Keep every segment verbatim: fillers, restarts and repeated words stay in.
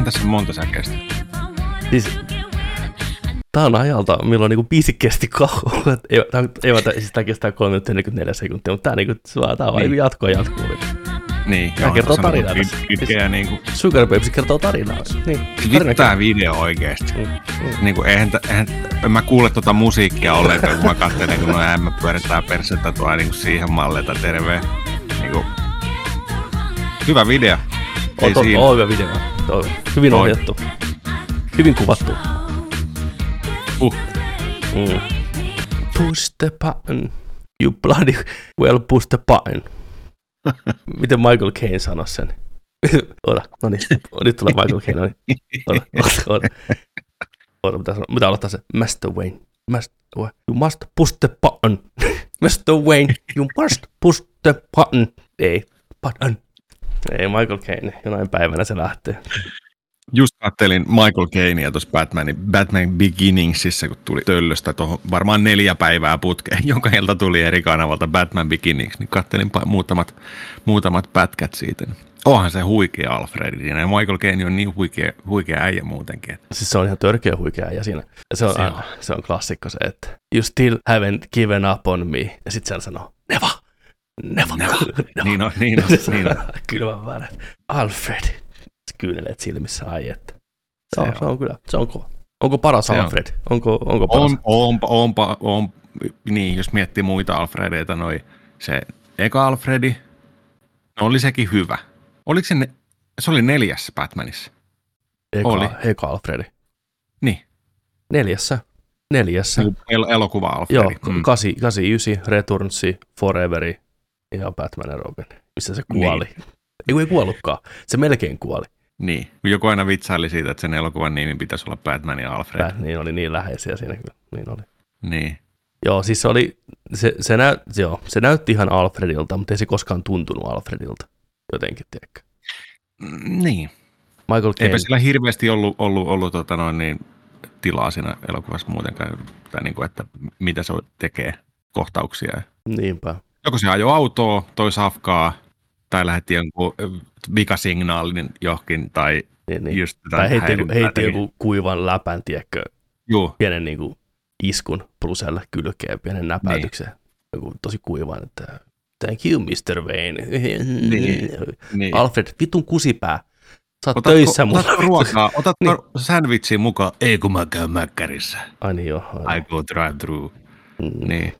tässä on monta säkeistä. Siis, tää on ajalta, milloin niinku biisi kesti kauan. Ei, ei siis tää kestää kolme minuuttia neljäkymmentäneljä sekuntia, mutta tää, niinku, tää on niin. Jatkoa jatkuu. Niin. Tää kertoo tarinaa tässä. Pitkeä niinku. Sugar Babes kertoo tarinaa. Niin. Vittu tää video oikeesti. Mm. Mm. Niinku eihän, eihän, en mä kuule tota musiikkia ollenkaan, kun mä katselen, kun noin ämmä pyörittää persettä tuolla niinku siihen malleita terveen. Niinku. Hyvä video. Ei on, siinä. On hyvä video. On hyvin Oi. ohjattu. Hyvin kuvattu. Uh. Mm. Push the button. You bloody well push the button. Miten Michael Caine sanoi sen? Ota, no niin. Nyt tulee Michael Caine. No niin. Ota, ota, ota. Ota, mitä, mitä aloittaa se? Master Wayne. Master Wayne. You must push the button. Master Wayne. You must push the button. Ei. Button. Ei, Michael Caine. Jonain päivänä se lähtee. Just kattelin Michael Cainea tuossa Batmanin, Batman Beginningsissa, kun tuli töllöstä tuohon varmaan neljä päivää putkeen, jonka ilta tuli eri kanavalta Batman Beginnings, niin kattelin muutamat, muutamat pätkät siitä. Onhan se huikea Alfred, ja Michael Caine on niin huikea, huikea äijä muutenkin. Siis se on ihan törkeä huikea äijä siinä. Se on, se on. se on klassikko se, että you still haven't given up on me, ja sitten se sanoo, never, never, never. never. Niin on, niin on, niin on. Kyllä vaan Alfred. Kyyneleet silmissä, ai että. Se on, se on kyllä, se on kova. Onko paras se Alfred? On. Onko, onko paras? On, on, onpa, on, niin, jos miettii muita Alfredeita, noi, se eka Alfredi, no oli sekin hyvä. Oliko se, ne, se oli neljässä Batmanissa? Eka, oli. Eka Alfredi. Niin. Neljässä. Neljässä. El, elokuva Alfredi. Joo, mm. kahdeksankymmentäyhdeksän, Returnsi, Foreveri ja Batman and Robin. Missä se kuoli? Niin. Ei, ei kuollutkaan. Se melkein kuoli. Niin, joku aina vitsaili siitä, että sen elokuvan nimi pitäisi olla Batman ja Alfred. Bat, niin oli niin läheisiä siinä kyllä. Niin oli. Niin. Joo, siis se oli, se, se, näy, joo, se näytti ihan Alfredilta, mutta ei se koskaan tuntunut Alfredilta. Jotenkin, tiedätkö? Mm, niin. Michael Caine. Eipä sillä hirveästi ollut, ollut, ollut tota noin, niin, tilaa siinä elokuvassa muutenkaan, tai niin kuin, että mitä se tekee, kohtauksia. Niinpä. Joko se ajoi autoa, toi safkaa, tai lähetti jonkun vikasignaalin johonkin, tai niin, niin. just tai heitti, joku, heitti joku kuivan läpän, tiedätkö, Juu. pienen niin kuin, iskun pluselle kylkeen, pienen näpäytyksen, niin. Joku tosi kuivan, että thank you, mister Wayne. Niin, niin. Alfred, vitun kusipää, sä oot otatko, töissä mulla. Otatko ruokaa, otatko niin. sandwichia mukaan? Ei, kun mä käyn mäkkärissä. Ai niin joo. I go drive through. Mm. Niin.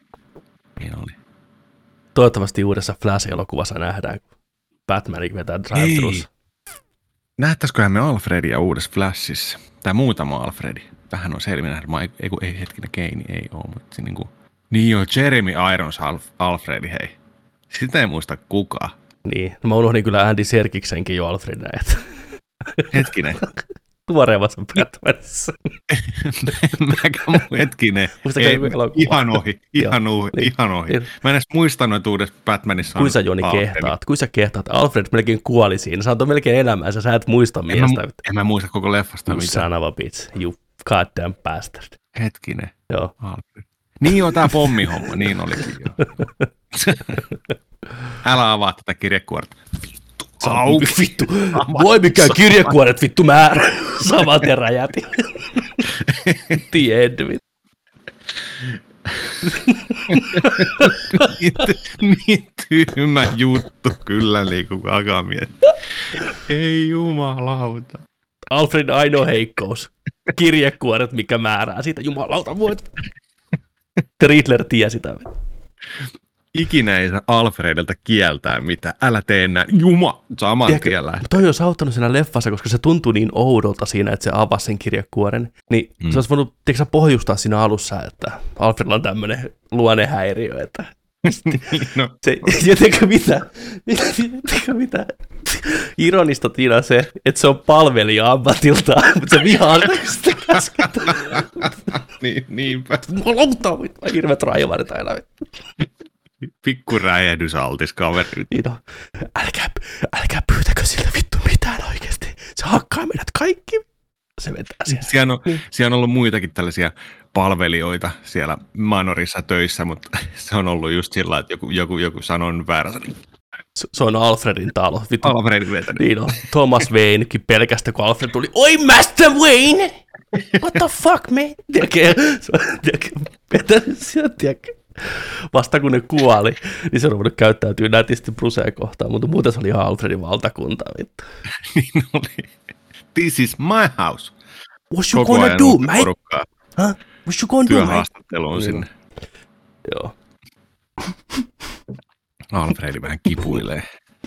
Niin oli. Toivottavasti uudessa Flash-elokuvassa nähdään, kun Batmanin vetää drive-thrussa. Nähtäisiköhän me Alfredia uudessa Flashissa? Tai muutama Alfredi. Vähän on selvinä. Ei, ei hetkinen, Keini ei ole, mutta niin kuin... Niin joo, Jeremy Irons Alf, Alfredi, hei. Sitä ei muista kukaan. Niin, no mä unohdin kyllä Andy Serkiksenkin jo Alfredina, että... Hetkinen. Tuoreemmassa Batmanissa. Mäkään hetkinen. Ei, ihan ohi, ihan ohi, niin, ihan ohi. Niin. Mä en edes muistanut, että uudessa Batmanissa on... Kuin sä, Joni, kehtaat? Kuin sä kehtaat? Alfred melkein kuoli siinä. Sä antoi melkein elämäänsä, sä et muista en miestä. Mä, en mä muista koko leffasta you mitään. Son of a bitch, you goddamn bastard. Hetkinen. Joo. Alfred. Niin joo, tää pommihomma, niin olikin joo. Älä avaa tätä kirjekuorta. Au, vittu. Voi mikään kirjekuoret vittu määrä. Saman tien räjäti. Tiedä, vittu. Niin tyhmä juttu kyllä, niin kuin alkaa miettiä. Ei jumalauta. Alfred ainoa heikkous. Kirjekuoret, mikä määrää siitä. Jumalauta, voit. Riddler tiesi sitä. Ikinä ei saa Alfredelta kieltää mitään. Älä tee näin. Juma, saman tien lähtee. Toi olisi auttanut siinä leffassa, koska se tuntui niin oudolta siinä, että se avasi sen kirjekuoren. Niin mm. se olisi voinut, tiedätkö, pohjustaa siinä alussa, että Alfredilla on tämmöinen luonnehäiriö, että... no. Se, ja tiedätkö mitä? Tiedätkö mitä? Ironista Tiina se, että se on palvelija ammatiltaan, mutta se vihaa sitä käsketään. niin, niinpä. Mä lautaan, mä hirveät raivarit aina. Pikku räjähdysaltis kaveri. Niin on. Älkää, älkää pyytäkö sille vittu mitään oikeasti. Se hakkaa meidät kaikki. Se vetää siellä. Siellä on, niin. siellä on ollut muitakin tällaisia palvelijoita siellä Manorissa töissä, mutta se on ollut just sillä, että joku, joku, joku sanoo väärä. se on Alfredin talo. Vittu. Alfredin vetänyt. Niin on. Thomas Waynekin pelkästä, kun Alfred tuli, oi Master Wayne! What the fuck, man? Tiedätkö, tiedätkö, vetänyt sieltä, tiedätkö. Vasta kun ne kuoli, niin se on ruvennut käyttäytyy nätisti Brucea kohtaan, mutta muuten se oli ihan Alfredin valtakunta. Vittu. Niin oli. This is my house. What you Koko gonna do, mate? Porukkaa. Huh? What you gonna do, mate? Työhaastatteluun sinne. Joo. Alfredi vähän kipuilee.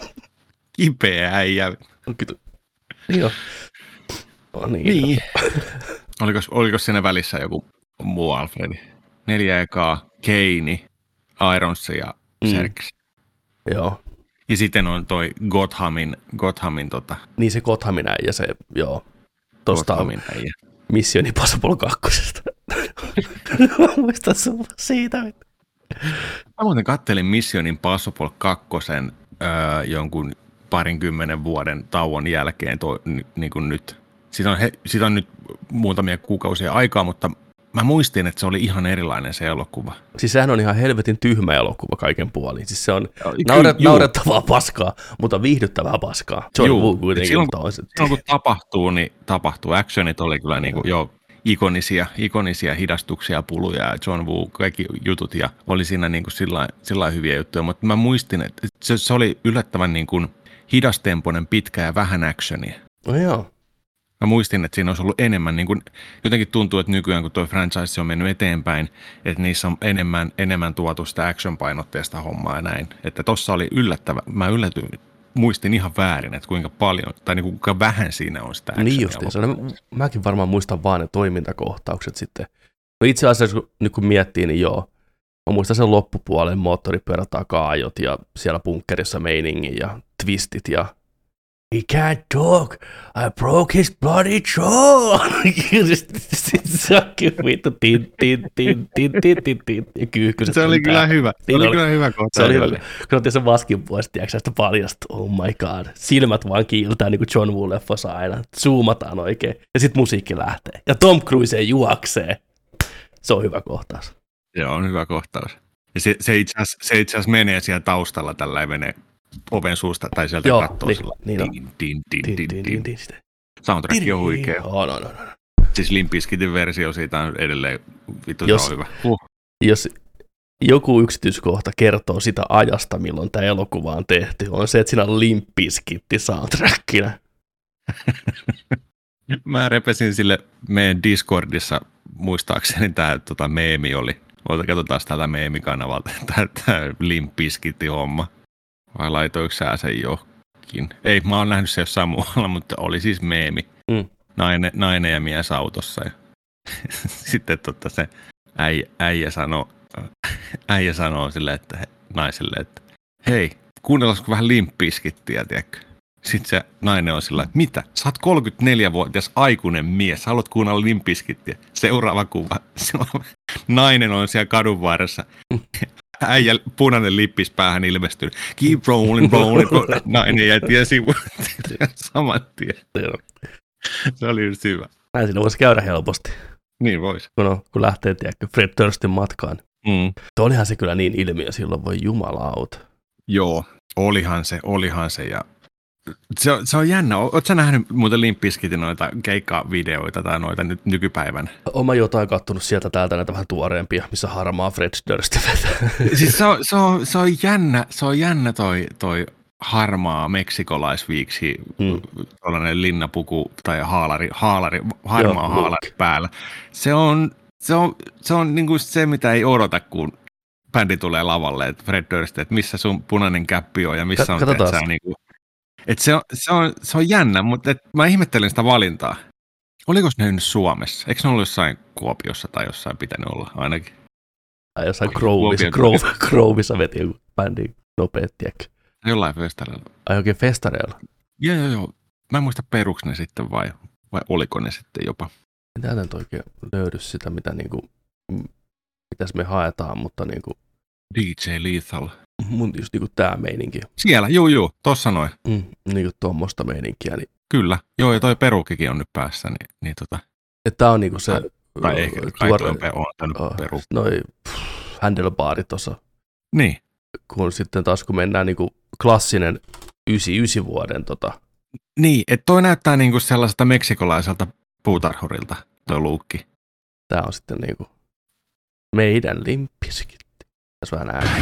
Kipeä äijä. Joo. No niin. Niin. Oliko, oliko siinä välissä joku muu Alfredi? Neljä ekaa, Kane, Irons ja Serkis. Mm. Joo. Ja sitten on toi Gothamin, Gothamin tota... Niin se Gothamin äijä, se, joo. Tosta Gothamin äijä. Mission Impossible kakkosesta. Muistan sun siitä. Mä muuten kattelin Mission Impossible kakkosen öö, jonkun parinkymmenen vuoden tauon jälkeen toi, n- niin kuin nyt. Siitä on, he, siitä on nyt muutamia kuukausia aikaa, mutta mä muistin, että se oli ihan erilainen se elokuva. Siis sehän on ihan helvetin tyhmä elokuva kaiken puolin. Siis se on Joo, nauret, kyllä, naurettavaa paskaa, mutta viihdyttävää paskaa. John Woo kuitenkin. Silloin, toiset. silloin kun tapahtuu, niin tapahtuu. Actionit oli kyllä niin kuin, jo ikonisia, ikonisia hidastuksia, puluja ja John Woo, kaikki jutut ja oli siinä niin kuin sillä, sillä hyviä juttuja. Mutta mä muistin, että se, se oli yllättävän niin kuin hidastempoinen, pitkä ja vähän actionia. No joo. Mä muistin, että siinä olisi ollut enemmän, niin kuin, jotenkin tuntuu, että nykyään kun tuo franchise on mennyt eteenpäin, että niissä on enemmän, enemmän tuotu sitä action-painotteista hommaa ja näin. Että tossa oli yllättävä, mä yllätyin, muistin ihan väärin, että kuinka paljon, tai niin kuinka vähän siinä on sitä actionia. Niin justiinsa. No, mäkin varmaan muistan vaan ne toimintakohtaukset sitten. No itse asiassa, kun, nyt kun miettii, niin joo. Mä muistan sen loppupuolen moottoripyörätakaajot ja siellä bunkkerissa meiningin ja twistit ja he can't talk. I broke his bloody jaw. Sitten se on kyllä vittu tin, tin, tin, tin, tin, tin, tin. Ja kyyhkyset. Se oli kyllä hyvä. Se Niin oli, oli kyllä hyvä kohta. Se oli hyvä. Kun otin sen maskin pois, tiedätkö sitä paljasta. Oh my god. Silmät vaan kiiltää niin kuin John Woo-leffossa aina. Zoomataan oikein. Ja sitten musiikki lähtee. Ja Tom Cruise juoksee. Se on hyvä kohtaus. Joo, on hyvä kohtaus. Ja se, se itse asiassa menee siellä taustalla, tällä menee oven suusta tai sieltä Joo, kattoo niin, sillä. niin on. Din, din, din, Tin, din, tin, din. tin, tin, tin. Soundtrack on huikea. Oh, no, no, no. Siis Limp Bizkitin versio siitä on edelleen, vittu Jos- se on hyvä. Uh. Jos joku yksityiskohta kertoo sitä ajasta, milloin tämä elokuva on tehty, on se, että siinä on Limp Bizkitti soundtrackina. Mä repesin sille meidän Discordissa, muistaakseni tämä tota, meemi oli. Ota, katsotaan täältä meemikanavalta, tämä Limp Bizkitin homma. Vai laitoiko sä sen johonkin? Ei, mä oon nähnyt se jossain muualla, mutta oli siis meemi. Mm. Nainen, nainen ja mies autossa. Ja sitten tota, se äijä, äijä, sanoo, äijä sanoo sille, että he, naiselle, että hei, kuunnellasiko vähän Limp Bizkittiä, tiedätkö? Sitten se nainen on sillä, että mitä? Sä oot kolmekymmentäneljävuotias aikuinen mies, haluat kuunnella Limp Bizkittiä. Seuraava kuva. Nainen on siellä kadun varressa. Äijä punainen lippis päähän ilmestynyt. Keep rolling, rolling, rolling. Nainen jäi tien sivuun saman tien. Se oli just hyvä. Näin siinä voisi käydä helposti, Niin vois. kun, on, kun lähtee tiedätkö, Fred Durstin matkaan. Mm. Tuo olihan se kyllä niin ilmiö silloin, voi jumalauta. Joo, olihan se, olihan se. Ja se, on, se on jännä. Oletko sä nähnyt muuten Limp Bizkitin noita keikkavideoita tai noita nyt nykypäivänä? Oma jotain kattonut sieltä täältä näitä vähän tuoreempia, missä harmaa Fred Durst vetää. Siis se on, se on, se on jännä, se on jännä toi, toi harmaa meksikolaisviiksi, Mm. tuollainen linnapuku tai haalari, haalari harmaa Joo, haalari look. päällä. Se on, se on, se on niin kuin se, mitä ei odota, kun bändi tulee lavalle, että Fred Durst, että missä sun punainen käppi on ja missä on Katsotaan. sä, niin kuin, että se on, se on, se on jännä, mutta et mä ihmettelen sitä valintaa. Oliko ne nyt Suomessa? Eikö ne ollut jossain Kuopiossa tai jossain pitänyt olla ainakin? Tai jossain Oi, Groovissa, Kuopio. Grove, Groovissa veti joku bändi nopeet, tiedätkö? Jollain festareilla. Ai oikein festareilla. Joo, joo, joo. Mä en muista peruks ne sitten vai, vai oliko ne sitten jopa. En täältä nyt oikein löydy sitä, mitä niinku, mm, mitäs me haetaan, mutta niinku, D J Lethal. mun just niinku tää meininki, Siellä, juu, juu, tossa noin. mm, niinku tommoista meininkiä, niin Kyllä. Joo, ja toi perukikin on nyt päässä, niin, niin tota. että tää on niinku se Tai ö, ehkä kai tuore- toi pe- on tännyt oh, peru. noi pff, handlebaarit tuossa Niin. kun sitten taas kun mennään niin kuin klassinen yhdeksänkymmentäyhdeksän vuoden tota. Niin, että toi näyttää niinku sellaiselta meksikolaiselta puutarhurilta, toi luukki. Tää on sitten niinku meidän limppiskitti. Tässä vähän ääni.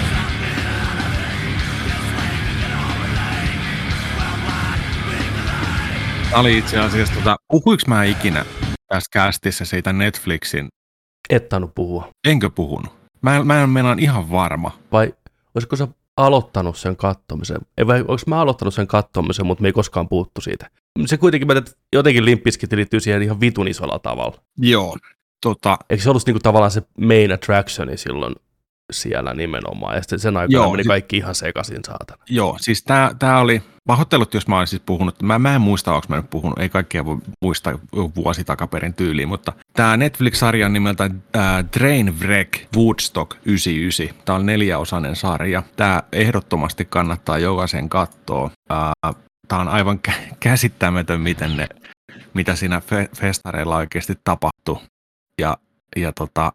Tämä oli itse asiassa, tota, puhuinko mä ikinä tässä kästissä siitä Netflixin? Et tainnut puhua. Enkö puhunut? Mä, mä en mennä ihan varma. Vai olisiko sä aloittanut sen kattomisen? Ei vai olis mä aloittanut sen kattomisen, mutta me ei koskaan puhuttu siitä. Se kuitenkin, että jotenkin limppiskitti liittyy siihen ihan vitun isolla tavalla. Joo. Tota, Eikö se ollut niinku tavallaan se main attractioni silloin siellä nimenomaan, ja sitten sen aikana meni kaikki ihan sekaisin, saatana. Joo, siis tää, tää oli, pahoittelut jos mä olisin siis puhunut, mä, mä en muista, onko mä nyt puhunut, ei kaikkea voi muistaa vuosi takaperin tyyliin, mutta tää Netflix-sarja nimeltä äh, Trainwreck Woodstock yhdeksänkymmentäyhdeksän, tää on neljäosainen sarja, tää ehdottomasti kannattaa jokaisen katsoa, äh, tää on aivan kä- käsittämätön, miten ne, mitä siinä fe- festareilla oikeasti tapahtuu, ja, ja tota,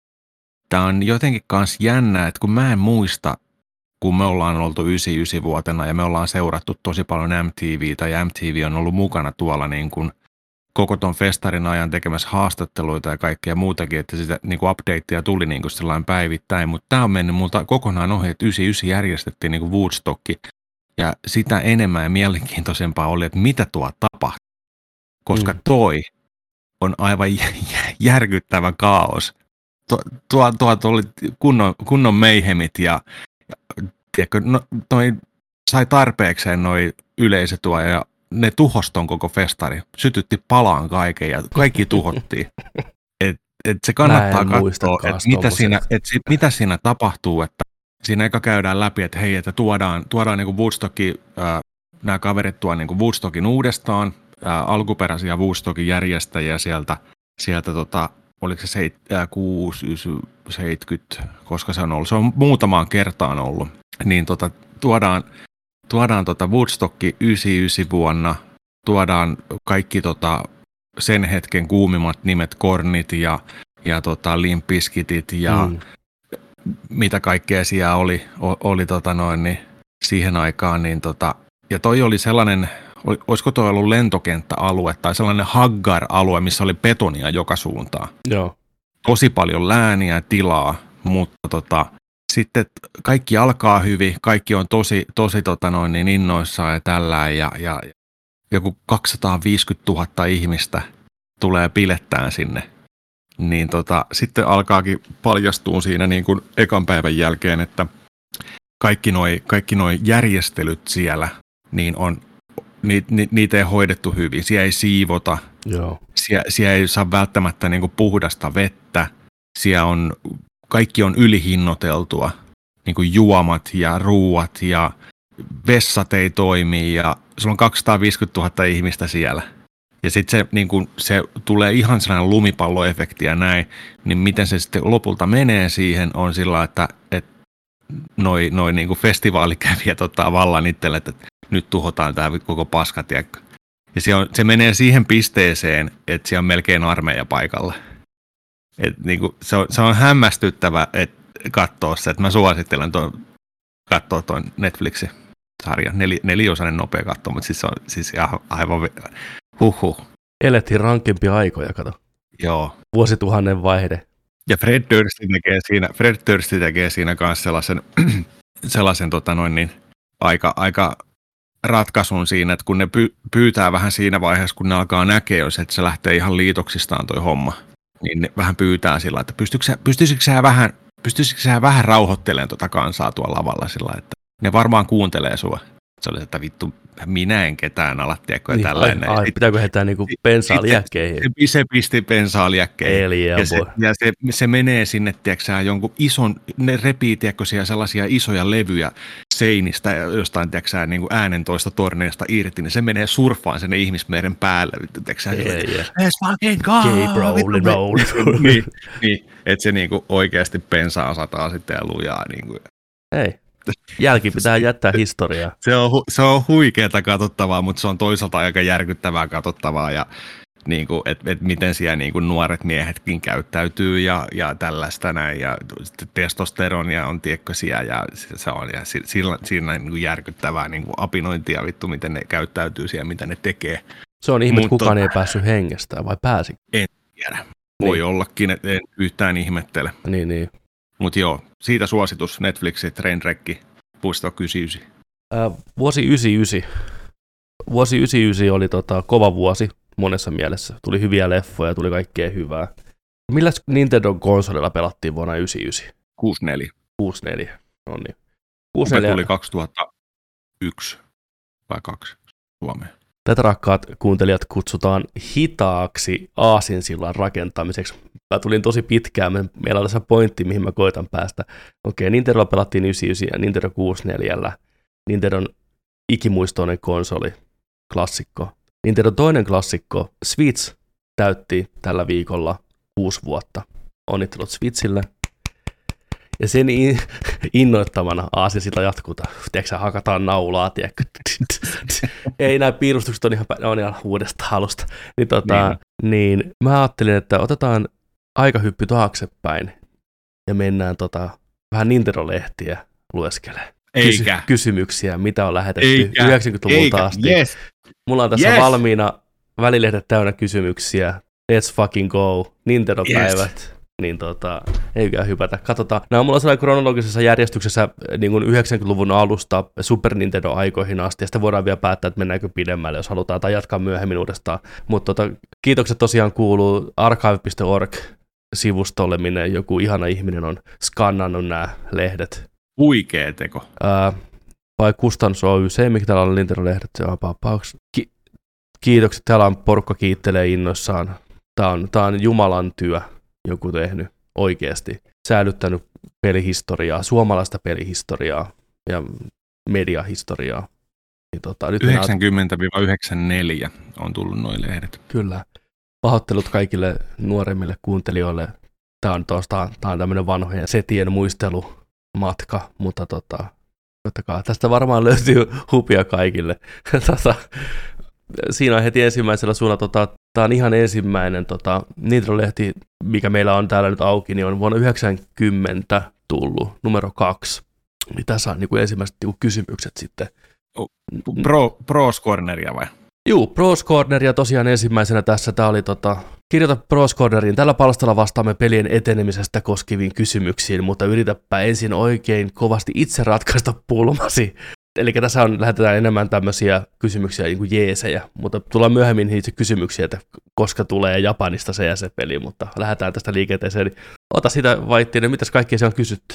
tämä on jotenkin kans jännä, että kun mä en muista, kun me ollaan oltu yhdeksänkymmentäyhdeksän-vuotena ja me ollaan seurattu tosi paljon M T V:tä ja M T V on ollut mukana tuolla niin kuin koko ton festarin ajan tekemässä haastatteluita ja kaikkea muutakin, että sitä niin kuin updateja tuli niin kuin sellainen päivittäin, mutta tämä on mennyt multa kokonaan ohi, että yhdeksänkymmentäyhdeksän järjestettiin niin kuin Woodstock ja sitä enemmän ja mielenkiintoisempaa oli, että mitä tuo tapahtui, koska mm. toi on aivan järkyttävä kaos. Tuo, tuo, tuo oli kunnon, kunnon meihemit ja, ja tiedätkö, no, toi sai tarpeekseen noi yleisötuo ja ne tuhoston koko festari, sytytti palaan kaiken ja kaikki tuhottiin. Et, et se kannattaa katsoa, että mitä siinä, et si, mitä siinä tapahtuu, että siinä eka käydään läpi, että hei, että tuodaan, tuodaan niinku Woodstockin, äh, nämä kaverit tuo niinku Woodstockin uudestaan, äh, alkuperäisiä Woodstockin järjestäjiä sieltä, sieltä tota, oliko se kuusi, seitsemänkymmentä, koska se on ollut, se on muutamaan kertaan ollut, niin tota, tuodaan, tuodaan tota Woodstocki yhdeksänkymmentäyhdeksän vuonna, tuodaan kaikki tota sen hetken kuumimmat nimet, Kornit ja, ja tota Limp Bizkitit ja mm. mitä kaikkea siellä oli, oli tota noin, niin siihen aikaan, niin tota, ja toi oli sellainen, olisiko toi ollut lentokenttäalue tai sellainen haggar-alue, missä oli betonia joka suuntaan. Joo. Tosi paljon lääniä ja tilaa, mutta tota, sitten kaikki alkaa hyvin, kaikki on tosi, tosi tota noin, niin innoissaan ja tällään ja, ja joku kaksisataaviisikymmentätuhatta ihmistä tulee pilettään sinne. Niin tota, sitten alkaakin paljastua siinä niin kuin ekan päivän jälkeen, että kaikki noi, kaikki noi järjestelyt siellä niin on Ni, ni, niitä ei hoidettu hyvin. Siellä ei siivota, Joo. Siellä, siellä ei saa välttämättä niin kuin puhdasta vettä, siellä on, kaikki on ylihinnoiteltua, niin kuin juomat ja ruuat ja vessat ei toimi ja sulla on kaksisataaviisikymmentätuhatta ihmistä siellä. Ja sitten se, niin kuin, se tulee ihan sellainen lumipalloefekti ja näin, niin miten se sitten lopulta menee siihen on sillä, että, että noi, noi niin kuin festivaalikävijät ottaa vallan itselle, että nyt tuhotaan tämä koko paska, tiedätkö? Ja se, on, se menee siihen pisteeseen, että siellä on melkein armeija paikalla. Et niin kuin, se, on, se on hämmästyttävä että katsoa se, että mä suosittelen tuon, katsoa tuon Netflixin sarjan. Neli, neliosainen nopea katsoa, mutta siis se on siis aivan huhhuh. Elettiin rankempia aikoja, kato. Joo. Vuosituhannen vaihde. Ja Fred Durst tekee siinä, Fred Durst tekee siinä kanssa sellaisen, sellaisen tota noin niin, aika, aika ratkaisun siinä, että kun ne py, pyytää vähän siinä vaiheessa, kun ne alkaa näkeä, jos että se lähtee ihan liitoksistaan toi homma, niin ne vähän pyytää sillä, että pystyisikö sä vähän, pystyisikö sä vähän rauhoittelemaan tuota kansaa tuolla lavalla sillä, että ne varmaan kuuntelee sua. Se oli, että vittu, minä en ketään ala, tiedätkö, niin, tällainen. Ai, ai, pitääkö heitää niinku bensaa liekkeihin? Se, se pisti bensaa liekkeihin. Ja, se, ja se, se menee sinne, tiedätkö, jonkun ison, ne repii, tiedätkö, siellä sellaisia isoja levyjä seinistä ja jostain, tiedätkö, niin kuin äänentoista torneista irti, niin se menee surffaan sinne ihmismeren päälle, tiedätkö, yeah, yeah. Let's fucking go! K-roll, roll. Niin, niin että se niin kuin oikeasti bensaa sataa sitten ja lujaa. Niin kuin. Hei. Jälki pitää jättää historiaa. Se on, se on huikeeta katsottavaa, mutta se on toisaalta aika järkyttävää katsottavaa. Ja niin kuin, että, että miten siellä niin kuin nuoret miehetkin käyttäytyy ja, ja tällaista näin, ja testosteronia on tiekkösiä, ja se on, ja sillä, siinä niin kuin järkyttävää niin kuin apinointia vittu, miten ne käyttäytyy siellä, mitä ne tekee. Se on ihme, että Mutta kukaan ei päässyt hengestään, vai pääsi? En tiedä. Voi Niin. ollakin, että en yhtään ihmettele. Niin, niin. Mutta joo, siitä suositus Netflixi, Trainwreck, Puisto yhdeksänkymmentäyhdeksän. Ää, vuosi yhdeksänkymmentäyhdeksän. Vuosi yhdeksänkymmentäyhdeksän oli tota, kova vuosi monessa mielessä. Tuli hyviä leffoja, tuli kaikkea hyvää. Millä Nintendo-konsolilla pelattiin vuonna yhdeksänkymmentäyhdeksän? kuusikymmentäneljä. kuusikymmentäneljä. No niin. Se kuusikymmentäneljä. tuli kaksituhattayksi vai kaksi Suomeen. Tätä rakkaat kuuntelijat kutsutaan hitaaksi aasinsillan rakentamiseksi. Mä tulin tosi pitkään, meillä on tässä pointti, mihin mä koitan päästä. Okei, Nintendolla pelattiin yhdeksänkymmentäyhdeksän ja Nintendo kuusikymmentäneljä. Nintendon ikimuistoinen konsoli, klassikko. Nintendo toinen klassikko, Switch, täytti tällä viikolla kuusi vuotta. Onnittelut Switchille. Ja sen in- innoittamana aasinsilta jatkutaan. Tiedätkö sä, hakataan naulaa, tiedätkö? Ei, nämä piirustukset on ihan, ne on ihan uudesta alusta. Niin, tota, niin. niin mä ajattelin, että otetaan aikahyppy taaksepäin ja mennään tota, vähän Nintendo-lehtiä lueskelemaan. Eikä. Kysy- kysymyksiä, mitä on lähetetty Eikä. yhdeksänkymmentäluvulta Eikä. asti. Yes. Mulla on tässä Yes. valmiina välilehdet täynnä kysymyksiä. Let's fucking go. Nintendo-päivät. Yes. Niin tota, eikö hypätä. Katsotaan. Nämä on mulla sellainen kronologisessa järjestyksessä niin kuin yhdeksänkymmentäluvun alusta Super Nintendo-aikoihin asti, ja sitten voidaan vielä päättää, että mennäänkö pidemmälle, jos halutaan, tai jatkaa myöhemmin uudestaan. Mutta tota, kiitokset tosiaan kuuluu archive piste org-sivustolle, minne joku ihana ihminen on skannannut nämä lehdet. Huikee teko. Ää, vai Kustannus Oy, se mikä täällä on Nintendo-lehdet, se on pauks. Ki- kiitokset, täällä on porukka kiittelee innoissaan. Tää on, tää on Jumalan työ. Joku tehnyt oikeasti, säilyttänyt pelihistoriaa, suomalaista pelihistoriaa ja mediahistoriaa. Niin tota, nyt yhdeksänkymmentä yhdeksänkymmentäneljä on tullut noin lehdet. Kyllä. Pahoittelut kaikille nuoremmille kuuntelijoille. Tämä on, tosta, tämä on tämmöinen vanhojen setien muistelumatka, mutta tota, tottakaa, tästä varmaan löytyy hupia kaikille. tota, siinä on heti ensimmäisellä suunnalla, tota, tämä on ihan ensimmäinen tota, Nintendo-lehti, mikä meillä on täällä nyt auki, niin on vuonna yhdeksänkymmentä tullut, numero kaksi. Niin tässä on niin kuin ensimmäiset niin kuin kysymykset sitten. Pro, Pros Corneria vai? Juu, Pros Corneria tosiaan ensimmäisenä tässä. Tämä oli tota, kirjoita Pros Corneriin. Tällä palstalla vastaamme pelien etenemisestä koskeviin kysymyksiin, mutta yritäpä ensin oikein kovasti itse ratkaista pulmasi. Eli tässä on, lähetetään enemmän tämmöisiä kysymyksiä niin kuin jeesejä, mutta tullaan myöhemmin itse kysymyksiä, että koska tulee Japanista se ja se peli, mutta lähdetään tästä liikenteeseen. Ota sitä Vaittinen, mitäs kaikkea se on kysytty?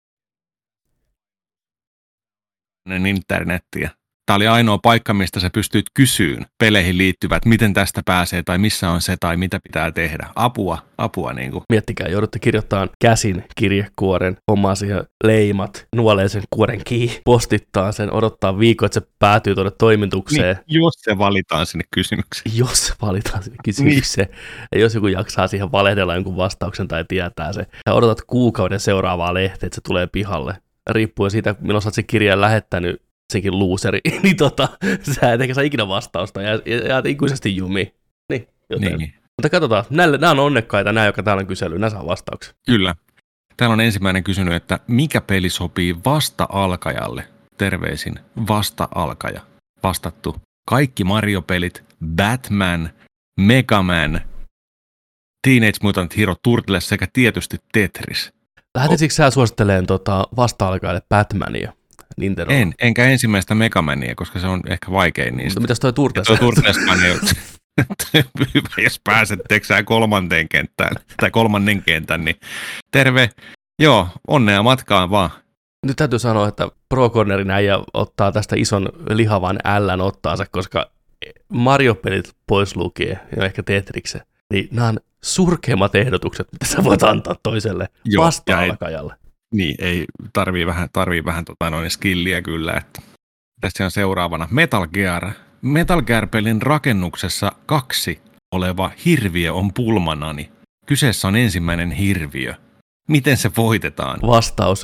Internettiä. Tämä oli ainoa paikka, mistä sä pystyt kysyyn peleihin liittyvät, miten tästä pääsee, tai missä on se, tai mitä pitää tehdä. Apua, apua niin kuin. Miettikää, joudutte kirjoittamaan käsin kirjekuoren, hommaa siihen leimat, nuolee sen kuoren kiinni, postittaa sen, odottaa viikon, että se päätyy tuonne toimitukseen. Niin, jos se valitaan sinne kysymykseen. Jos se valitaan sinne kysymykseen. Niin. Ja jos joku jaksaa siihen valehdella jonkun vastauksen tai tietää se. Ja odotat kuukauden seuraavaa lehteä, että se tulee pihalle. Riippuen siitä, milloin sä oot sen kirjan lähettänyt, senkin luuseri, niin tota, sä et eikä saa ikinä vastausta, ja jäät ikuisesti jumiin. Niin, joten. Niin. Mutta katsotaan, näille, nämä on onnekkaita, nämä, jotka täällä on kysely, nämä saa vastauksia. Kyllä. Täällä on ensimmäinen kysynyt, että mikä peli sopii vasta-alkajalle? Terveisin, vasta-alkaja. Vastattu. Kaikki Mario-pelit, Batman, Mega Man, Teenage Mutant Hero Turtles sekä tietysti Tetris. Lähtisikö sä suosittelemaan tota vasta-alkajalle Batmania? Nintendo. En, enkä ensimmäistä Mega Mania, koska se on ehkä vaikein niistä. Mutta mitäs toi Turtles? Toi Turtleskaan ei ole hyvä, jos pääset teksään kolmanteen kenttään, tai kolmannen kentän, niin terve. Joo, onnea matkaan vaan. Nyt täytyy sanoa, että Pro Cornerin äijä ottaa tästä ison lihavan ällän ottaansa, koska Mario-pelit pois lukee, ja ehkä Tetrikse, niin nämä on surkeimmat ehdotukset, mitä sä voit antaa toiselle Joo, vasta-alkajalle. Niin, ei tarvii vähän, tarvii vähän tota noin skilliä kyllä, että tässä on seuraavana Metal Gear. Metal Gear-pelin rakennuksessa kaksi oleva hirviö on pulmanani. Kyseessä on ensimmäinen hirviö. Miten se voitetaan? Vastaus,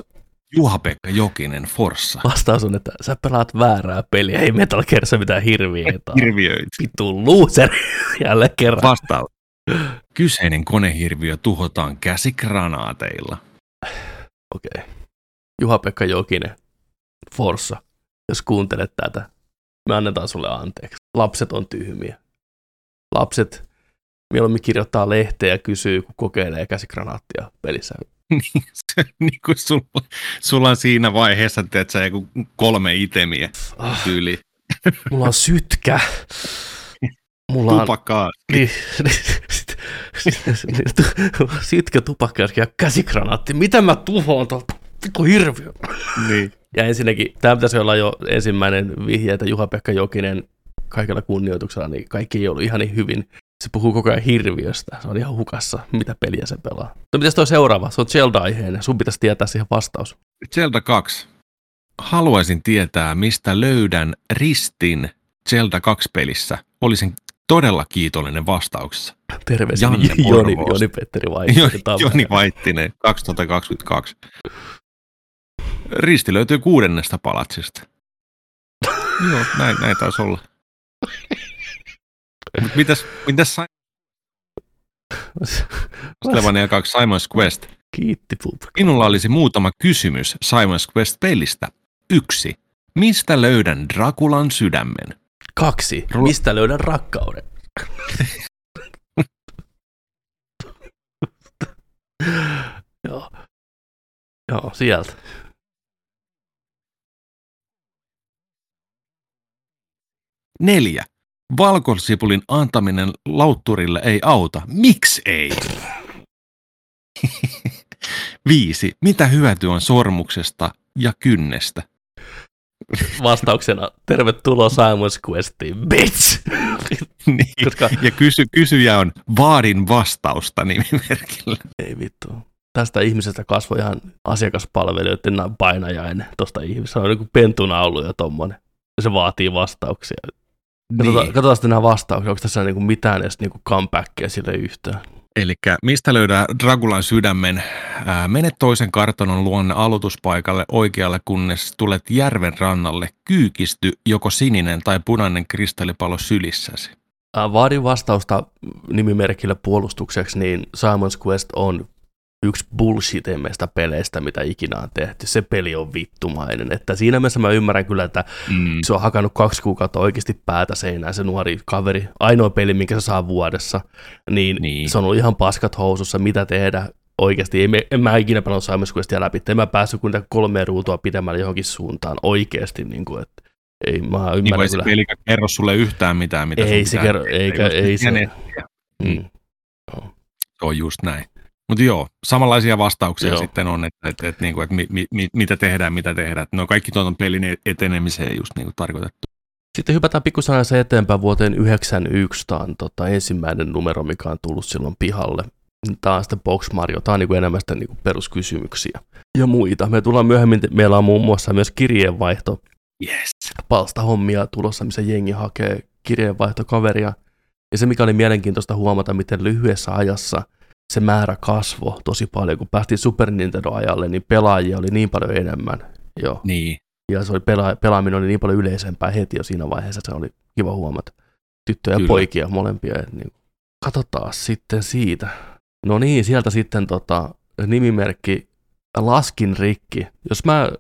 Juha-Pekka Jokinen, Forssa. Vastaus on, että sä pelaat väärää peliä, ei Metal Gearissa mitään hirviöitä. Hirviöitä. Vittu loser jälleen kerran. Vastaus. Kyseinen konehirviö tuhotaan käsikranaateilla. Okei. Okay. Juha-Pekka Jokinen, Forssa, jos kuuntelet tätä, me annetaan sulle anteeksi. Lapset on tyhmiä. Lapset mieluummin kirjoittaa lehteä ja kysyy, kun kokeilee käsikranaattia pelissä. Niin kuin sulla, sulla on siinä vaiheessa, että sä joku kolme itemiä tyyliin. Mulla on sytkä. Mulla on tupakkaa. Niin, sytkä, tupakka ja käsikranaatti. Mitä mä tuhoan tuolta? Vittu hirviö. Niin. Ja ensinnäkin, tämä pitäisi olla jo ensimmäinen vihje, että Juha-Pekka Jokinen kaikella kunnioituksella, niin kaikki ei ollut ihan niin hyvin. Se puhuu koko ajan hirviöstä. Se on ihan hukassa, mitä peliä se pelaa. No mitäs toi seuraava? Se on Zelda-aiheinen. Sun pitäisi tietää siihen vastaus. Zelda kaksi. Haluaisin tietää, mistä löydän ristin Zelda kaksi-pelissä. Olisin todella kiitollinen vastauksessa. Terveisiä Joni, Joni Petteri Vaittinen. Joni Vaittinen, kaksituhattakaksikymmentäkaksi. Risti löytyy kuudennesta palatsista. Joo, näin, näin taisi olla. Mut mitäs, mitäs Castlevania kaksi Simon's Quest? Kiitti pup. Minulla olisi muutama kysymys Simon's Quest-pelistä. Yksi. Mistä löydän Draculan sydämen? Kaksi. Mistä löydän rakkauden? Joo. Joo, sieltä. Neljä. Valkosipulin antaminen lautturille ei auta. Miksi ei? Viisi. Mitä hyötyä on sormuksesta ja kynnestä? Vastauksena, tervetuloa Simon's Questiin, bitch! Niin. Koska ja kysy, kysyjä on vaadin vastausta nimimerkillä. Ei vittu. Tästä ihmisestä kasvoi ihan asiakaspalvelijoiden painajainen tuosta ihmisestä. Se on niin kuin pentunaulu ja tommonen. Se vaatii vastauksia. Katsotaan, niin. Katsotaan sitten nämä vastauksia. Onko tässä niinku mitään edes niinku comebackia sille yhtään? Elikkä mistä löydää Draculan sydämen? Ää, mene toisen kartanon luonne aloituspaikalle oikealle, kunnes tulet järven rannalle. Kyykisty joko sininen tai punainen kristallipallo sylissäsi. Ää, vaadin vastausta nimimerkillä puolustukseksi, niin Simon's Quest on yksi bullshitimmista peleistä, mitä ikinä on tehty. Se peli on vittumainen. Että siinä mielessä mä ymmärrän kyllä, että mm. se on hakannut kaksi kuukautta oikeasti päätä seinään, se nuori kaveri. Ainoa peli, minkä se saa vuodessa. Niin, niin. Se on ollut ihan paskat housussa, mitä tehdä oikeasti. Ei me, en mä ikinä pelannut Simon's Questia läpi. En mä päässyt kuitenkaan kolmea ruutua pidemmälle johonkin suuntaan oikeasti. Niin kuin, että ei, mä ymmärrän niin kyllä. Se peli kerro sulle yhtään mitään, mitä ei se kerro, eikä, ei, ei se. Mm. No. Se on just näin. Mutta joo, samanlaisia vastauksia joo. sitten on, että, että, että, että, että mi, mi, mitä tehdään, mitä tehdään. Ne on kaikki tuon pelin etenemiseen just niin kuin tarkoitettu. Sitten hypätään pikkusanassa eteenpäin vuoteen yhdeksänkymmentäyksi. Tämä on tota, ensimmäinen numero, mikä on tullut silloin pihalle. Tämä on sitten Box Mario. Tämä on niin kuin enemmän sitä niin kuin peruskysymyksiä ja muita. Me tullaan myöhemmin, meillä on muun muassa myös kirjeenvaihto. Yes. Palstahommia tulossa, missä jengi hakee kirjeenvaihtokaveria. Ja se, mikä oli mielenkiintoista huomata, miten lyhyessä ajassa se määrä kasvoi tosi paljon. Kun päästiin Super Nintendo-ajalle, niin pelaajia oli niin paljon enemmän. Joo. Niin. Ja se oli pela- pelaaminen oli niin paljon yleisempää heti jo siinä vaiheessa, se oli kiva huomata. Tyttöjä ja Kyllä. poikia molempia. Niin. Katsotaan sitten siitä. No niin, sieltä sitten tota, nimimerkki Laskin rikki. Jos mä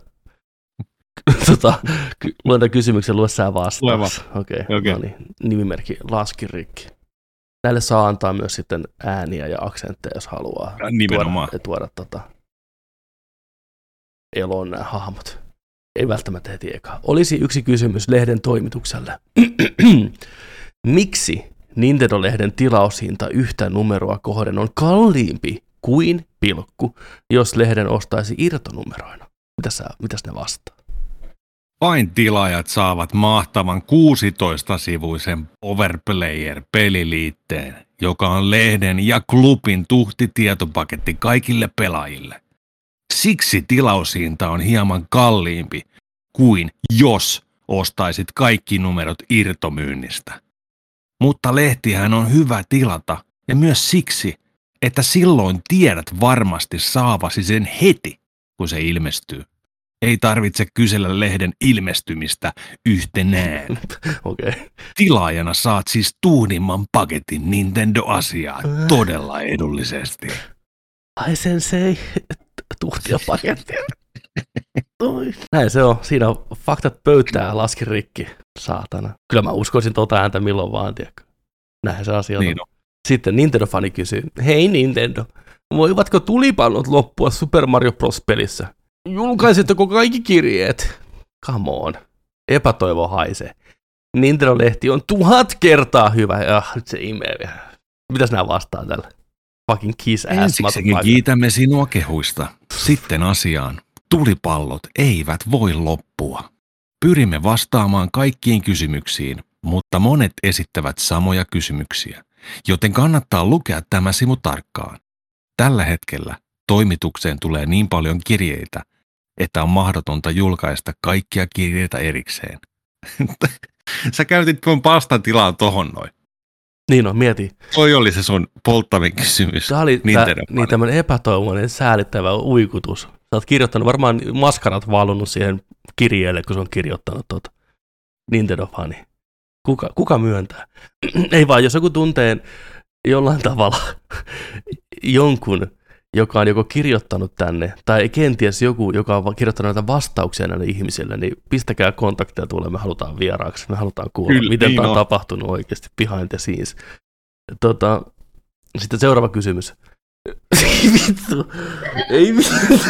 tota, luen tämän kysymyksen, lue sä vastaus. Okei, okay. okay. No niin, nimimerkki Laskin rikki. Näille saa antaa myös sitten ääniä ja aksentteja, jos haluaa Nimenomaan. tuoda, tuoda tota, eloon nämä hahmot. Ei välttämättä heti eka. Olisi yksi kysymys lehden toimitukselle. Miksi Nintendo-lehden tilaushinta yhtä numeroa kohden on kalliimpi kuin pilkku, jos lehden ostaisi irtonumeroina? Mitäs, mitäs ne vastaa? Vain tilaajat saavat mahtavan kuusitoista-sivuisen Overplayer-peliliitteen, joka on lehden ja klubin tuhti tietopaketti kaikille pelaajille. Siksi tilaushinta on hieman kalliimpi kuin jos ostaisit kaikki numerot irtomyynnistä. Mutta lehtihän on hyvä tilata ja myös siksi, että silloin tiedät varmasti saavasi sen heti, kun se ilmestyy. Ei tarvitse kysellä lehden ilmestymistä yhtenään. Okei. Okay. Tilaajana saat siis tuunimman paketin Nintendo-asiaa todella edullisesti. Ai sensei, tuhtia pakettia. Näin se on. Siinä on faktat pöytää, laski rikki, saatana. Kyllä mä uskoisin tota ääntä milloin vaan, tiedäkö. Näin se asia on. Niin on. Sitten Nintendo-fani kysyy, hei Nintendo, voivatko tulipallot loppua Super Mario Bros. -pelissä? Julkaisitteko kaikki kirjeet? Come on. Epätoivo haisee. Nintendo-lehti on tuhat kertaa hyvä. Ah, nyt se imee vielä. Mitäs nää vastaa tällä? Fucking kiss ass. Ensiksikin kiitämme sinua kehuista. Sitten asiaan. Tulipallot eivät voi loppua. Pyrimme vastaamaan kaikkiin kysymyksiin, mutta monet esittävät samoja kysymyksiä, joten kannattaa lukea tämä sivu tarkkaan. Tällä hetkellä toimitukseen tulee niin paljon kirjeitä, että on mahdotonta julkaista kaikkia kirjeitä erikseen. Sä käytit tuon pastatilaa tohon noin. Niin on, mieti. Toi oli se sun polttavin kysymys. Tämä oli tä, niin tämmöinen epätoivoinen, säälittävä uikutus. Sä oot kirjoittanut, varmaan maskarat valunut siihen kirjeelle, kun se on kirjoittanut tuota Nintendo-fani. Kuka, kuka myöntää? Ei vaan, jos joku tuntee jollain tavalla jonkun, joka on joko kirjoittanut tänne, tai kenties joku, joka on kirjoittanut näitä vastauksia näille ihmisille, niin pistäkää kontakteja tulee, me halutaan vieraaksi, me halutaan kuulla, Kyllä, miten niin tämä on tapahtunut oikeasti behind the scenes. Tota, sitten seuraava kysymys. Ei vittu, ei vittu.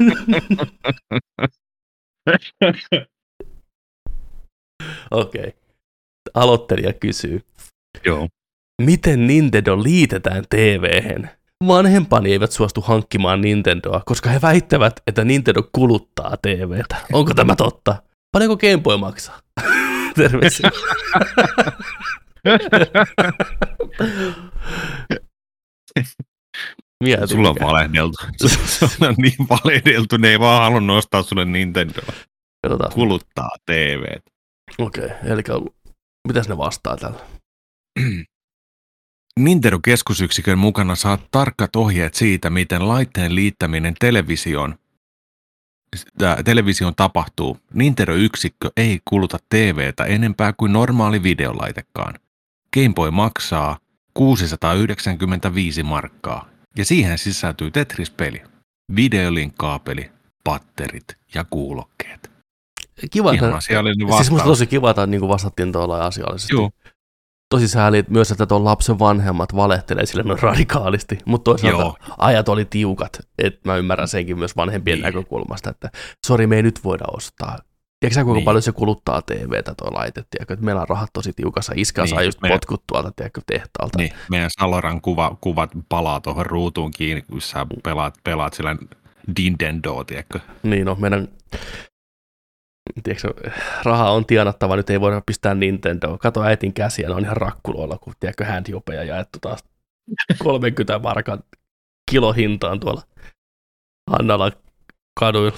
Okei. Okay. Aloittelija kysyy. Joo. Miten Nintendo liitetään T V-hen? Vanhempani eivät suostu hankkimaan Nintendoa, koska he väittävät, että Nintendo kuluttaa T V:tä. Onko tämä totta? Paljonko Game Boy maksaa? Terveisiä. Mieti, sulla on valehdeltu. Sulla on niin valehdeltu, ne ei vaan halua ostaa sulle Nintendoa. Katsotaan. Kuluttaa T V:tä. Okei, okay, eli mitäs ne vastaa tällä? Nintendo-keskusyksikön mukana saat tarkat ohjeet siitä, miten laitteen liittäminen televisioon, televisioon tapahtuu. Nintendo-yksikkö ei kuluta T V:tä enempää kuin normaali videolaitekaan. Game Boy maksaa kuusisataayhdeksänkymmentäviisi markkaa ja siihen sisältyy Tetris-peli, videolinkkaapeli, patterit ja kuulokkeet. Kiva, ihan asiallinen vastaus. Siis musta tosi kiva, että niin vastattiin tuolla asiallisesti. Joo. Tosi sääli myös, että tuon lapsen vanhemmat valehtelee sille noin radikaalisti, mutta toisaalta Joo. ajat oli tiukat, että mä ymmärrän senkin myös vanhempien niin. näkökulmasta, että sori, me ei nyt voida ostaa. Tiedätkö sä, kuinka niin. paljon se kuluttaa T V:tä tuo laite, tiedätkö, että meillä on rahat tosi tiukassa, iskä niin. saa just meidän, potkut tuolta, tiedätkö, tehtaalta. Niin, meidän Saloran kuva, kuvat palaa tuohon ruutuun kiinni, kun sä pelaat, pelaat sillä Nintendoa, tiedätkö. Niin, no meidän... Tiedätkö, raha on tienattava, nyt ei voida pistää Nintendoa. Kato äitin käsiä, ne on ihan rakkuloilla, kun tiedätkö, handjopeja jaettu taas kolmekymmentä markan kilohintaan tuolla Hannala kaduilla.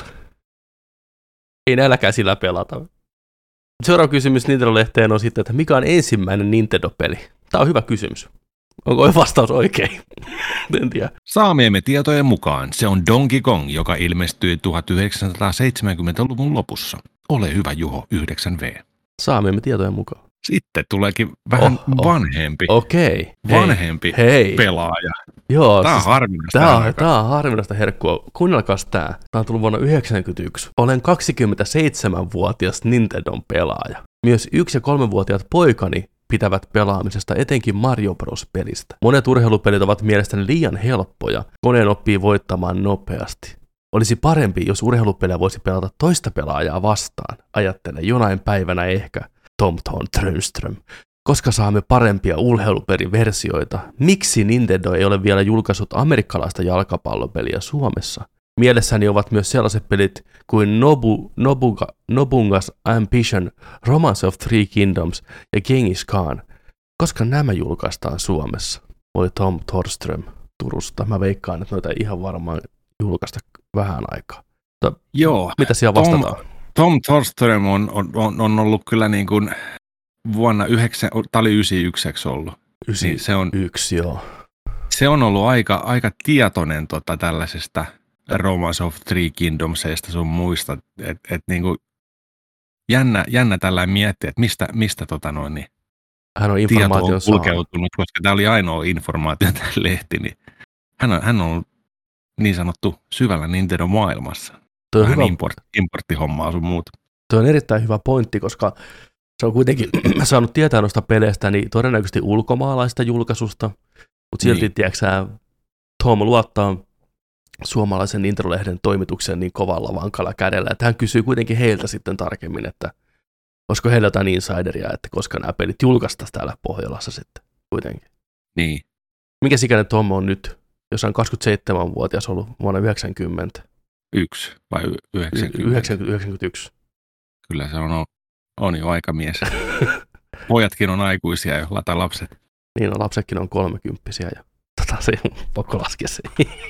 Ei näillä käsillä pelata. Seuraava kysymys Nintendo-lehteen on sitten, että mikä on ensimmäinen Nintendo-peli? Tämä on hyvä kysymys. Onko vastaus oikein? En tiedä. Saamiemme tietojen mukaan se on Donkey Kong, joka ilmestyi tuhatyhdeksänsataaseitsemänkymmentäluvun lopussa. Ole hyvä, Juho, yhdeksän V. Saamiemme tietojen mukaan. Sitten tuleekin vähän oh, oh. vanhempi, okay. vanhempi hei. pelaaja. Joo, tämä on siis harvinaista. Tämä on, tämä on harvinaista herkkua. Kuunnelkaas tämä. Tämä on tullut vuonna yhdeksänkymmentäyksi. Olen kaksikymmentäseitsemänvuotias Nintendon pelaaja. Myös yksi- ja kolmevuotiaat poikani pitävät pelaamisesta etenkin Mario Bros-pelistä. Monet urheilupelit ovat mielestäni liian helppoja. Koneen oppii voittamaan nopeasti. Olisi parempi, jos urheilupelejä voisi pelata toista pelaajaa vastaan. Ajattele jonain päivänä ehkä Tom Tom Trönström. Koska saamme parempia urheilupeliversioita, miksi Nintendo ei ole vielä julkaissut amerikkalaista jalkapallopeliä Suomessa? Mielessäni ovat myös sellaiset pelit kuin Nobu, Nobuga, Nobungas Ambition, Romance of Three Kingdoms ja Genghis Khan, koska nämä julkaistaan Suomessa. Oli Tom Thorström Turusta. Mä veikkaan, että noita ei ihan varmaan julkaista vähän aikaa. Mutta joo. Mitä siellä vastataan? Tom, Tom Thorström on, on, on ollut kyllä niin kuin vuonna yhdeksän, tämä oli yhdeksänkymmentäyksi ollut. yhdeksänkymmentäyksi, niin se on, joo. Se on ollut aika, aika tietoinen tota, tällaisesta Romance of Three Kingdomsista sun muista, että et niinku jännä, jännä tällainen miettiä, että mistä, mistä tota noin, niin hän on tieto on informaation kulkeutunut, koska tämä oli ainoa informaatio tämä lehti, niin hän on, hän on niin sanottu syvällä Nintendo-maailmassa. Tuo on, Vähän hyvä, import, importtihommaa sun muuta. tuo on erittäin hyvä pointti, koska se on kuitenkin saanut tietää noista peleistä niin todennäköisesti ulkomaalaista julkaisusta, mutta silti, niin. tiedätkö sä, Tom luottaa suomalaisen Nintendo-lehden toimituksen niin kovalla vankalla kädellä, että hän kysyy kuitenkin heiltä sitten tarkemmin, että olisiko heillä jotain insideria, että koska nämä pelit julkaistaan täällä Pohjolassa sitten kuitenkin. Niin. Mikä ikäinen Tom on nyt, jos hän on kaksikymmentäseitsemänvuotias ollut vuonna yhdeksänkymmentä? Yksi vai yhdeksänkymmentä? yhdeksänkymmentä, yhdeksänkymmentäyksi. Kyllä se on, on jo aikamies. Pojatkin on aikuisia jo, lata lapset. Niin, no, lapsetkin on kolmekymppisiä ja tota, se on pakko laskea se.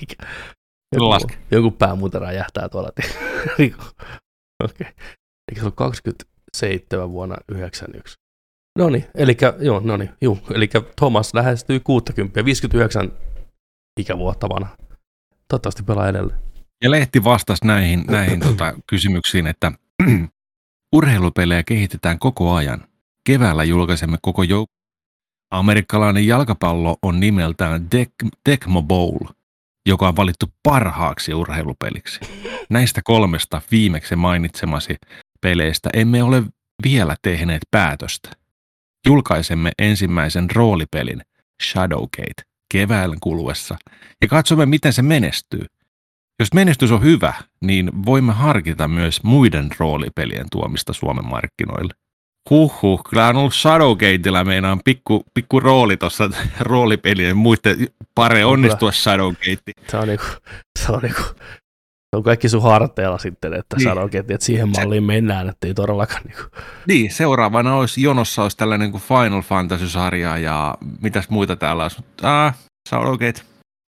Joku, Laske. joku pää muuten räjähtää tuolla. Okei. Okay. Eikö se ollut kaksikymmentäseitsemän vuonna yhdeksänkymmentäyksi? No niin, eli joo, no niin, juu, eli Thomas lähestyy kuusikymmentä, viisikymmentäyhdeksän ikävuotta vanha. Toivottavasti pelaa edelleen. Ja lehti vastasi näihin, näihin tota, kysymyksiin, että urheilupelejä kehitetään koko ajan. Keväällä julkaisemme koko joukko. Amerikkalainen jalkapallo on nimeltään Tecmo Bowl, joka on valittu parhaaksi urheilupeliksi. Näistä kolmesta viimeksi mainitsemasi peleistä emme ole vielä tehneet päätöstä. Julkaisemme ensimmäisen roolipelin Shadowgate kevään kuluessa ja katsomme, miten se menestyy. Jos menestys on hyvä, niin voimme harkita myös muiden roolipelien tuomista Suomen markkinoille. Huhhuh, kyllä on ollut Shadowgateilla meinaan pikku, pikku rooli tuossa roolipelien muiden pare onnistua Shadowgate. Se on, niinku, se, on niinku, se on kaikki sun harteilla sitten, että niin. Shadowgate, että siihen malliin mennään, että ei todellakaan. Niinku. Niin, seuraavana olisi, jonossa olisi tällainen kuin Final Fantasy-sarja ja mitäs muita täällä olisi. Ah, Shadowgate.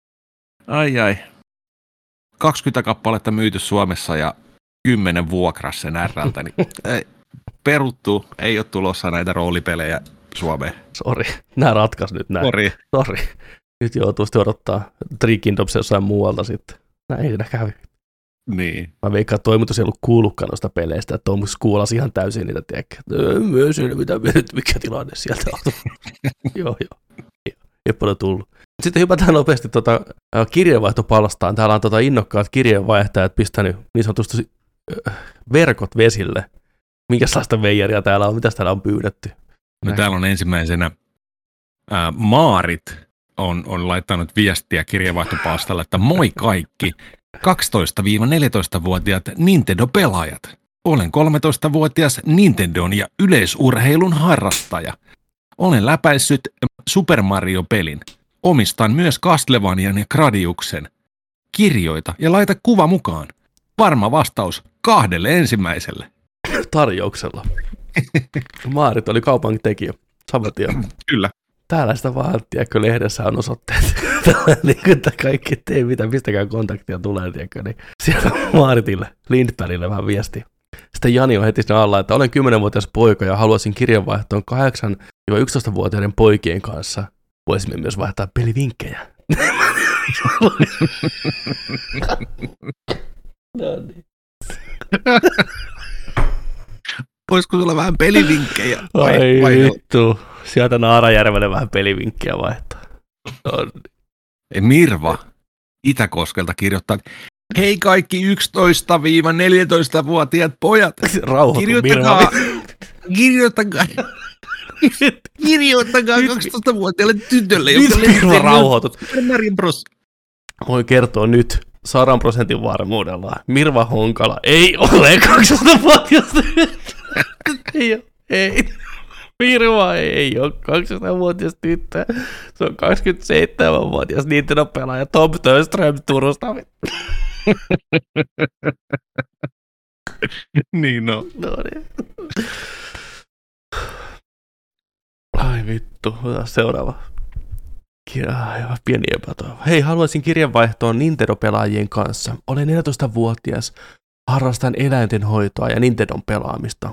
Ai ai. kaksikymmentä kappaletta myyty Suomessa ja kymmenen vuokras sen R:ltä, niin ei, peruttu, ei ole tulossa näitä roolipelejä Suomeen. Sori, nää ratkaisi nyt näin. Sori. Sori. Nyt joutuu sitten odottaa Three Kingdoms jossain muualta sitten. Näin ei siinä kävi. Niin. Mä veikkaan, että toimitus ei ollut kuullutkaan noista peleistä, että Tomus kuulasi ihan täysin niitä, tiedäkö. Mä selvitä, mikä tilanne sieltä on. Joo, joo. Ei paljon tullut. Sitten hypätään nopeasti tuota, kirjeenvaihtopalstaan. Täällä on tuota innokkaat kirjeenvaihtajat pistänyt niin sanotusti äh, verkot vesille. Minkälaista veijaria täällä on? Mitäs täällä on pyydetty? No, täällä on ensimmäisenä ää, Maarit on, on laittanut viestiä kirjeenvaihtopalstalle, että moi kaikki kaksitoista-neljätoista-vuotiaat Nintendo-pelaajat. Olen kolmetoistavuotias Nintendon ja yleisurheilun harrastaja. Olen läpäissyt Super Mario-pelin. Omistan myös Castlevanian ja Gradiuksen. Kirjoita ja laita kuva mukaan. Varma vastaus kahdelle ensimmäiselle. Tarjouksella. Maarit oli kaupan tekijä. Saman tien. Kyllä. Täällä sitä vaan, tiedätkö, lehdessä on osoitteet. Niin kuin kaikki tee mitä, mistäkään kontaktia tulee, tiedätkö. Niin siellä Maaritille, Lindbergille vähän viesti. Sitten Jani on heti siinä alla, että olen kymmenvuotias poika ja haluaisin kirjanvaihtoon kahdeksan-yksitoistavuotiaiden poikien kanssa. Voisimme myös vaihtaa pelivinkkejä. No niin. Voisiko sulla vähän pelivinkkejä? Vai, Ai vai vittu. Sieltä Naarajärvelle vähän pelivinkkejä vaihtaa. No niin. Mirva Itäkoskelta kirjoittaa, hei kaikki yksitoista-neljätoistavuotiaat pojat. Rauhoitu, kirjoittakaa, kirjoittakaa. Kirjoittakaa kaksitoistavuotiaalle tytölle, joka Mirva rauhoitut. Mario Bros. Voin kertoa nyt sadan prosentin varmuudella. Mirva Honkala ei ole kaksitoistavuotias. Ei ole, ei. Mirva ei ole kaksitoistavuotias tyttö. Se on kaksikymmentäseitsemänvuotias Nintendo-pelaaja Tom Törström Turusta. Niin no. No niin. Ai vittu, otetaan seuraava. Aivan pieni epätoivo. Hei, haluaisin kirjanvaihtoon Nintendo-pelaajien kanssa. Olen neljätoistavuotias, harrastan eläinten hoitoa ja Nintendon pelaamista.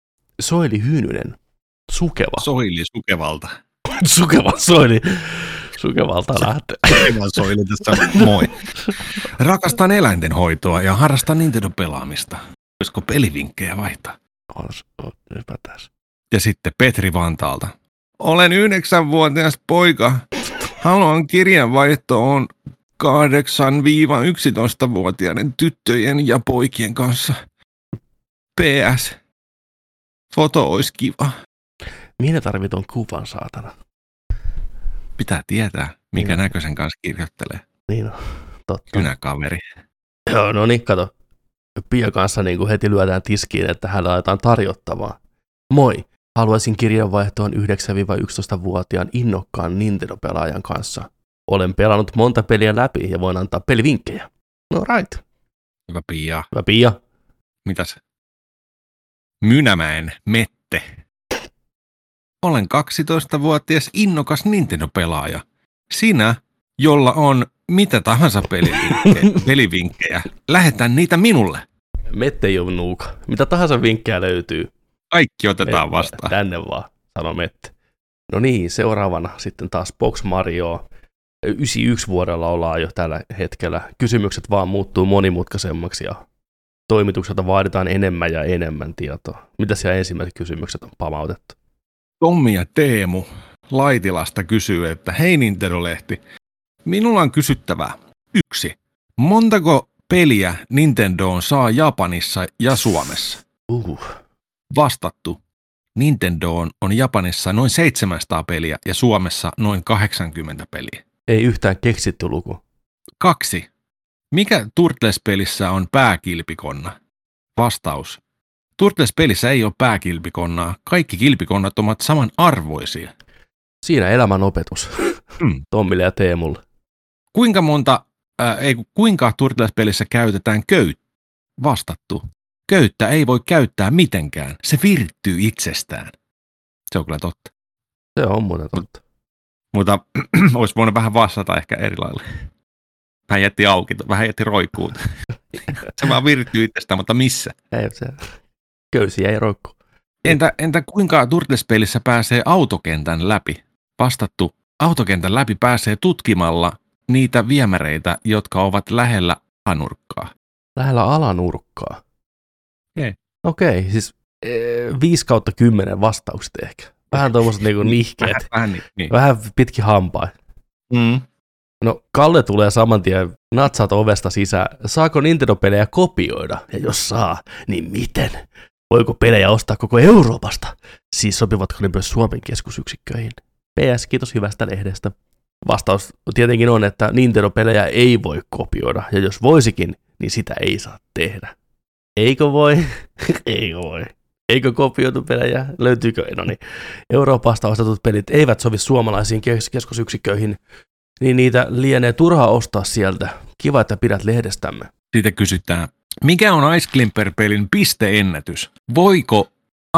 Soili Hyynynen. Sukeva. Soili Sukevalta. Sukeva Soili. Sukevalta lähtee. Aivan soili tässä, moi. Rakastan eläintenhoitoa ja harrastan Nintendo-pelaamista. Voisiko pelivinkkejä vaihtaa? Olis, hyvä tässä. Ja sitten Petri Vantaalta. Olen yhdeksänvuotias poika. Haluan kirjanvaihtoon kahdeksan–yksitoista-vuotiaiden tyttöjen ja poikien kanssa. P S. Foto olisi kiva. Mihin tarvit on kuvan, saatana? Pitää tietää, mikä Niin. näköisen kanssa kirjoittelee. Niin on, totta. Kynäkaveri. Joo, no niin, kato. Pia kanssa niin kuin heti lyödään tiskiin, että hänellä laitetaan tarjottavaa. Moi, haluaisin kirjanvaihtoon yhdeksän–yksitoista-vuotiaan innokkaan Nintendo-pelaajan kanssa. Olen pelannut monta peliä läpi ja voin antaa pelivinkkejä. No right. Hyvä Pia. Hyvä Pia. Mitäs? Mynämäen Mette. Olen kaksitoistavuotias innokas Nintendo-pelaaja. Sinä, jolla on mitä tahansa pelivinkkejä, pelivinkkejä, lähetän niitä minulle. Mette ei ole nuuka. Mitä tahansa vinkkejä löytyy. Kaikki otetaan Mette, vastaan. Tänne vaan, sano Mette. No niin, seuraavana sitten taas Box Mario. yhdeksänkymmentäyksi vuodella ollaan jo tällä hetkellä. Kysymykset vaan muuttuu monimutkaisemmaksi ja toimitukselta vaaditaan enemmän ja enemmän tietoa. Mitä siellä ensimmäiset kysymykset on pamautettu? Tommi ja Teemu Laitilasta kysyy, että hei Nintendo-lehti, minulla on kysyttävää. Yksi. Montako peliä Nintendoon saa Japanissa ja Suomessa? Uh. Vastattu. Nintendoon on Japanissa noin seitsemänsataa peliä ja Suomessa noin kahdeksankymmentä peliä. Ei yhtään keksitty luku. Kaksi. Mikä Turtles-pelissä on pääkilpikonna? Vastaus. Turtles-pelissä ei ole pääkilpikonnaa. Kaikki kilpikonnat ovat samanarvoisia. Siinä elämän opetus. Hmm. Tommille ja Teemulle. Kuinka monta, äh, ei, kuinka Turtles-pelissä käytetään köyttä? Vastattu. Köyttä ei voi käyttää mitenkään. Se virittyy itsestään. Se on kyllä totta. Se on muuten totta. Mutta olisi voinut vähän vastata ehkä eri lailla. Vähän jätti auki, vähän jätti roikkuun. Se vaan virittyy itsestään, mutta missä? Ei, se köysi jäi roikkuun. Entä, entä kuinka Turtles-pelissä pääsee autokentän läpi? Vastattu. Autokentän läpi pääsee tutkimalla niitä viemäreitä, jotka ovat lähellä alanurkkaa. Lähellä alanurkkaa. Okei. Okei, siis e, viisi kautta kymmenen vastaukset ehkä. Vähän tuommoiset niinku nihkeet. Vähän, vähän niin. niin. Vähän pitkin hampain. Mm. No, Kalle tulee saman tien natsaat ovesta sisään. Saako Nintendo-pelejä kopioida? Ja jos saa, niin miten? Voiko pelejä ostaa koko Euroopasta? Siis sopivatko ne myös Suomen keskusyksikköihin? P S, kiitos hyvästä lehdestä. Vastaus tietenkin on, että Nintendo-pelejä ei voi kopioida. Ja jos voisikin, niin sitä ei saa tehdä. Eikö voi? Eikö voi? Eikö kopioitu pelejä? Löytyykö? No niin. Euroopasta ostetut pelit eivät sovi suomalaisiin kes- keskusyksikköihin, niin niitä lienee turhaa ostaa sieltä. Kiva, että pidät lehdestämme. Siitä kysytään, mikä on Ice Climber-pelin pisteennätys? Voiko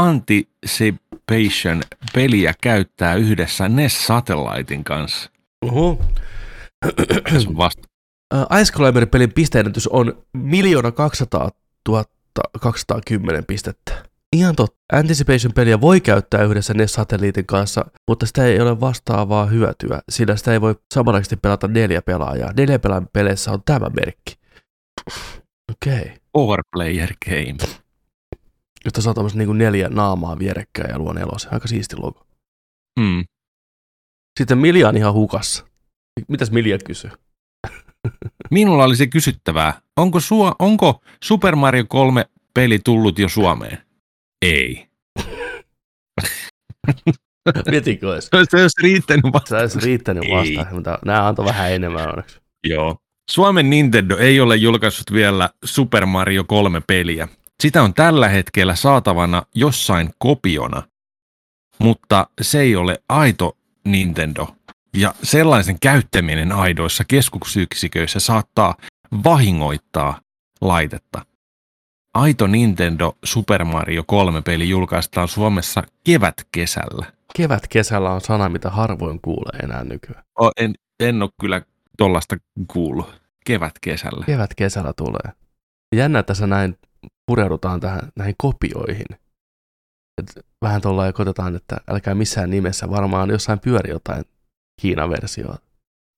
Anticipation-peliä käyttää yhdessä N E S Satellitein kanssa? Uhu. Tässä on vasta. Uh, Ice Climber-pelin pisteennätys on miljoona kaksisataatuhatta kaksisataakymmenen pistettä. Ihan totta. Anticipation-peliä voi käyttää yhdessä N E S-satelliitin kanssa, mutta sitä ei ole vastaavaa hyötyä, sillä sitä ei voi samanaikaisesti pelata neljä pelaajaa. Neljä pelaajan peleissä on tämä merkki. Okei. Okay. Four player game. Jotta saa tämmöisen niin neljä naamaa vierekkäin ja luo nelosen. Aika siisti logo. Mm. Sitten Milja on ihan hukassa. Mitäs Milja kysyy? Minulla olisi kysyttävää, onko, sua, onko Super Mario kolme peli tullut jo Suomeen? Ei. Mietikö edes? Se olisi riittänyt vasta. Se olisi riittänyt vastaan, mutta nämä antoi vähän enemmän onneksi. Joo. Suomen Nintendo ei ole julkaissut vielä Super Mario kolme peliä. Sitä on tällä hetkellä saatavana jossain kopiona, mutta se ei ole aito Nintendo. Ja sellaisen käyttäminen aidoissa keskusyksiköissä saattaa vahingoittaa laitetta. Aito Nintendo Super Mario kolme peli julkaistaan Suomessa kevätkesällä. Kevätkesällä on sana, mitä harvoin kuulee enää nykyään. O, en, en ole kyllä tollaista kuullut. Kevätkesällä. Kevätkesällä tulee. Jännä, että tässä näin pureudutaan tähän, näihin kopioihin. Et vähän tuolla ja kotetaan, että älkää missään nimessä. Varmaan jossain pyöri jotain Kiinan versioa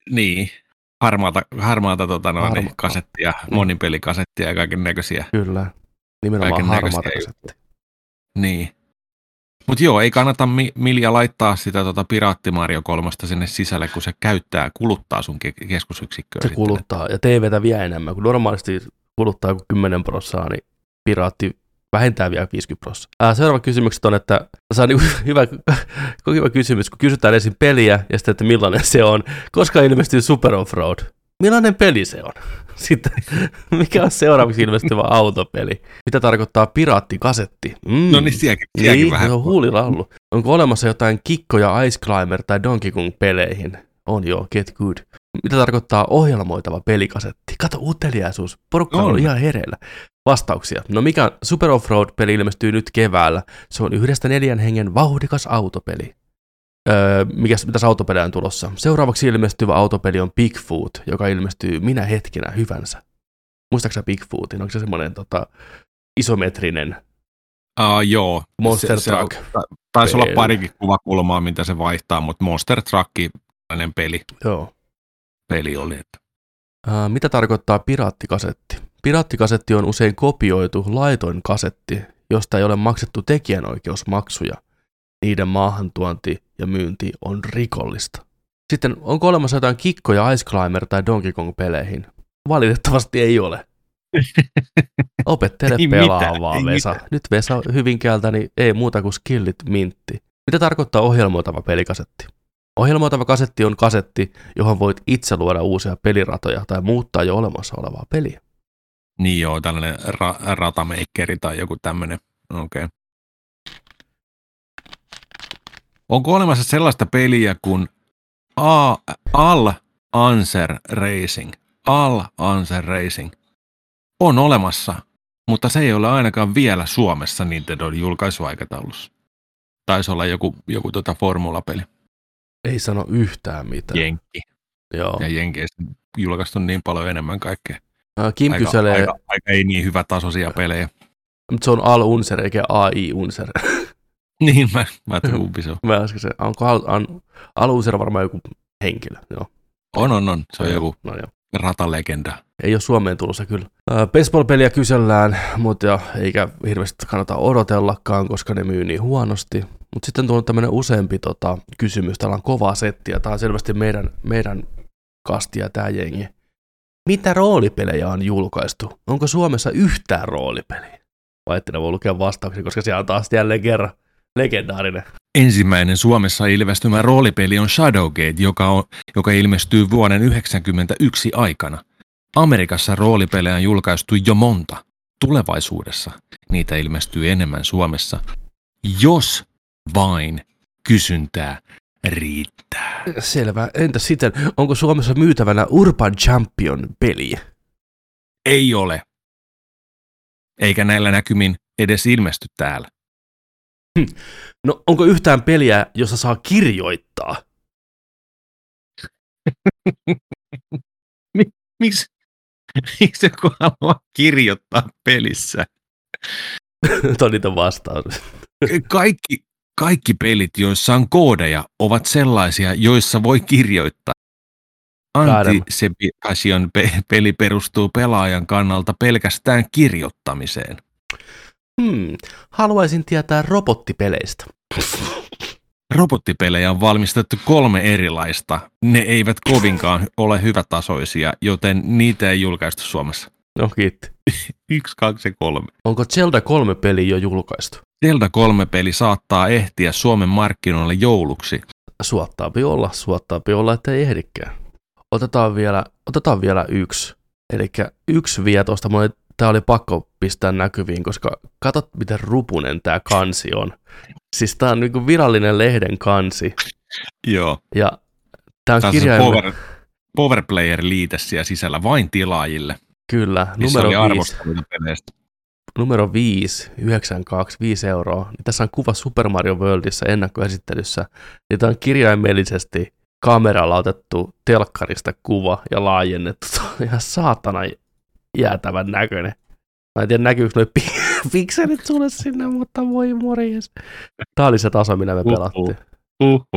Niin, harmaata, harmaata tota noin, Harma- kasettia, mm. monipelikasettia ja kaiken näköisiä. Kyllä, nimenomaan Kaiken harmaata näköisiä kasetti. Niin. Mutta joo, ei kannata mi- Milja laittaa sitä tota Piraatti Mario kolmosta sinne sisälle, kun se käyttää, kuluttaa sun ke- keskusyksikköä. Se sitten. kuluttaa, ja T V:tä vielä enemmän, kun normaalisti kuluttaa joku kymmenen prossaa, niin Piraatti vähentää vielä viisikymmentä prosenttia. Seuraava kysymykset on, että se on niin hyvä, hyvä kysymys, kun kysytään ensin peliä ja sitten, että millainen se on. Koska ilmestyy Super Offroad? Millainen peli se on? Sitten, mikä on seuraavaksi ilmestyvä autopeli? Mitä tarkoittaa piraattikasetti? Mm. No niin, sielläkin, sielläkin niin, vähän. se on huulilaulu. Onko olemassa jotain kikkoja Ice Climber tai Donkey Kong peleihin? On joo, get good. Mitä tarkoittaa ohjelmoitava pelikasetti? Kato, uteliaisuus. Porukka on, On. ihan hereillä. Vastauksia. No mikä Super Offroad-peli ilmestyy nyt keväällä? Se on yhdestä neljän hengen vauhdikas autopeli. Öö, mikäs, mitäs autopelejä on tulossa? Seuraavaksi ilmestyvä autopeli on Bigfoot, joka ilmestyy minä hetkenä hyvänsä. Muistaaksä Bigfootin? Onko se semmoinen tota, isometrinen Uh, joo. Monster se, Truck? Se, taisi olla peli. parikin kuvakulmaa, mitä se vaihtaa, mutta Monster Truckin peli, Joo. peli oli. Että. Öö, mitä tarkoittaa piraattikasetti? Piraattikasetti on usein kopioitu laiton kasetti, josta ei ole maksettu tekijänoikeusmaksuja. Niiden maahantuonti ja myynti on rikollista. Sitten onko olemassa jotain kikkoja Ice Climber tai Donkey Kong peleihin? Valitettavasti ei ole. Opettele Ei pelaa mitään, vaan, ei Vesa. mitään. Nyt Vesa Hyvinkäältä, niin ei muuta kuin skillit mintti. Mitä tarkoittaa ohjelmoitava pelikasetti? Ohjelmoitava kasetti on kasetti, johon voit itse luoda uusia peliratoja tai muuttaa jo olemassa olevaa peliä. Niin joo, tällainen ra- ratameikkeri tai joku tämmöinen. Okei. Okay. Onko olemassa sellaista peliä kuin A- Al Answer Racing? Al Answer Racing on olemassa, mutta se ei ole ainakaan vielä Suomessa Nintendon julkaisuaikataulussa. Taisi olla joku, joku tota formulapeli. Ei sano yhtään mitään. Jenkki. Joo. Ja Jenkeissä julkaistu niin paljon enemmän kaikkea. Ää, Kim Aika, kyselee, aika, aika ei niin hyvä tasoisia pelejä. mutta se on Al Unser eikä A I Unser. Niin, mä, mä ajattelin kumpi se on. Mä äsken se, onko Al, Al, Al Unser varmaan joku henkilö? Joo. On, on, on. Se on Joo. joku No joo. ratalegenda. Ei ole Suomeen tulossa kyllä. Ää, baseball-peliä kysellään, mutta eikä hirveästi kannata odotellakaan, koska ne myy niin huonosti. Mutta sitten on tullut tämmöinen useampi tota, kysymys. Täällä on kovaa settiä. Tämä on selvästi meidän, meidän kastia tämä jengi. Mitä roolipelejä on julkaistu? Onko Suomessa yhtään roolipeliä? Vai ette ne voi lukea vastauksia, koska se on taas jälleen kerran legendaarinen. Ensimmäinen Suomessa ilmestymä roolipeli on Shadowgate, joka, on, joka ilmestyy vuoden yhdeksänkymmentäyksi aikana. Amerikassa roolipelejä on julkaistu jo monta. Tulevaisuudessa niitä ilmestyy enemmän Suomessa, jos vain kysyntää riittää. Selvä. Entä sitten, onko Suomessa myytävänä Urban Champion-peliä? Ei ole. Eikä näillä näkymin edes ilmesty täällä. No onko yhtään peliä, jossa saa kirjoittaa? Miksi miksi joku haluaa kirjoittaa pelissä? Tuo on niitä vastaus. Kaikki, kaikki pelit, joissa on koodeja, ovat sellaisia, joissa voi kirjoittaa. Anti-Sepation pe- peli perustuu pelaajan kannalta pelkästään kirjoittamiseen. Hmm. Haluaisin tietää robottipeleistä. Robottipelejä on valmistettu kolme erilaista. Ne eivät kovinkaan ole hyvätasoisia, joten niitä ei julkaistu Suomessa. No kiitti. Yksi, kaksi ja kolme. Onko Zelda kolme peli jo julkaistu? Zelda kolme peli saattaa ehtiä Suomen markkinoille jouluksi. Suottaapi olla, suottaapi olla, että ei ehdikään. Otetaan vielä, otetaan vielä yksi. Eli yksi vielä tuosta, tämä oli pakko pistää näkyviin, koska katsot miten rupunen tämä kansi on. Siis tämä on niinku virallinen lehden kansi. Joo. Ja tämä on Tässä kirjaimella. Power, Power Player-liite siellä sisällä vain tilaajille. Kyllä, Missä numero oli viisi. arvosteluita peleistä. Numero viisi, yhdeksänkymmentäkaksi, viisi euroa. Niin tässä on kuva Super Mario Worldissa ennakkoesittelyssä. Ja tämä on kirjaimellisesti kameralla otettu telkkarista kuva ja laajennettu. Tämä on ihan saatana jäätävän näköinen. Mä en tiedä näkyykö noi pi- pikselit sulle sinne, mutta voi morjes. Tämä oli se taso, minä me Uhuh. pelattiin. Uhuh.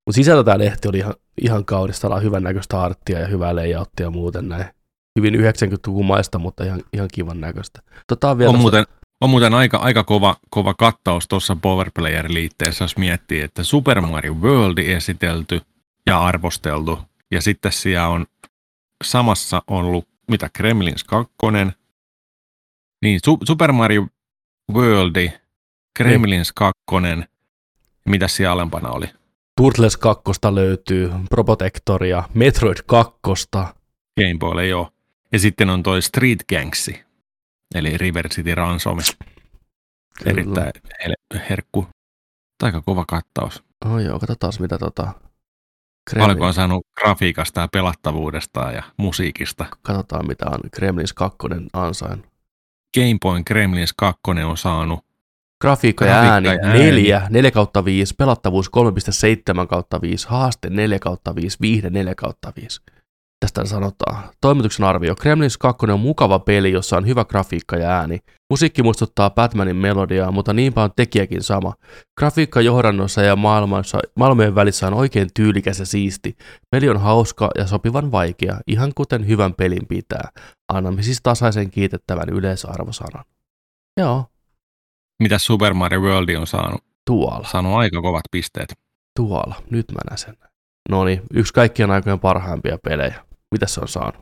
Mutta sisältä tämä lehti oli ihan, ihan kaunis, täällä on hyvän näköistä arttia ja hyvää layouttia ja muuten näin. Hyvin yhdeksänkymmentäluvun maista, mutta ihan, ihan kivan näköistä. Tota on, vielä on, muuten, on muuten aika, aika kova, kova kattaus tuossa Powerplayer-liitteessä, jos miettii, että Super Mario World esitelty ja arvosteltu. Ja sitten siellä on samassa on ollut, mitä, Gremlins kaksi, niin Su- Super Mario World, Gremlins kaksi, mitä siellä alempana oli? Turtles kaksi löytyy, Probotectoria, Metroid kaksi. Game Boylle, joo. Ja sitten on toi Street Gangsi, eli River City Ransom. Erittäin herkku. Aika kova kattaus. Oh joo, katsotaan mitä tota... Paljonko on saanut grafiikasta ja pelattavuudesta ja musiikista. Katsotaan mitä on Gremlins kaksi ansain. Game Boyn Gremlins kaksi on saanut grafiikka ja ääni neljä, neljä kautta viisi, pelattavuus kolme pilkku seitsemän kautta viisi, haaste neljä kautta viisi, viihde neljä kautta viisi. Tästä sanotaan. Toimituksen arvio. Gremlins kaksi on mukava peli, jossa on hyvä grafiikka ja ääni. Musiikki muistuttaa Batmanin melodiaa, mutta niinpä on tekijäkin sama. Grafiikka johdannossa ja maailmassa, maailmojen välissä on oikein tyylikäs ja siisti. Peli on hauska ja sopivan vaikea, ihan kuten hyvän pelin pitää. Annamme siis tasaisen kiitettävän yleisarvosanan. Joo. Mitä Super Mario World on saanut? Tuolla. Saanut aika kovat pisteet. Tuolla. Nyt mä näen sen. No niin, yksi kaikkien aikojen parhaimpia pelejä. Mitä se on saanut?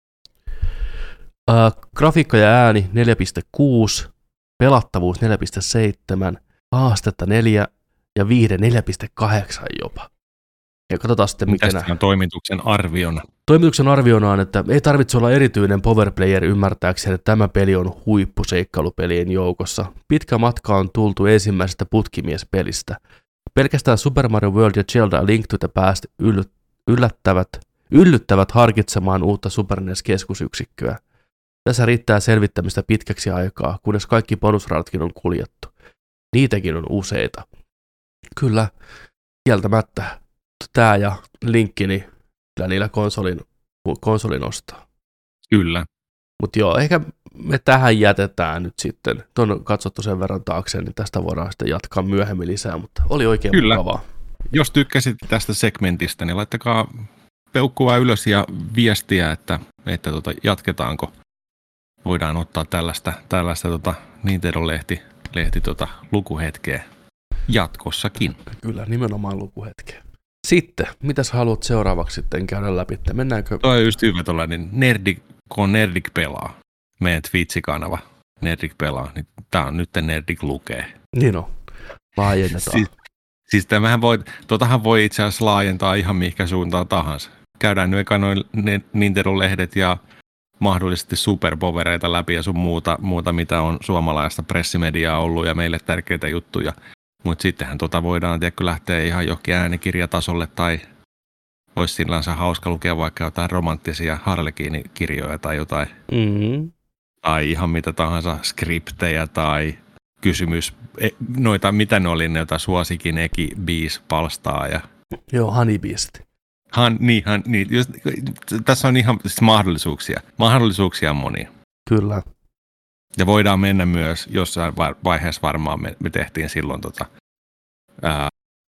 Äh, grafiikka ja ääni neljä pilkku kuusi, pelattavuus neljä pilkku seitsemän, haastetta neljä ja viihde neljä pilkku kahdeksan jopa. Ja katsotaan sitten miten... Tästä on toimituksen arviona. Toimituksen arviona on, että ei tarvitse olla erityinen powerplayer ymmärtääkseen, että tämä peli on huippuseikkailupelien joukossa. Pitkä matka on tultu ensimmäisestä putkimiespelistä. Pelkästään Super Mario World ja Zelda Link to the Past yllättävät, yllyttävät harkitsemaan uutta Super N E S-keskusyksikköä. Tässä riittää selvittämistä pitkäksi aikaa, kunnes kaikki bonusradatkin on kuljettu. Niitäkin on useita. Kyllä, kieltämättä. Tää ja linkki, niin kyllä niillä konsolin, konsolin ostaa. Kyllä. Mutta joo, ehkä me tähän jätetään nyt sitten. Tuon on katsottu sen verran taakse, niin tästä voidaan sitten jatkaa myöhemmin lisää, mutta oli oikein kyllä. mukavaa. Jos tykkäsit tästä segmentistä, niin laittakaa peukkua ylös ja viestiä, että, että tota, jatketaanko. Voidaan ottaa tällaista, tällaista tota, Nintendo-lehti lehti, tota, lukuhetkeä jatkossakin. Kyllä, nimenomaan lukuhetkeä. Sitten, mitäs haluat seuraavaksi sitten käydä läpi? Mennäänkö? Toi on just hyvä tuollainen, Nerdik, kun Nerdik pelaa, meidän Twitch-kanava, Nerdik pelaa, niin tää on nyt Nerdik lukee. Niin on, laajennetaan. Siis, siis tämähän voi, totahan voi itse asiassa laajentaa ihan mihinkä suuntaan tahansa. Käydään nyt eka noin Nintendo-lehdet ja mahdollisesti superpowereita läpi ja sun muuta, muuta, mitä on suomalaista pressimediaa ollut ja meille tärkeitä juttuja. Mutta sittenhän tota voidaan tiedätkö, lähteä ihan johonkin äänikirjatasolle tai olisi sillänsä hauska lukea vaikka jotain romanttisia Harlekiini-kirjoja tai jotain. Mm-hmm. Tai ihan mitä tahansa skriptejä tai kysymys, noita, mitä ne oli, ne jotain suosikin eki biis palstaa ja... Joo, Honeybeast. Han, niin, han, niin just, tässä on ihan siis mahdollisuuksia. Mahdollisuuksia monia. Kyllä. Ja voidaan mennä myös, jossain vaiheessa varmaan me, me tehtiin silloin tota, ää,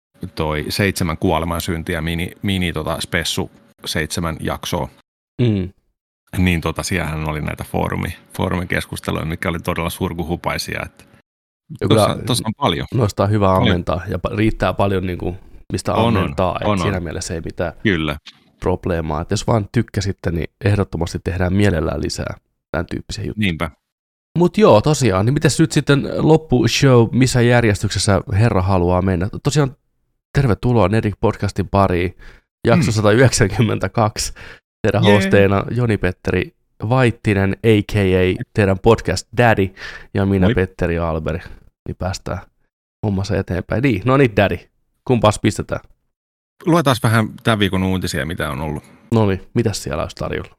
toi seitsemän kuolemansyntiä mini, mini tota spessu seitsemän jaksoa. Mm. Niin tota, siellähän oli näitä foorumi, foorumikeskusteluja, mikä oli todella surkuhupaisia. Että tuossa, tuossa on paljon. Noista on hyvä ammentaa ja riittää paljon niin kuin, mistä on, ammentaa. On, on, siinä on. Mielessä ei mitään Kyllä. probleemaa. Et jos vaan tykkäsitte, niin ehdottomasti tehdään mielellään lisää tämän tyyppisiä juttuja. Niinpä. Mutta joo, tosiaan, niin mites nyt sitten loppushow, missä järjestyksessä herra haluaa mennä? Tosiaan, tervetuloa Nerdik-podcastin pariin, jakso hmm. sata yhdeksänkymmentäkaksi. Teidän yeah. hosteina Joni-Petteri Vaittinen, a k a teidän podcast Daddy, ja minä Moi. Petteri Alberi. Niin päästään hommassa eteenpäin. Niin, no niin, Daddy. Kumpas pistetään? Luetaan vähän tämän viikon uutisia, mitä on ollut. No niin, mitäs siellä olisi tarjolla?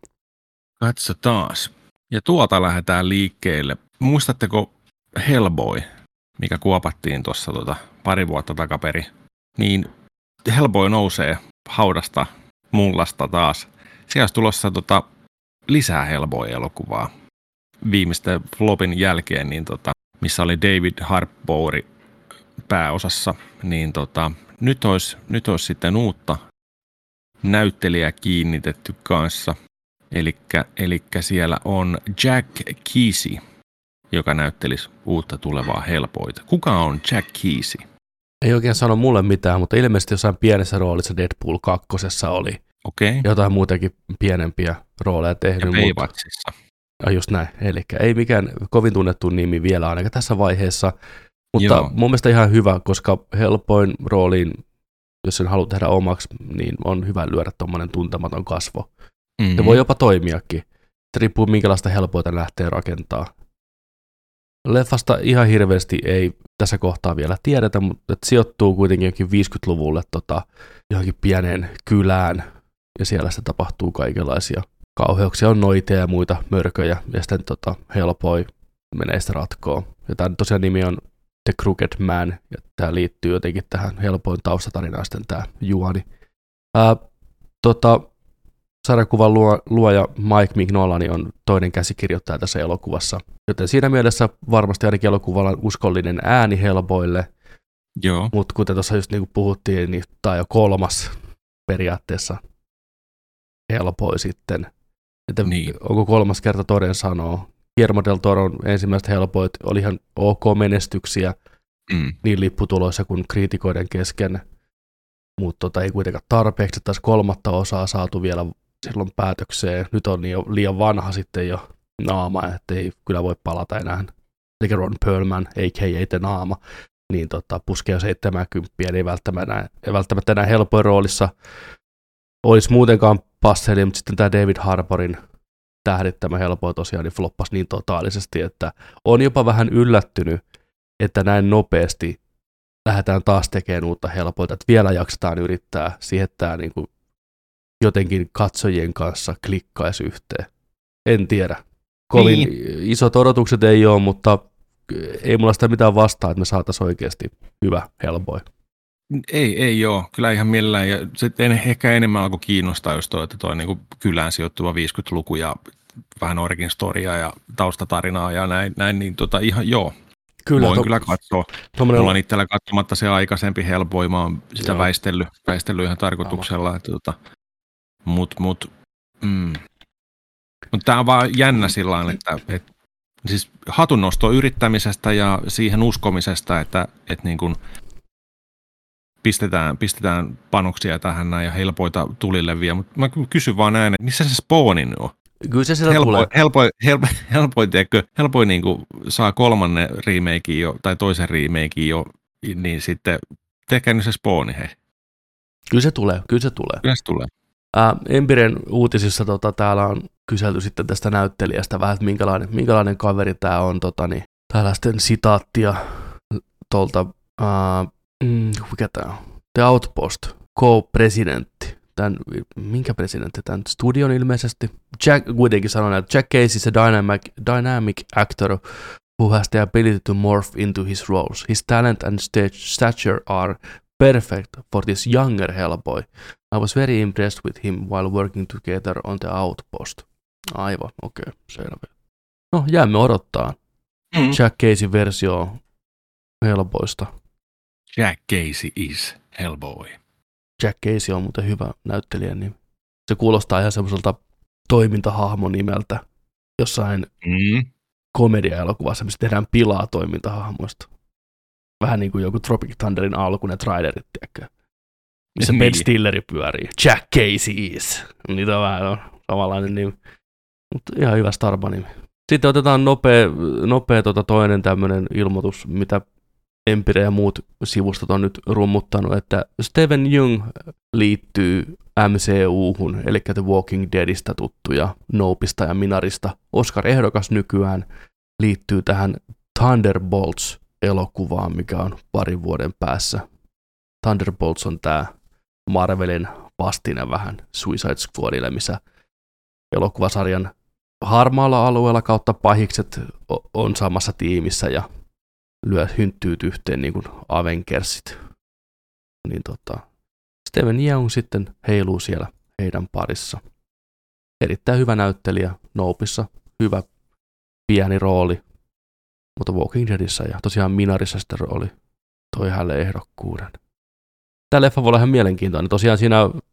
Katso taas. Ja tuota lähdetään liikkeelle. Muistatteko Hellboy, mikä kuopattiin tuossa tota, pari vuotta takaperi? Niin Hellboy nousee haudasta, mullasta taas. Siellä olisi tulossa tota, lisää Hellboy-elokuvaa viimeisten flopin jälkeen, niin tota, missä oli David Harbour pääosassa, niin tota, nyt olisi, nyt olisi sitten uutta näyttelijää kiinnitetty kanssa. Elikkä, elikkä siellä on Jack Kesey, joka näyttelisi uutta tulevaa Hellboyta. Kuka on Jack Kesey? Ei oikein sano mulle mitään, mutta ilmeisesti jossain pienessä roolissa Deadpool kakkosessa oli. Okei. Jotain muutenkin pienempiä rooleja tehnyt. Ja Baymaxissa. Mutta, just näin, eli ei mikään kovin tunnettu nimi vielä ainakaan tässä vaiheessa. Mutta Joo. mun mielestä ihan hyvä, koska Hellboyn rooliin, jos sen haluat tehdä omaksi, niin on hyvä lyödä tuommoinen tuntematon kasvo. Mm-hmm. Se voi jopa toimiakin. Se riippuu minkälaista Hellboyta lähtee rakentaa. Leffasta ihan hirveästi ei tässä kohtaa vielä tiedetä, mutta se sijoittuu kuitenkin johonkin viisikymmentäluvulle tota, johonkin pieneen kylään, ja siellä se tapahtuu kaikenlaisia kauheuksia, on noiteja ja muita mörköjä, ja sitten tota, Hellboy menee sitä ratkoon. Ja tämän tosiaan nimi on The Crooked Man, ja tämä liittyy jotenkin tähän Hellboyn taustatarinaan sitten tämä juoni. Ää, tota, sarjakuvan luo, luoja Mike Mignola on toinen käsikirjoittaja tässä elokuvassa, joten siinä mielessä varmasti ainakin elokuvalla on uskollinen ääni Hellboylle, Joo. mutta kuten tuossa just niin kuin puhuttiin, niin tämä on jo kolmas periaatteessa Hellboy sitten. Että niin. Onko kolmas kerta toden sanoo. Guillermo del Toron ensimmäiset Hellboyt oli ihan ok menestyksiä Mm. niin lipputuloissa kuin kriitikoiden kesken, mutta tota, ei kuitenkaan tarpeeksi. Taas kolmatta osaa saatu vielä silloin päätökseen. Nyt on niin jo liian vanha sitten jo naama, että ei kyllä voi palata enää. Eli Ron Perlman, a k a. The Naama, niin tota, puskee jo seitsemänkymmentä, niin ei välttämättä, ei välttämättä enää Hellboyn roolissa olisi muutenkaan passeli, mutta sitten tämä David Harborin tähdittämä Hellboy tosiaan niin floppasi niin totaalisesti, että on jopa vähän yllättynyt, että näin nopeasti lähdetään taas tekemään uutta Hellboyta, että vielä jaksetaan yrittää siihen, että tämä niin kuin jotenkin katsojien kanssa klikkaisi yhteen. En tiedä. Kovin niin. Isot odotukset ei ole, mutta ei mulla sitä mitään vastaa, että me saataisiin oikeasti hyvä Hellboy. Ei, ei ole. Kyllä ihan mielellään. Ja sitten ehkä enemmän alkoi kiinnostaa, jos toi, että toi niin kylään sijoittuva viisikymmentäluku ja vähän origin storya ja taustatarinaa ja näin, näin niin tota ihan joo. Kyllä, Voin to, kyllä katsoa. Mulla on itsellä katsomatta se aikaisempi Hellboy. Mä oon sitä väistellyt, väistellyt ihan tarkoituksella. Että tota, mut, mut, mm. Mut tää on vaan jännä sillä tavalla, että et, siis hatunnosto yrittämisestä ja siihen uskomisesta, että et niin kun pistetään, pistetään panoksia tähän näin ja Hellboyta tulille vielä. Mutta mä kysyn vaan näin, että missä se Spawnin on? Kyllä se sieltä Hellboy, tulee. Hellboy, Hellboy, Hellboy, tiedätkö, Hellboy niin kuin saa kolmannen remakein jo, tai toisen remakein jo, niin sitten tehkää nyt se Spawni, hei. Kyllä se tulee, kyllä se tulee. Kyllä se tulee. Ää, Empiren uutisissa tota, täällä on kyselty sitten tästä näyttelijästä vähän, että minkälainen, minkälainen kaveri tämä on. Tota, niin, täällä sitten sitaattia tuolta, mm, mikä tämä on? The Outpost, co-presidentti. Tämän, minkä presidentti? Tämän studion ilmeisesti. Jack kuitenkin sanoi, että Jack Kesey is a dynamic, dynamic actor who has the ability to morph into his roles. His talent and stage stature are perfect for this younger Hellboy. I was very impressed with him while working together on The Outpost. Aivan, okei, okay, selvä. No, jäämme odottaa mm. Jack Kesey versio Hellboysta. Jack Kesey is Hellboy. Jack Kesey on muuten hyvä näyttelijän nimi. Se kuulostaa ihan semmoiselta toimintahahmon nimeltä jossain mm. komedia-elokuvassa, missä tehdään pilaa toimintahahmoista. Vähän niin kuin joku Tropic Thunderin alku, ne trailerit, tiedäkö? Missä niin. Ben Stilleri pyörii. Jack Kesey is. Niitä on vähän on samanlainen nimi. Mutta ihan hyvä Starba-nimi. Sitten otetaan nopea, nopea tota toinen tämmöinen ilmoitus, mitä Empire ja muut sivustot on nyt rummuttanut, että Steven Yeun liittyy M C U:hun, eli The Walking Deadistä tuttuja Nopeista ja Minarista. Oscar-ehdokas nykyään liittyy tähän Thunderbolts-elokuvaan, mikä on parin vuoden päässä. Thunderbolts on tämä Marvelin vastine vähän Suicide Squadille, missä elokuvasarjan harmaalla alueella kautta pahikset on samassa tiimissä ja lyö hynttyyt yhteen niin kuin Avengersit. Niin tota, Steven Yeun sitten heiluu siellä heidän parissa. Erittäin hyvä näyttelijä Nopeissa, hyvä pieni rooli, mutta Walking Deadissä ja tosiaan Minarissa sitten rooli toi hänelle ehdokkuuden. tämä leffa voi olla ihan mielenkiintoinen. Tosiaan siinä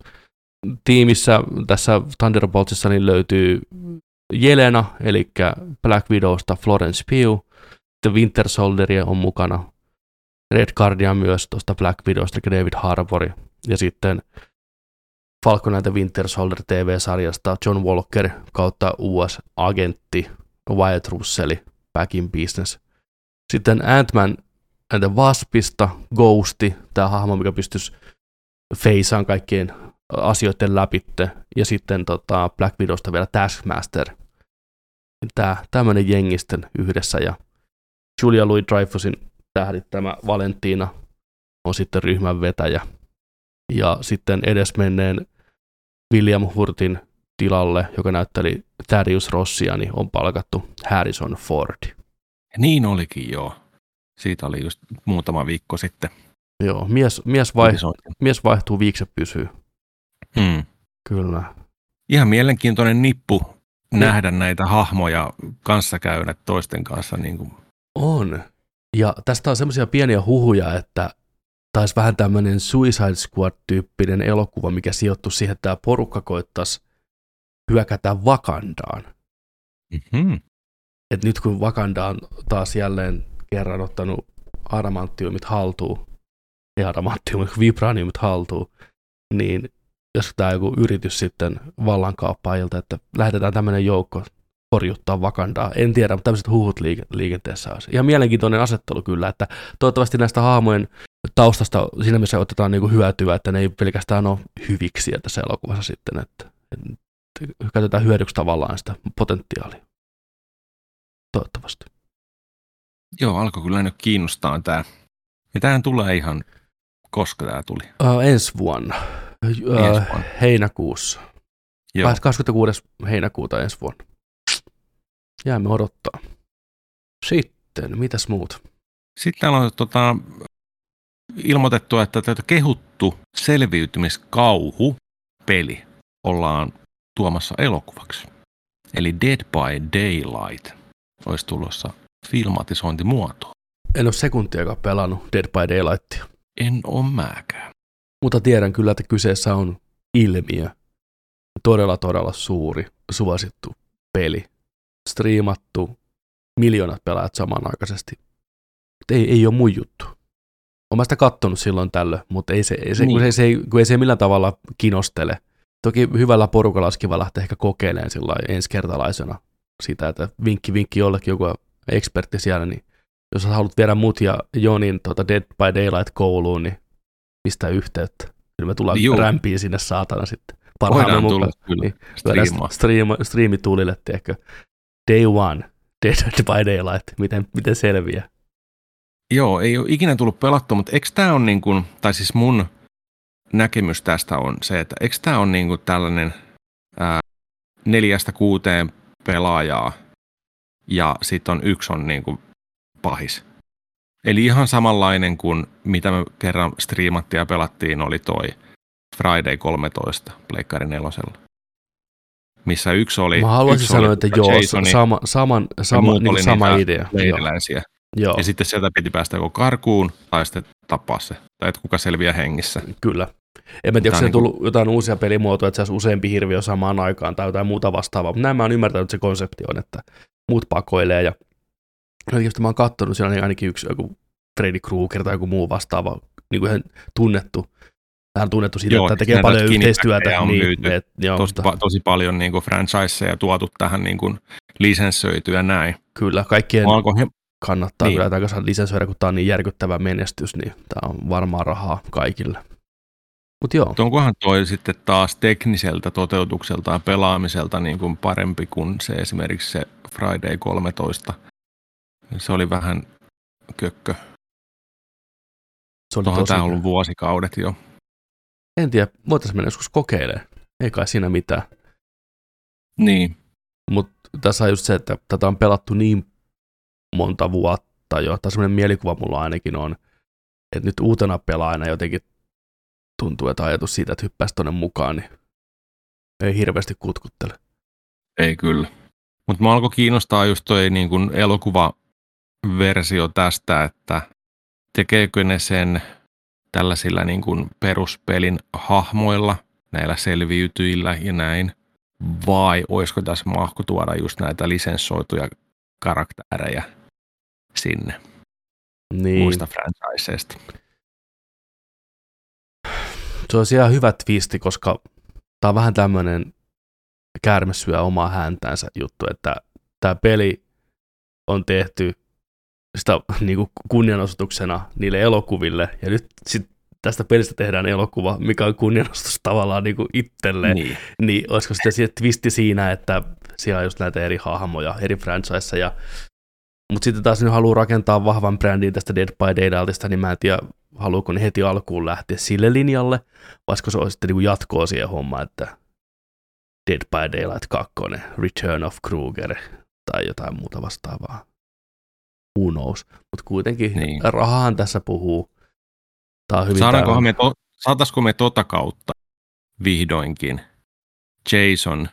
tiimissä tässä Thunderboltsissa niin löytyy Jelena, eli Black Widowsta Florence Pugh, sitten Winter Soldier on mukana, Red Guardian myös tuosta Black Widowsta, eli David Harbour, ja sitten Falcon and the Winter Soldier T V-sarjasta John Walker kautta U S-agentti Wyatt Russell, Back in Business. Sitten Ant-Man and the Waspista Ghosti, tämä hahmo, mikä pystyisi feisaan kaikkien asioiden läpitte, ja sitten tota Black Widowsta vielä Taskmaster. Tämä tämmöinen jengisten yhdessä, ja Julia Louis-Dreyfusin tähdittämä Valentina on sitten ryhmän vetäjä. Ja sitten edesmenneen William Hurtin tilalle, joka näytteli Thaddeus Rossia, niin on palkattu Harrison Ford. Niin olikin, joo. Siitä oli just muutama viikko sitten. Joo, mies, mies, vaihtuu, mies vaihtuu, viikse pysyy. Hmm. Kyllä. Ihan mielenkiintoinen nippu no. nähdä näitä hahmoja kanssakäydä toisten kanssa. Niin kuin. On. Ja tästä on semmoisia pieniä huhuja, että taisi vähän tämmöinen Suicide Squad-tyyppinen elokuva, mikä sijoittuu siihen, että tämä porukka koittaisi hyökätä Wakandaan. Mm-hmm. Et nyt kun Wakanda on taas jälleen kerran ottanut adamanttiumit haltuun, ei adamanttiumit, vibraniumit haltuun, niin jos tämä on joku yritys sitten vallankaappaajilta, että lähetetään tämmöinen joukko horjuttaa Wakandaa. En tiedä, mutta tämmöiset huhut liike- liikenteessä on. Ihan mielenkiintoinen asettelu kyllä, että toivottavasti näistä hahmojen taustasta siinä missä otetaan niinku hyötyä, että ne ei pelkästään ole hyviksiä tässä elokuvassa sitten, että, että käytetään hyödyksi tavallaan sitä potentiaalia. Toivottavasti. Joo, alkoi kyllä nyt kiinnostaa tämä. Ja tämähän tulee ihan, koska tämä tuli? Uh, ensi vuonna. Uh, ensi vuonna. Heinäkuussa. Joo. kahdeskymmeneskuudes heinäkuuta ensi vuonna. Jäämme odottaa. Sitten, mitäs muut? Sitten täällä on tota, ilmoitettu, että tätä kehuttu selviytymiskauhu-peli ollaan tuomassa elokuvaksi. Eli Dead by Daylight olisi tulossa filmatisointimuotoon. En ole sekuntiakaan pelannut Dead by Daylightia. En ole mäkään. Mutta tiedän kyllä, että kyseessä on ilmiö. Todella, todella suuri, suosittu peli. Striimattu, miljoonat pelaajat samanaikaisesti. Ei, ei ole mun juttu. Olen sitä kattonut silloin tällöin, mutta ei se, ei se, niin. kun, se, ei, kun ei se millään tavalla kinostele. Toki hyvällä porukalla olisi kiva lähteä ehkä kokeilemaan sillä ensikertalaisena sitä, että vinkki vinkki jollekin joku ekspertti siellä, niin jos haluat viedä mut ja Jonin tuota Dead by Daylight kouluun, niin pistä yhteyttä. Kyllä me tullaan Juu. rämpiin sinne saatana sitten. Voidaan tulla kyllä niin, striima. Striimituulille, tiedätkö? Day one, Dead by Daylight, miten, miten selviää? Joo, ei ole ikinä tullut pelattua, mutta eikö tämä ole niin kuin, tai siis mun näkemys tästä on se, että eikö tämä ole niin kuin tällainen ää, neljästä kuuteen pelaajaa ja sitten on yksi on niin kuin pahis. Eli ihan samanlainen kuin mitä me kerran striimattiin ja pelattiin oli toi Friday kolmetoista Pleikkari nelosella. Missä yksi oli... Mä haluaisin sanoa, että joo, Jasoni, sama, saman, sama, niin sama idea. Joo. Ja sitten sieltä piti päästä joko karkuun tai sitten tappaa se. Tai että kuka selviää hengissä. Kyllä. En mä tiedä, onko se tullut jotain uusia pelimuotoja, että se olisi useampi hirviö samaan aikaan tai jotain muuta vastaavaa. Mutta näin mä oon ymmärtänyt, että se konsepti on, että muut pakoilee. Ja ainakin mä oon katsonut, siellä on ainakin yksi joku Freddy Krueger tai joku muu vastaava, niin kuin ihan tunnettu. Vähän tunnettu siitä, joo, että tekee paljon yhteistyötä. On niin, et, joo, tosi, pa- tosi paljon niin kuin franchiseja tuotu tähän niin kuin lisenssöity ja näin. Kyllä, kaikkien he... kannattaa niin. kyllä tätä lisenssöidä, kun tämä on niin järkyttävä menestys, niin tämä on varmaan rahaa kaikille. Mut joo. Onkohan toi sitten taas tekniseltä toteutukselta ja pelaamiselta niin kuin parempi kuin se esimerkiksi se Friday kolmetoista? Se oli vähän kökkö. Tuohon tämä on ollut vuosikaudet jo. En tiedä, voitaisiin mennä joskus kokeilemaan. Ei kai siinä mitään. Niin. Mutta tässä on just se, että tätä on pelattu niin monta vuotta jo, tai semmoinen mielikuva mulla ainakin on, että nyt uutena pelaajana jotenkin tuntuu, että ajatus siitä, että hyppäisi tuonne mukaan, niin ei hirveästi kutkuttele. Ei kyllä. Mutta mä alkoi kiinnostaa just toi niin kun elokuvaversio tästä, että tekeekö ne sen tällaisilla niin kuin peruspelin hahmoilla, näillä selviytyjillä ja näin, vai olisiko tässä mahku tuoda just näitä lisenssoituja karaktäärejä sinne niin. muista franchiseista. Se olisi ihan hyvä twisti, koska tämä on vähän tämmöinen käärme syö omaa häntäänsä juttu, että tämä peli on tehty sitä niin kuin kunnianosoituksena niille elokuville, ja nyt sit tästä pelistä tehdään elokuva, mikä on kunnianosoitus tavallaan niin kuin itselleen, niin. niin olisiko sitten se twisti siinä, että siellä on just näitä eri hahmoja, eri franchiseja, mutta sitten taas ne haluaa rakentaa vahvan brändin tästä Dead by Daylightista, niin mä en tiedä, haluuko ne heti alkuun lähteä sille linjalle, vai se olisi sitten niin kuin jatkoa siihen hommaan, että Dead by Daylight kaksi, Return of Krueger tai jotain muuta vastaavaa. Who knows. Mutta kuitenkin niin. Rahahan tässä puhuu. Tää on hyvin Saadaankohan me to, saataisiko me tota kautta vihdoinkin Jason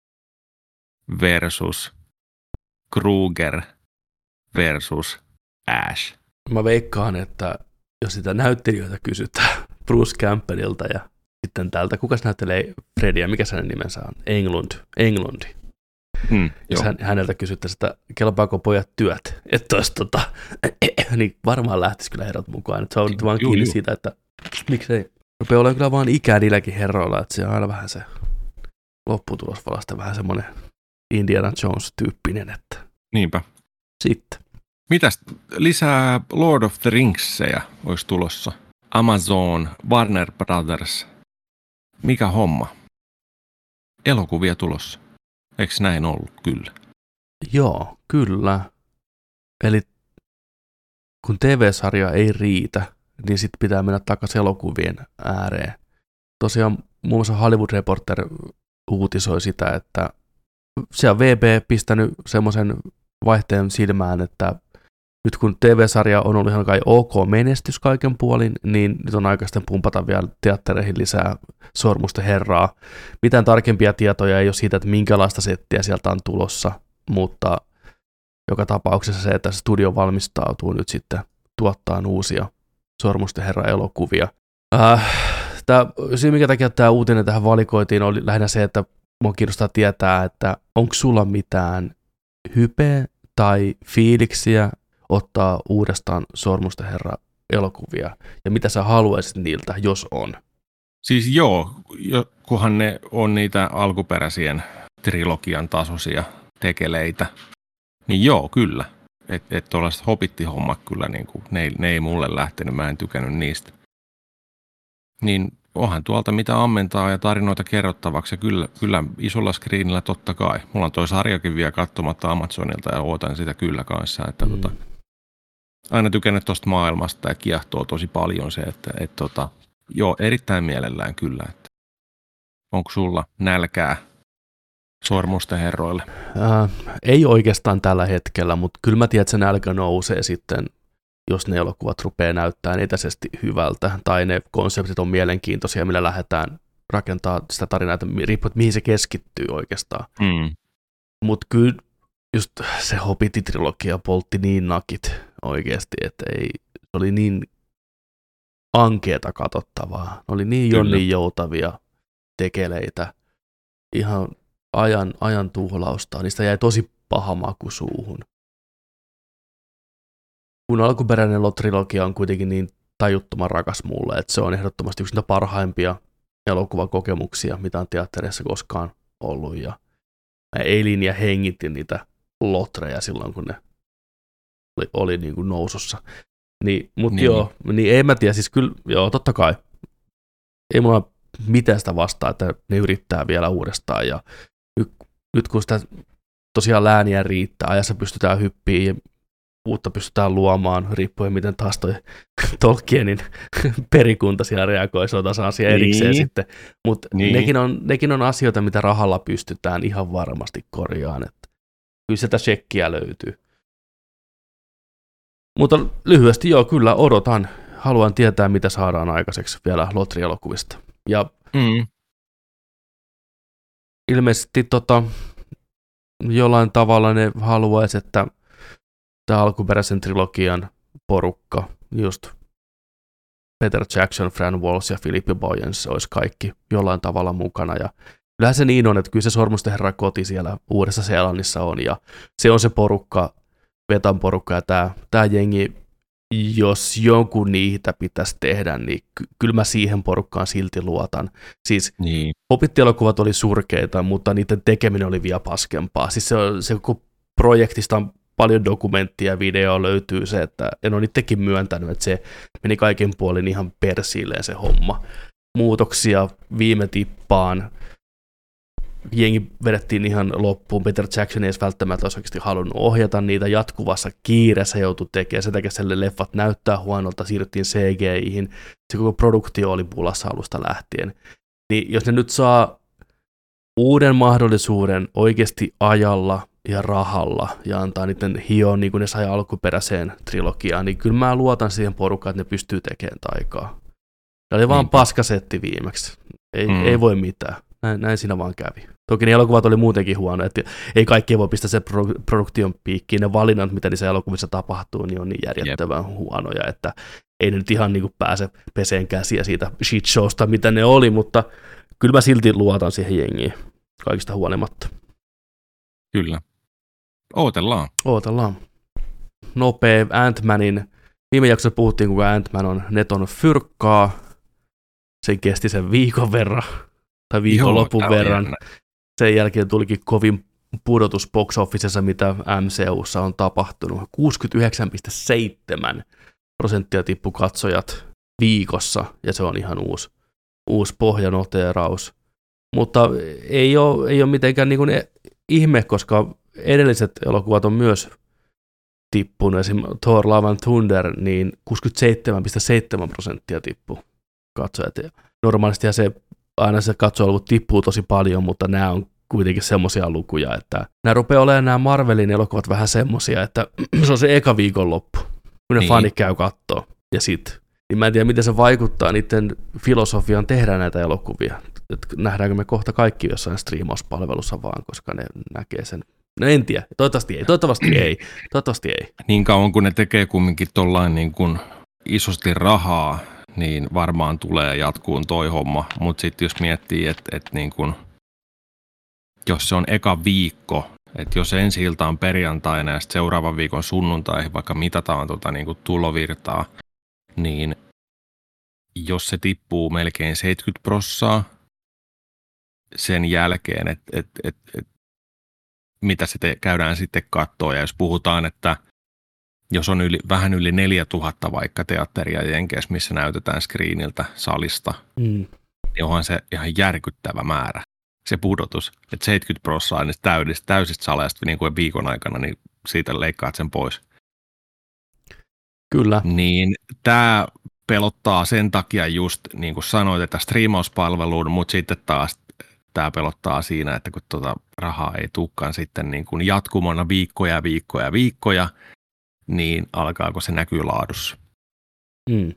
versus Krueger versus Ash? Mä veikkaan, että jos sitä näyttelijöitä kysytään Bruce Campbellilta ja sitten täältä, kukas näyttelee Freddyä, mikä hänen nimensä on? Englund. Englundi. Hmm, jos hän, häneltä kysyttäisiin, että kelpaako pojat työt, että olisi tota, niin varmaan lähtisi kyllä herrat mukaan. Että se on nyt vaan kiinni juu. siitä, että miksei. Rupeaa olemaan kyllä vaan ikää niilläkin herroilla, että se on aina vähän se lopputulos valasta vähän semmoinen Indiana Jones-tyyppinen. Että. Niinpä. Sitten. Mitäs lisää Lord of the Ringsseja olisi tulossa? Amazon, Warner Brothers. Mikä homma? Elokuvia tulossa. Eikö näin ollut? Kyllä. Joo, kyllä. Eli kun T V-sarja ei riitä, niin sitten pitää mennä takaisin elokuvien ääreen. Tosiaan muun muassa Hollywood Reporter uutisoi sitä, että siellä on V B pistänyt semmoisen vaihteen silmään, että nyt kun T V-sarja on ollut ihan kai ok menestys kaiken puolin, niin nyt on aika sitten pumpata vielä teattereihin lisää Sormusten herraa. Mitään tarkempia tietoja ei ole siitä, että minkälaista settiä sieltä on tulossa, mutta joka tapauksessa se, että studio valmistautuu nyt sitten tuottaa uusia Sormusten herra-elokuvia. Äh, tämä, syy, minkä takia tämä uutinen tähän valikoitiin, oli lähinnä se, että minua kiinnostaa tietää, että onko sulla mitään hypeä tai fiiliksiä ottaa uudestaan Sormusten herra elokuvia, ja mitä sä haluaisit niiltä, jos on? Siis joo, kunhan ne on niitä alkuperäisien trilogian tasoisia tekeleitä, niin joo, kyllä. Että et tuollaiset hobittihommat kyllä, niin kuin, ne, ne ei mulle lähtenyt, mä en tykännyt niistä. Niin onhan tuolta mitä ammentaa ja tarinoita kerrottavaksi, ja kyllä, kyllä isolla screenillä totta kai. Mulla on toi sarjakin vielä katsomatta Amazonilta, ja ootan sitä kyllä kanssa, että mm. tota, aina tykännyt tuosta maailmasta ja kiehtoo tosi paljon se, että et, tota, joo, erittäin mielellään kyllä. Että onko sulla nälkää Sormusten herroille? Äh, ei oikeastaan tällä hetkellä, mutta kyllä mä tiedän, että se nälkä nousee sitten, jos ne elokuvat rupeaa näyttämään etäisesti hyvältä, tai ne konseptit on mielenkiintoisia, millä lähdetään rakentaa sitä tarinaa, että riippuu, mihin se keskittyy oikeastaan. Mm. Mutta kyllä just se Hobbit-trilogia poltti niin nakit oikeasti, että ei, se oli niin ankeeta katsottavaa. Ne oli niin jonni joutavia tekeleitä, ihan ajan, ajan tuhlausta. Niistä jäi tosi paha maku suuhun. Kun alkuperäinen trilogia on kuitenkin niin tajuttoman rakas mulle, että se on ehdottomasti yksi niitä parhaimpia elokuvakokemuksia, mitä on teatterissa koskaan ollut. Ja mä elin ja hengitin niitä lotreja silloin, kun ne oli, oli niin kuin nousussa. Niin, mutta niin. joo, niin ei mä tiedä, siis kyllä, joo, totta kai. Ei mulla mitään sitä vastaa, että ne yrittää vielä uudestaan. Ja nyt, nyt kun sitä tosiaan lääniä riittää, ajassa pystytään hyppiin ja uutta pystytään luomaan, riippuen miten taas toi Tolkienin perikunta siellä reagoi, se on taas asia erikseen niin. sitten. Mutta niin. nekin, on, nekin on asioita, mitä rahalla pystytään ihan varmasti korjaamaan. Että kyllä sieltä shekkiä löytyy. Mutta lyhyesti joo, kyllä odotan. Haluan tietää, mitä saadaan aikaiseksi vielä Lotri-elokuvista. Ja mm. ilmeisesti tota, jollain tavalla ne haluaisi, että tämä alkuperäisen trilogian porukka just Peter Jackson, Fran Walsh ja Philippi Boyens olisi kaikki jollain tavalla mukana. Ja kyllähän se niin on, että kyllä se Sormusten herra koti siellä Uudessa-Seelannissa on, ja se on se porukka, Vetan porukka, ja tämä, tämä jengi, jos jonkun niitä pitäisi tehdä, niin ky- kyllä mä siihen porukkaan silti luotan. Siis niin. Hobbit-elokuvat oli surkeita, mutta niiden tekeminen oli vielä paskempaa. Siis se, se kun projektista on paljon dokumenttia ja videoa löytyy se, että en ole itsekin myöntänyt, että se meni kaiken puolin ihan persiilleen se homma. Muutoksia viime tippaan, jengi vedettiin ihan loppuun, Peter Jackson ei edes välttämättä olisi oikeasti halunnut ohjata niitä, jatkuvassa kiireessä joutui tekemään, sen takia selle leffat näyttää huonolta, siirryttiin C G I-hin, se koko produktio oli pulassa alusta lähtien. Niin jos ne nyt saa uuden mahdollisuuden oikeasti ajalla ja rahalla ja antaa niiden hioon niin kuin ne sai alkuperäiseen trilogiaan, niin kyllä mä luotan siihen porukkaan, että ne pystyy tekemään taikaa. Ne oli vaan paskasetti viimeksi. Ei, mm. ei voi mitään. Näin, näin siinä vaan kävi. Toki ne elokuvat oli muutenkin huono, että ei kaikki voi pistää se pro- produktion piikkiin. Ne valinnat, mitä niissä elokuvissa tapahtuu, niin on niin järjettävän Jep. huonoja, että ei ne nyt ihan niin kuin pääse peseen käsiä siitä shitshowsta, mitä ne oli, mutta kyllä mä silti luotan siihen jengiin kaikista huolimatta. Kyllä. Ootellaan. Ootellaan. Nopea Ant-Manin. Viime jaksossa puhuttiin, kuinka Ant-Man on neton fyrkkaa. Se kesti sen viikon verran, tai viikonlopun verran. Jännä. Sen jälkeen tulikin kovin pudotus box officessa, mitä M C U:ssa on tapahtunut. kuusikymmentäyhdeksän pilkku seitsemän prosenttia tippu katsojat viikossa, ja se on ihan uusi, uusi pohjanoteeraus. Mutta ei ole, ei ole mitenkään niin kuin ihme, koska edelliset elokuvat on myös tippunut. Esimerkiksi Thor Love and Thunder, niin kuusikymmentäseitsemän pilkku seitsemän prosenttia tippu katsojat. Normaalisti se, aina se katsojaluvut tippuu tosi paljon, mutta nämä on kuitenkin semmoisia lukuja, että nämä rupeaa olemaan nämä Marvelin elokuvat vähän semmoisia, että se on se eka viikonloppu, kun ne niin. fanit käy kattoo. Ja sit, niin mä en tiedä, miten se vaikuttaa niiden filosofiaan tehdä näitä elokuvia. Et nähdäänkö me kohta kaikki jossain striimauspalvelussa vaan, koska ne näkee sen. No en tiedä. Toivottavasti ei. Toivottavasti ei. Toivottavasti ei. Niin kauan kun ne tekee kumminkin tollain niin kuin isosti rahaa, niin varmaan tulee jatkuun toi homma. Mutta sitten jos miettii, että et niin kun, jos se on eka viikko, että jos ensi ilta on perjantaina ja sitten seuraavan viikon sunnuntaihin vaikka mitataan tota niin kuin tulovirtaa, niin jos se tippuu melkein seitsemänkymmentä prossaa sen jälkeen, että et, et, et, mitä se te, käydään sitten katsoa. Ja jos puhutaan, että jos on yli, vähän yli neljätuhatta vaikka teatteria Jenkeissä, missä näytetään screeniltä salista, mm. niin onhan se ihan järkyttävä määrä, se pudotus. Että seitsemänkymmentä prosenttia niistä täysistä, täysistä saleista niin kuin viikon aikana, niin siitä leikkaat sen pois. Kyllä. Niin tämä pelottaa sen takia just, niin kuin sanoit, että striimauspalveluun, mutta sitten taas tämä pelottaa siinä, että kun tuota rahaa ei tulekaan sitten niin kuin jatkumona viikkoja, viikkoja, viikkoja, niin alkaako se näkyy laadussa. Mm.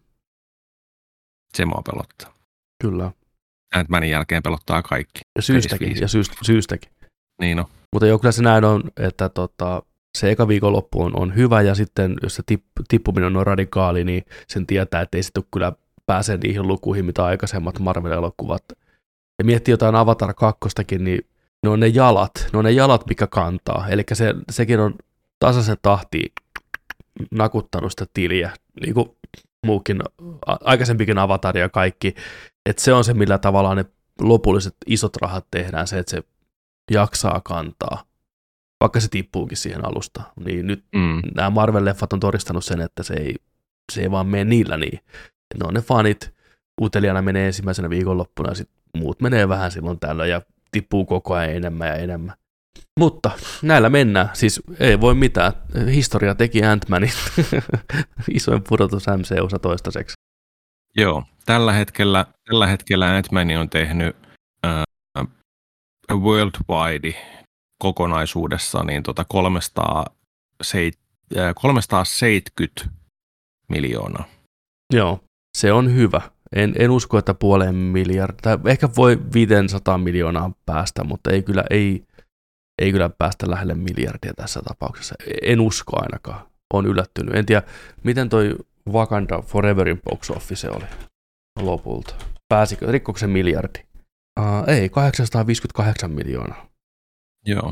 Se mua pelottaa. Kyllä. Ant-Manin jälkeen pelottaa kaikki. Ja syystäkin. Ja syystä, syystäkin. Niin on. Mutta joo, kyllä se näin on, että tota, se eka viikonloppu on, on hyvä, ja sitten jos se tipp, tippuminen on noin radikaali, niin sen tietää, että ei sitten kyllä pääse niihin lukuihin, mitä aikaisemmat Marvel-elokuvat. Ja miettii jotain Avatar kakkostakin, niin ne on ne jalat, ne on ne jalat, mikä kantaa. Eli se, sekin on tasaisen tahtiin nakuttanut sitä tiliä, niin kuin muukin aikaisempikin Avatar ja kaikki. Että se on se, millä tavalla ne lopulliset isot rahat tehdään, se, että se jaksaa kantaa, vaikka se tippuukin siihen alusta. Niin nyt mm. nämä Marvel-leffat on todistanut sen, että se ei, se ei vaan mene niillä niin. Et ne on ne fanit, uteliaana menee ensimmäisenä viikonloppuna ja sitten muut menee vähän silloin tällöin ja tippuu koko ajan enemmän ja enemmän. Mutta näillä mennään. Siis ei voi mitään. Historia teki Ant-Manin. Isoin pudotus M C U:ssa toistaiseksi. Joo. Tällä hetkellä, tällä hetkellä Ant-Man on tehnyt äh, worldwide kokonaisuudessa niin tota kolmesataaseitsemänkymmentä miljoonaa. Joo. Se on hyvä. En, en usko, että puoleen miljardia, ehkä voi viisisataa miljoonaa päästä, mutta ei kyllä, ei, ei kyllä päästä lähelle miljardia tässä tapauksessa. En usko ainakaan. Olen yllättynyt. En tiedä, miten toi Wakanda Foreverin box office oli lopulta. Pääsikö, rikkoiko se miljardi? Uh, ei, kahdeksansataaviisikymmentäkahdeksan miljoonaa. Joo.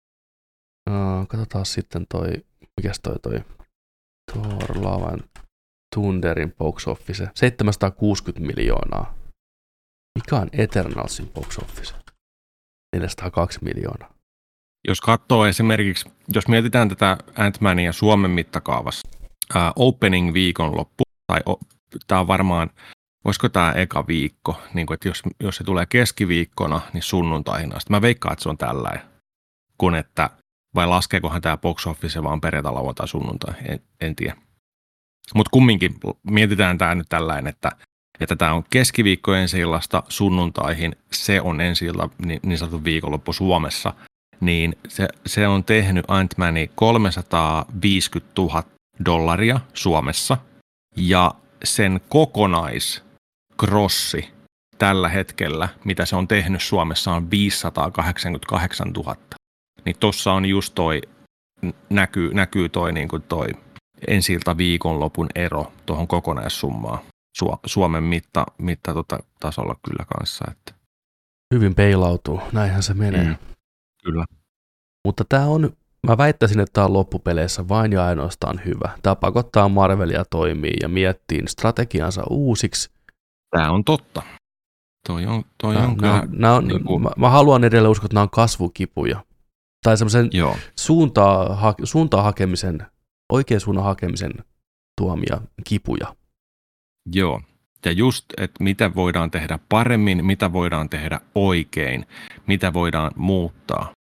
Uh, katsotaan sitten toi, mikäs toi toi Thor Love and Thunderin box office. seitsemänsataakuusikymmentä miljoonaa. Mikä on Eternalsin box office? neljäsataakaksi miljoonaa. Jos katsoo esimerkiksi, jos mietitään tätä Ant-Mania Suomen mittakaavassa, ää, opening viikonloppu, tai o, tämä on varmaan, voisiko tämä eka viikko, niin kuin, että jos, jos se tulee keskiviikkona, niin sunnuntaihin asti. Mä veikkaan, että se on tällainen, kun että, vai laskeekohan tämä box office vaan perjantai, lauantai, sunnuntai, en, en tiedä. Mutta kumminkin mietitään tämä nyt tällainen, että että tämä on keskiviikko ensi-illasta sunnuntaihin, se on ensi-ilta niin, niin sanottu viikonloppu Suomessa, niin se, se on tehnyt Ant-Mania kolmesataaviisikymmentätuhatta dollaria Suomessa, ja sen kokonaiskrossi tällä hetkellä, mitä se on tehnyt Suomessa, on viisisataakahdeksankymmentäkahdeksantuhatta. Niin tuossa on just toi, näkyy, näkyy toi, niin kuin toi ensi-ilta viikonlopun ero tuohon kokonaissummaan. Suomen mitta, mitta tota, tasolla kyllä kanssa. Että. Hyvin peilautuu, näinhän se menee. Mm, kyllä. Mutta tämä on, mä väittäisin, että tämä on loppupeleissä vain ja ainoastaan hyvä. Tämä pakottaa Marvelia toimii ja miettii strategiansa uusiksi. Tämä on totta. Toi on, toi on nää, kyllä. Nää on, niin kuin, mä, mä haluan edelleen uskoa, että nämä on kasvukipuja. Tai semmoisen suuntaa, ha, suuntaa hakemisen, oikean suunnan hakemisen tuomia kipuja. Joo, ja just, että mitä voidaan tehdä paremmin, mitä voidaan tehdä oikein, mitä voidaan muuttaa.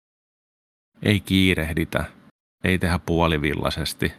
Ei kiirehditä, ei tehdä puolivillaisesti.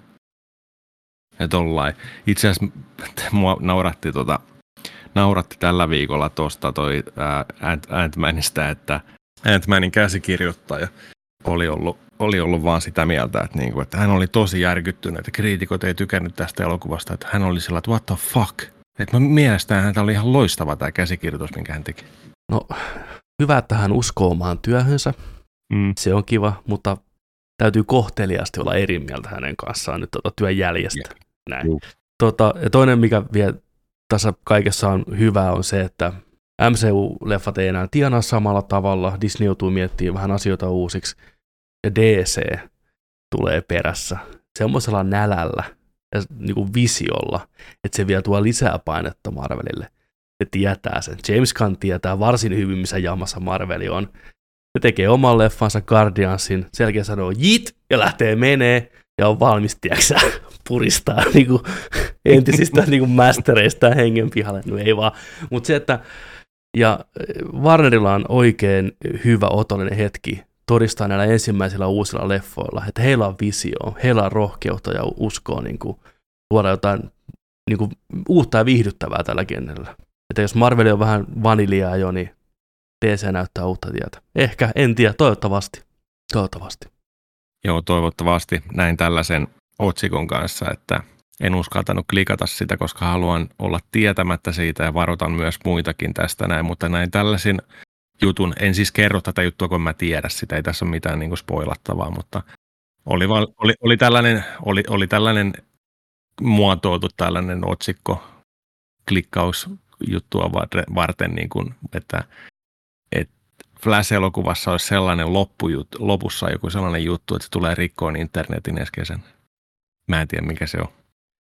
Ja tollain. Itse asiassa mua nauratti, tota, nauratti tällä viikolla tuosta toi ää, Ant-Manista, että Ant-Manin käsikirjoittaja oli ollut, oli ollut vaan sitä mieltä, että, niinku, että hän oli tosi järkyttynyt, että kriitikot ei tykännyt tästä elokuvasta, että hän oli sillä, että what the fuck? Että mielestäni häntä oli ihan loistava tämä käsikirjoitus, minkä hän teki. No, hyvä, että hän uskoo omaan työhönsä. Mm. Se on kiva, mutta täytyy kohteliaasti olla eri mieltä hänen kanssaan nyt tuota työn jäljestä. Yeah. Näin. Mm. Tota, ja toinen, mikä vielä tässä kaikessa on hyvä, on se, että M C U-leffat ei enää tienaa samalla tavalla. Disney joutuu miettimään vähän asioita uusiksi. Ja D C tulee perässä semmoisella nälällä ja niin kuin visiolla, että se vielä tuo lisää painetta Marvelille. Se tietää sen. James Gunn tietää varsin hyvin, missä jamassa Marveli on. Se tekee oman leffansa Guardiansin, selkeä sanoo jit ja lähtee menee ja on valmis, tiiäksä, puristaa niin kuin entisistä niin kuin mastereista ja hengen pihalle. No ei vaan. Mutta se, että ja Warnerilla on oikein hyvä otollinen hetki todistaa näillä ensimmäisillä uusilla leffoilla, että heillä on visio, heillä on rohkeutta ja uskoa niin kuin, luoda jotain niin kuin, uutta ja viihdyttävää tällä kentällä. Että jos Marvel on vähän vaniljaa jo, niin D C näyttää uutta tietä. Ehkä, en tiedä, toivottavasti. Toivottavasti. Joo, toivottavasti näin tällaisen otsikon kanssa, että en uskaltanut klikata sitä, koska haluan olla tietämättä siitä ja varoitan myös muitakin tästä näin, mutta näin tällaisin jutun, en siis kerro tätä juttua, kun mä tiedä sitä, ei tässä ole mitään niin kuin spoilattavaa, mutta oli, val, oli, oli, tällainen, oli, oli tällainen muotoiltu tällainen otsikko, klikkausjuttua varten, niin kuin, että, että Flash-elokuvassa olisi sellainen loppujut, lopussa joku sellainen juttu, että se tulee rikkoon internetin äskeisen. Mä en tiedä, mikä se on.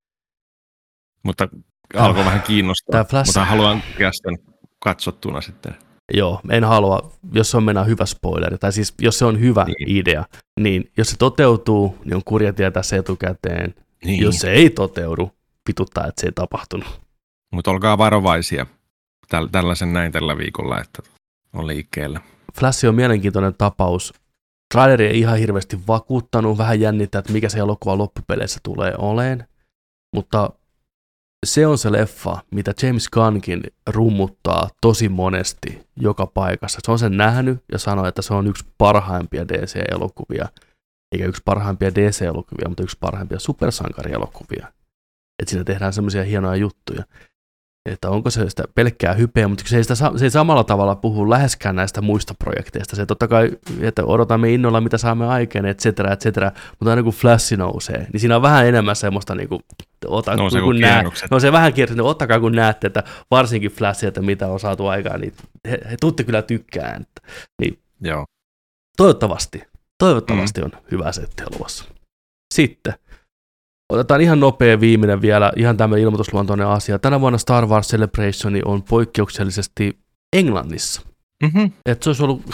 Mutta alkoi vähän kiinnostaa, Flash... mutta haluan kästän katsottuna sitten. Joo, en halua, jos se on mennä hyvä spoileri, tai siis jos se on hyvä niin. idea, niin jos se toteutuu, niin on kurja tietää se etukäteen. Niin. Jos se ei toteudu, pituttaa, että se ei tapahtunut. Mutta olkaa varovaisia täl- tällaisen näin tällä viikolla, että on liikkeellä. Flash on mielenkiintoinen tapaus. Traileri ei ihan hirveästi vakuuttanut, vähän jännittää, että mikä se elokuva loppupeleissä tulee oleen, mutta se on se leffa, mitä James Gunnkin rummuttaa tosi monesti joka paikassa. Se on sen nähnyt ja sanoo, että se on yksi parhaimpia D C-elokuvia, eikä yksi parhaimpia D C-elokuvia, mutta yksi parhaimpia supersankarielokuvia. Että siinä tehdään semmoisia hienoja juttuja. että onko se sitä pelkkää hypeä, mutta se ei, sitä, se ei samalla tavalla puhu läheskään näistä muista projekteista. Se totta kai, että odotamme innolla, mitä saamme aikaan, et cetera, et cetera, mutta aina kun Flash nousee, niin siinä on vähän enemmän semmoista, niin kuin, ota, no, se kun näet, no se vähän kierros, niin ottakaa kun näette, että varsinkin Flashia, että mitä on saatu aikaan, niin he, he tuutte kyllä tykkään. Niin, joo. Toivottavasti, toivottavasti mm. on hyvä setti luvassa. Sitten. Otetaan ihan nopea viimeinen vielä, ihan tämmöinen ilmoitusluontoinen asia. Tänä vuonna Star Wars Celebration on poikkeuksellisesti Englannissa. Mm-hmm. Et se olisi ollut,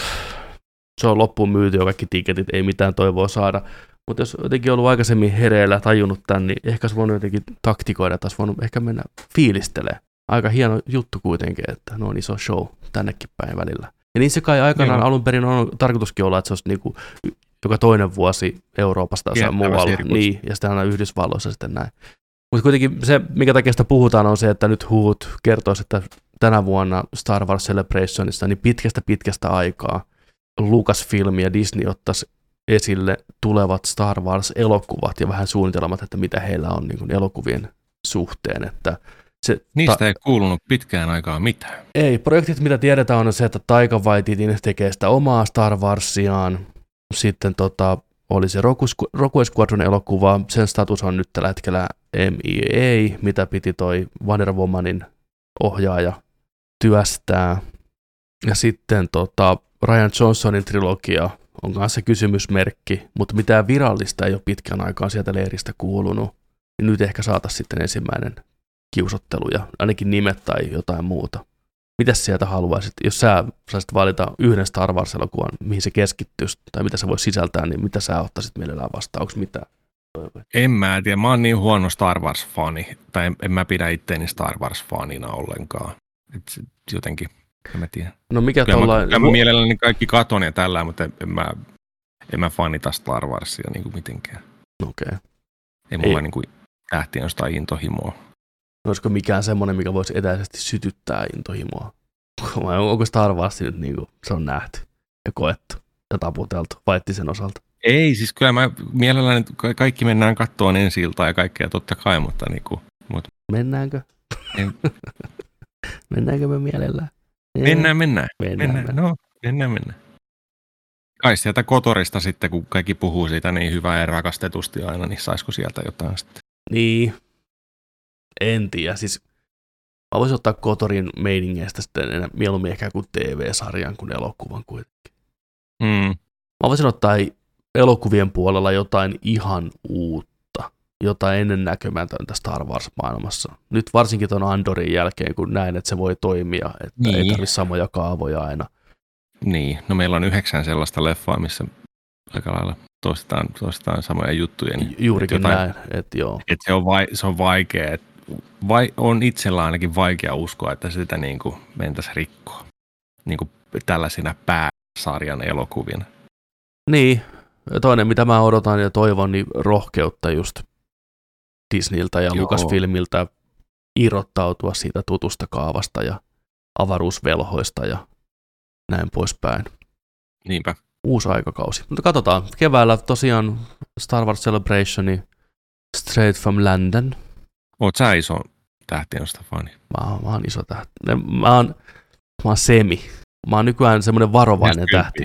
se on loppuun myyty jo kaikki tiketit, ei mitään toivoa saada. Mutta jos jotenkin ollut aikaisemmin hereillä, tajunnut tämän, niin ehkä olisi voinut jotenkin taktikoida, että olisi voinut ehkä mennä fiilistelemään. Aika hieno juttu kuitenkin, että no on iso show tännekin päin välillä. Ja niin se kai aikanaan alun perin on tarkoituskin olla, että se olisi niinku joka toinen vuosi Euroopasta tai muualla, niin, ja sitten aina Yhdysvalloissa sitten näin. Mutta kuitenkin se, mikä takia sitä puhutaan, on se, että nyt huut kertoisi, että tänä vuonna Star Wars Celebrationissa niin pitkästä pitkästä aikaa Lucasfilm ja Disney ottaisi esille tulevat Star Wars-elokuvat ja vähän suunnitelmat, että mitä heillä on niin kuin elokuvien suhteen. Että se Niistä ta- ei kuulunut pitkään aikaa mitään. Ei, projektit mitä tiedetään on se, että Taika Waititi tekee sitä omaa Star Warsiaan. Sitten tota, oli se Rogue Squadron elokuva, sen status on nyt tällä hetkellä M I A, mitä piti toi Wonder Womanin ohjaaja työstää. Ja sitten tota, Ryan Johnsonin trilogia on kanssa kysymysmerkki, mutta mitään virallista ei ole pitkän aikaan sieltä leiristä kuulunut. Ja nyt ehkä saataisiin sitten ensimmäinen kiusottelu ja ainakin nimet tai jotain muuta. Mitäs sieltä haluaisit, jos sä saisit valita yhden Star Wars-elokuvan, mihin se keskittyisi, tai mitä se voisi sisältää, niin mitä sä ottaisit mielellään vastaan? Onko mitään? En mä tiedä, mä oon niin huono Star Wars-fani, tai en, en mä pidä itteeni Star Wars-fanina ollenkaan. Et jotenkin, en mä tiedä. No mikä kyllä tollain... mä, kyllä mä mielelläni kaikki katon ja tällä, mutta en, en, mä, en mä fanita Star Warsia niin kuin mitenkään. Okei. Okay. Ei mulla niin kuin tähtien jostain intohimoa. Olisiko mikään semmoinen, mikä voisi etäisesti sytyttää intohimoa? Vai onko Star Wars nyt niin kuin se on nähty ja koettu ja taputeltu Vaittisen osalta? Ei, siis kyllä mä mielelläni kaikki mennään kattoon ensi-iltaa ja kaikkea totta kai, mutta niin kuin, mutta mennäänkö? En... Mennäänkö me mielellään? Mennään, mennään. Mennään, mennään. mennään. No, mennään, mennään. Kai sieltä Kotorista sitten, kun kaikki puhuu siitä niin hyvää ja rakastetusti aina, niin saisiko sieltä jotain sitten? Niin. En tiedä, siis mä voisin ottaa Kotorin meiningeistä sitten enää mieluummin ehkä kuin T V-sarjan kuin elokuvan kuitenkin. Mm. Mä voisin ottaa elokuvien puolella jotain ihan uutta, jotain ennennäkemätöntä Star Wars-maailmassa. Nyt varsinkin ton Andorin jälkeen, kun näin, että se voi toimia, että niin. Ei tarvitse samoja kaavoja aina. Niin, no meillä on yhdeksän sellaista leffaa, missä aika lailla toistetaan, toistetaan samoja juttuja. Niin juurikin jotain, näin, että joo. Että se on, vai, se on vaikea, että vai, on itsellä ainakin vaikea uskoa, että sitä niin kuin mentäisi rikkoa niin kuin tällaisina pääsarjan elokuvina. Niin, ja toinen mitä mä odotan ja toivon, niin rohkeutta just Disneyltä ja Lucasfilmiltä irrottautua siitä tutusta kaavasta ja avaruusvelhoista ja näin poispäin. Niinpä. Uusi aikakausi. Mutta katsotaan. Keväällä tosiaan Star Wars Celebration Straight from London. Oot sä iso tähtiöstä fani? Mä, mä oon iso tähti. Mä oon, mä oon semi. Mä oon nykyään semmoinen varovainen tähti.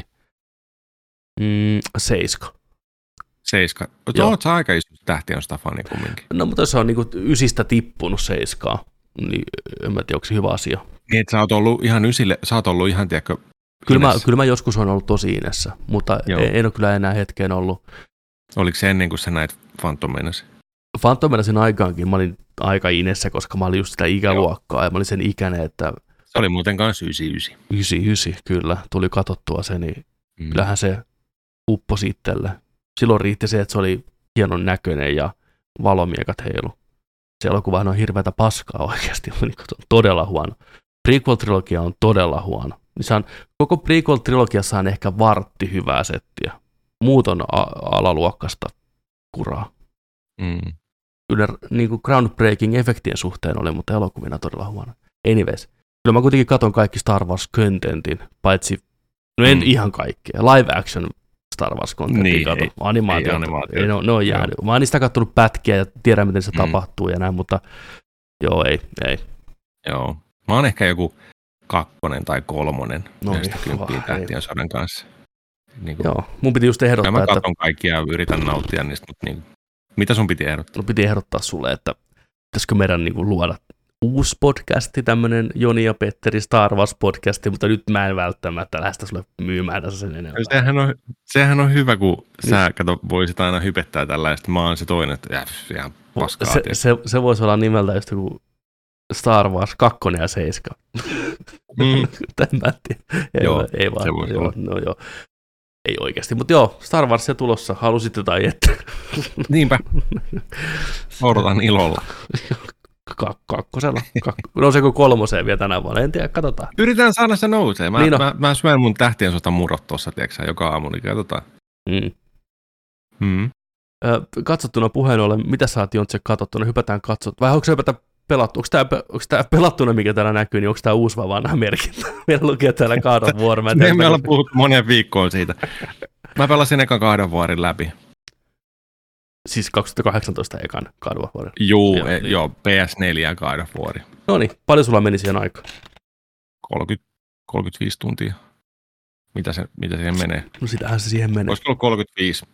Mm, seiska. Seiska. Oot sä aika iso tähtiöstä fani kumminkin? No mutta se on niinku ysistä tippunut seiskaa. Niin en mä tiedä, onko se hyvä asia. Niin, että sä oot ollut ihan ysille, sä oot ollut ihan, tiedätkö, Kyllä mä, kyllä mä joskus on ollut tosi inessä, mutta en, en ole kyllä enää hetkeen ollut. Oliko se ennen kuin sä näit Phantom Menace? Phantom Menacen aikaankin mä olin aika inessä, koska mä olin just sitä ikäluokkaa Joo. ja mä olin sen ikäinen, että... Se oli muuten kanssa yhdeksänkymmentäyhdeksän. yhdeksänkymmentäyhdeksän, kyllä. Tuli katsottua se, niin mm. kyllähän se upposi itselle. Silloin riitti se, että se oli hienon näköinen ja valomiekat heilu. Se elokuvahan on hirveätä paskaa oikeasti, todella huono. Prequel-trilogia on todella huono. On, koko prequel-trilogiassa on ehkä vartti hyvää settiä. Muut on a- alaluokkasta kuraa. Mm. Kyllä niin kuin groundbreaking efektien suhteen oli, mutta elokuvina todella huono. Anyways, kyllä mä kuitenkin katon kaikki Star Wars-contentin, paitsi, no en mm. ihan kaikkea, live action Star Wars-contentin niin, katon. Animaatiot, animaatio. ei, no, ne on jäänyt. Mä oon niistä katsonut pätkiä ja tiedän, miten se mm. tapahtuu ja näin, mutta joo, ei, ei. Joo. Mä oon ehkä joku kakkonen tai kolmonen No niin, yhdeksänkymmentä vah, Tähtien sodan kanssa. Niin kuin, Joo, mun piti just ehdottaa, mä että... katson kaikkia ja yritän nauttia niistä, mutta niin, mitä sun piti ehdottaa? No piti ehdottaa sulle, että pitäisikö meidän niin kuin luoda uusi podcasti, tämmöinen Joni ja Petteri Star Wars podcasti, mutta nyt mä en välttämättä lähteä sulle myymään tässä sen enempää. Sehän on, sehän on hyvä, kun niin. Sä kato, voisit aina hypettää tällaista. Mä oon se toinen, että jää, ihan paskaa. Se, se, se voisi olla nimeltä just joku Star Wars kaksi ja seitsemän. Mm. Tämän mä en tiedä. Ei, joo, ei vaan. se voisi joo, olla. no joo. Ei oikeasti, mutta joo, Star Warsia tulossa, halusitte tai ette. Niinpä. Odotan ilolla. Kak- kakkosella. Kak- Nouseeko kolmoseen vielä tänä vuonna? En tiedä, katsotaan. Yritetään saada se nousee. Mä, niin no. mä, mä syön mun tähtien sota murot tuossa, tiedätkö joka aamu, niin katsotaan. Mm. Mm. Ö, katsottuna puheen ollen, mitä sä oot Jontse katsottuna? Hypätään katsot. Vai onko se hypätä pelattu? Onko tämä, onko tämä pelattuna, mikä täällä näkyy, niin onko tämä uusi vai vanha merkintä? Meillä lukee täällä God of War. Mä Me emme ole puhuttu moneen viikkoon siitä. Mä pelasin ekan God of Warin läpi. Siis kaksituhattakahdeksantoista ekan God of War. Juu, joo, e, niin. joo, P S neljä God of War. No niin, paljon sulla meni siihen aikaan? kolmekymmentä, kolmekymmentäviisi tuntia. Mitä, se, mitä siihen menee? No sitähän se siihen menee. Olisiko ollut kolmekymmentäviisi?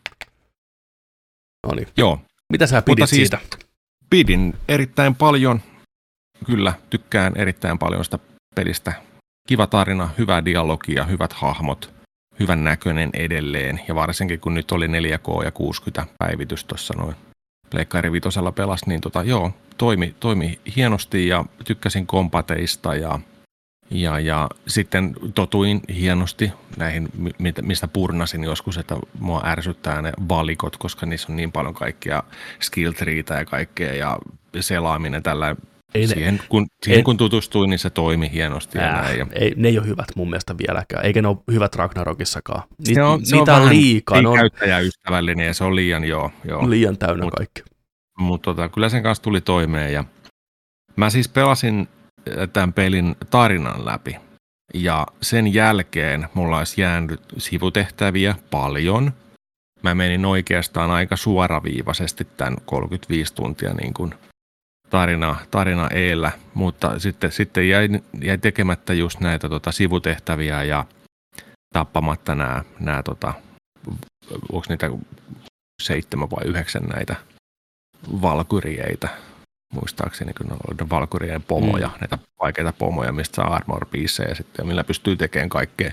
No niin. Joo. Mitä sä pidit siis siitä? Pidin erittäin paljon. Kyllä, tykkään erittäin paljon sitä pelistä. Kiva tarina, hyvä dialogia, hyvät hahmot, hyvän näköinen edelleen. Ja varsinkin kun nyt oli neljä K ja kuusikymmentä päivitys tuossa noin Pleikkari vitosella pelasi, niin tota, joo, toimi, toimi hienosti ja tykkäsin kompateista ja, ja, ja sitten totuin hienosti näihin, mistä purnasin joskus, että mua ärsyttää ne valikot, koska niissä on niin paljon kaikkia skill treeitä ja kaikkea ja selaaminen tällä. Ei siihen, ne, kun, siihen ei, kun tutustuin, niin se toimi hienosti. Ää, ja näin. Ja ei, ne ei ole hyvät mun mielestä vieläkään, eikä ne ole hyvät Ragnarokissakaan. Ni, se on, se niitä on, on liikaa. Ei on käyttäjäystävällinen ja se on liian, joo. joo. Liian täynnä Mut, kaikki. Mutta tota, kyllä sen kanssa tuli toimeen. Ja mä siis pelasin tämän pelin tarinan läpi. Ja sen jälkeen mulla olisi jäänyt sivutehtäviä paljon. Mä menin oikeastaan aika suoraviivaisesti tämän kolmekymmentäviisi tuntia niin kuin tarina, tarina eellä, mutta sitten, sitten jäi, jäi tekemättä just näitä tota, sivutehtäviä ja tappamatta nämä, nämä tota, onko niitä seitsemän vai yhdeksän näitä valkyrieitä, muistaakseni, kun on valkyrien pomoja, mm. näitä vaikeita pomoja, mistä saa armor piecejä sitten, millä pystyy tekemään kaikkea.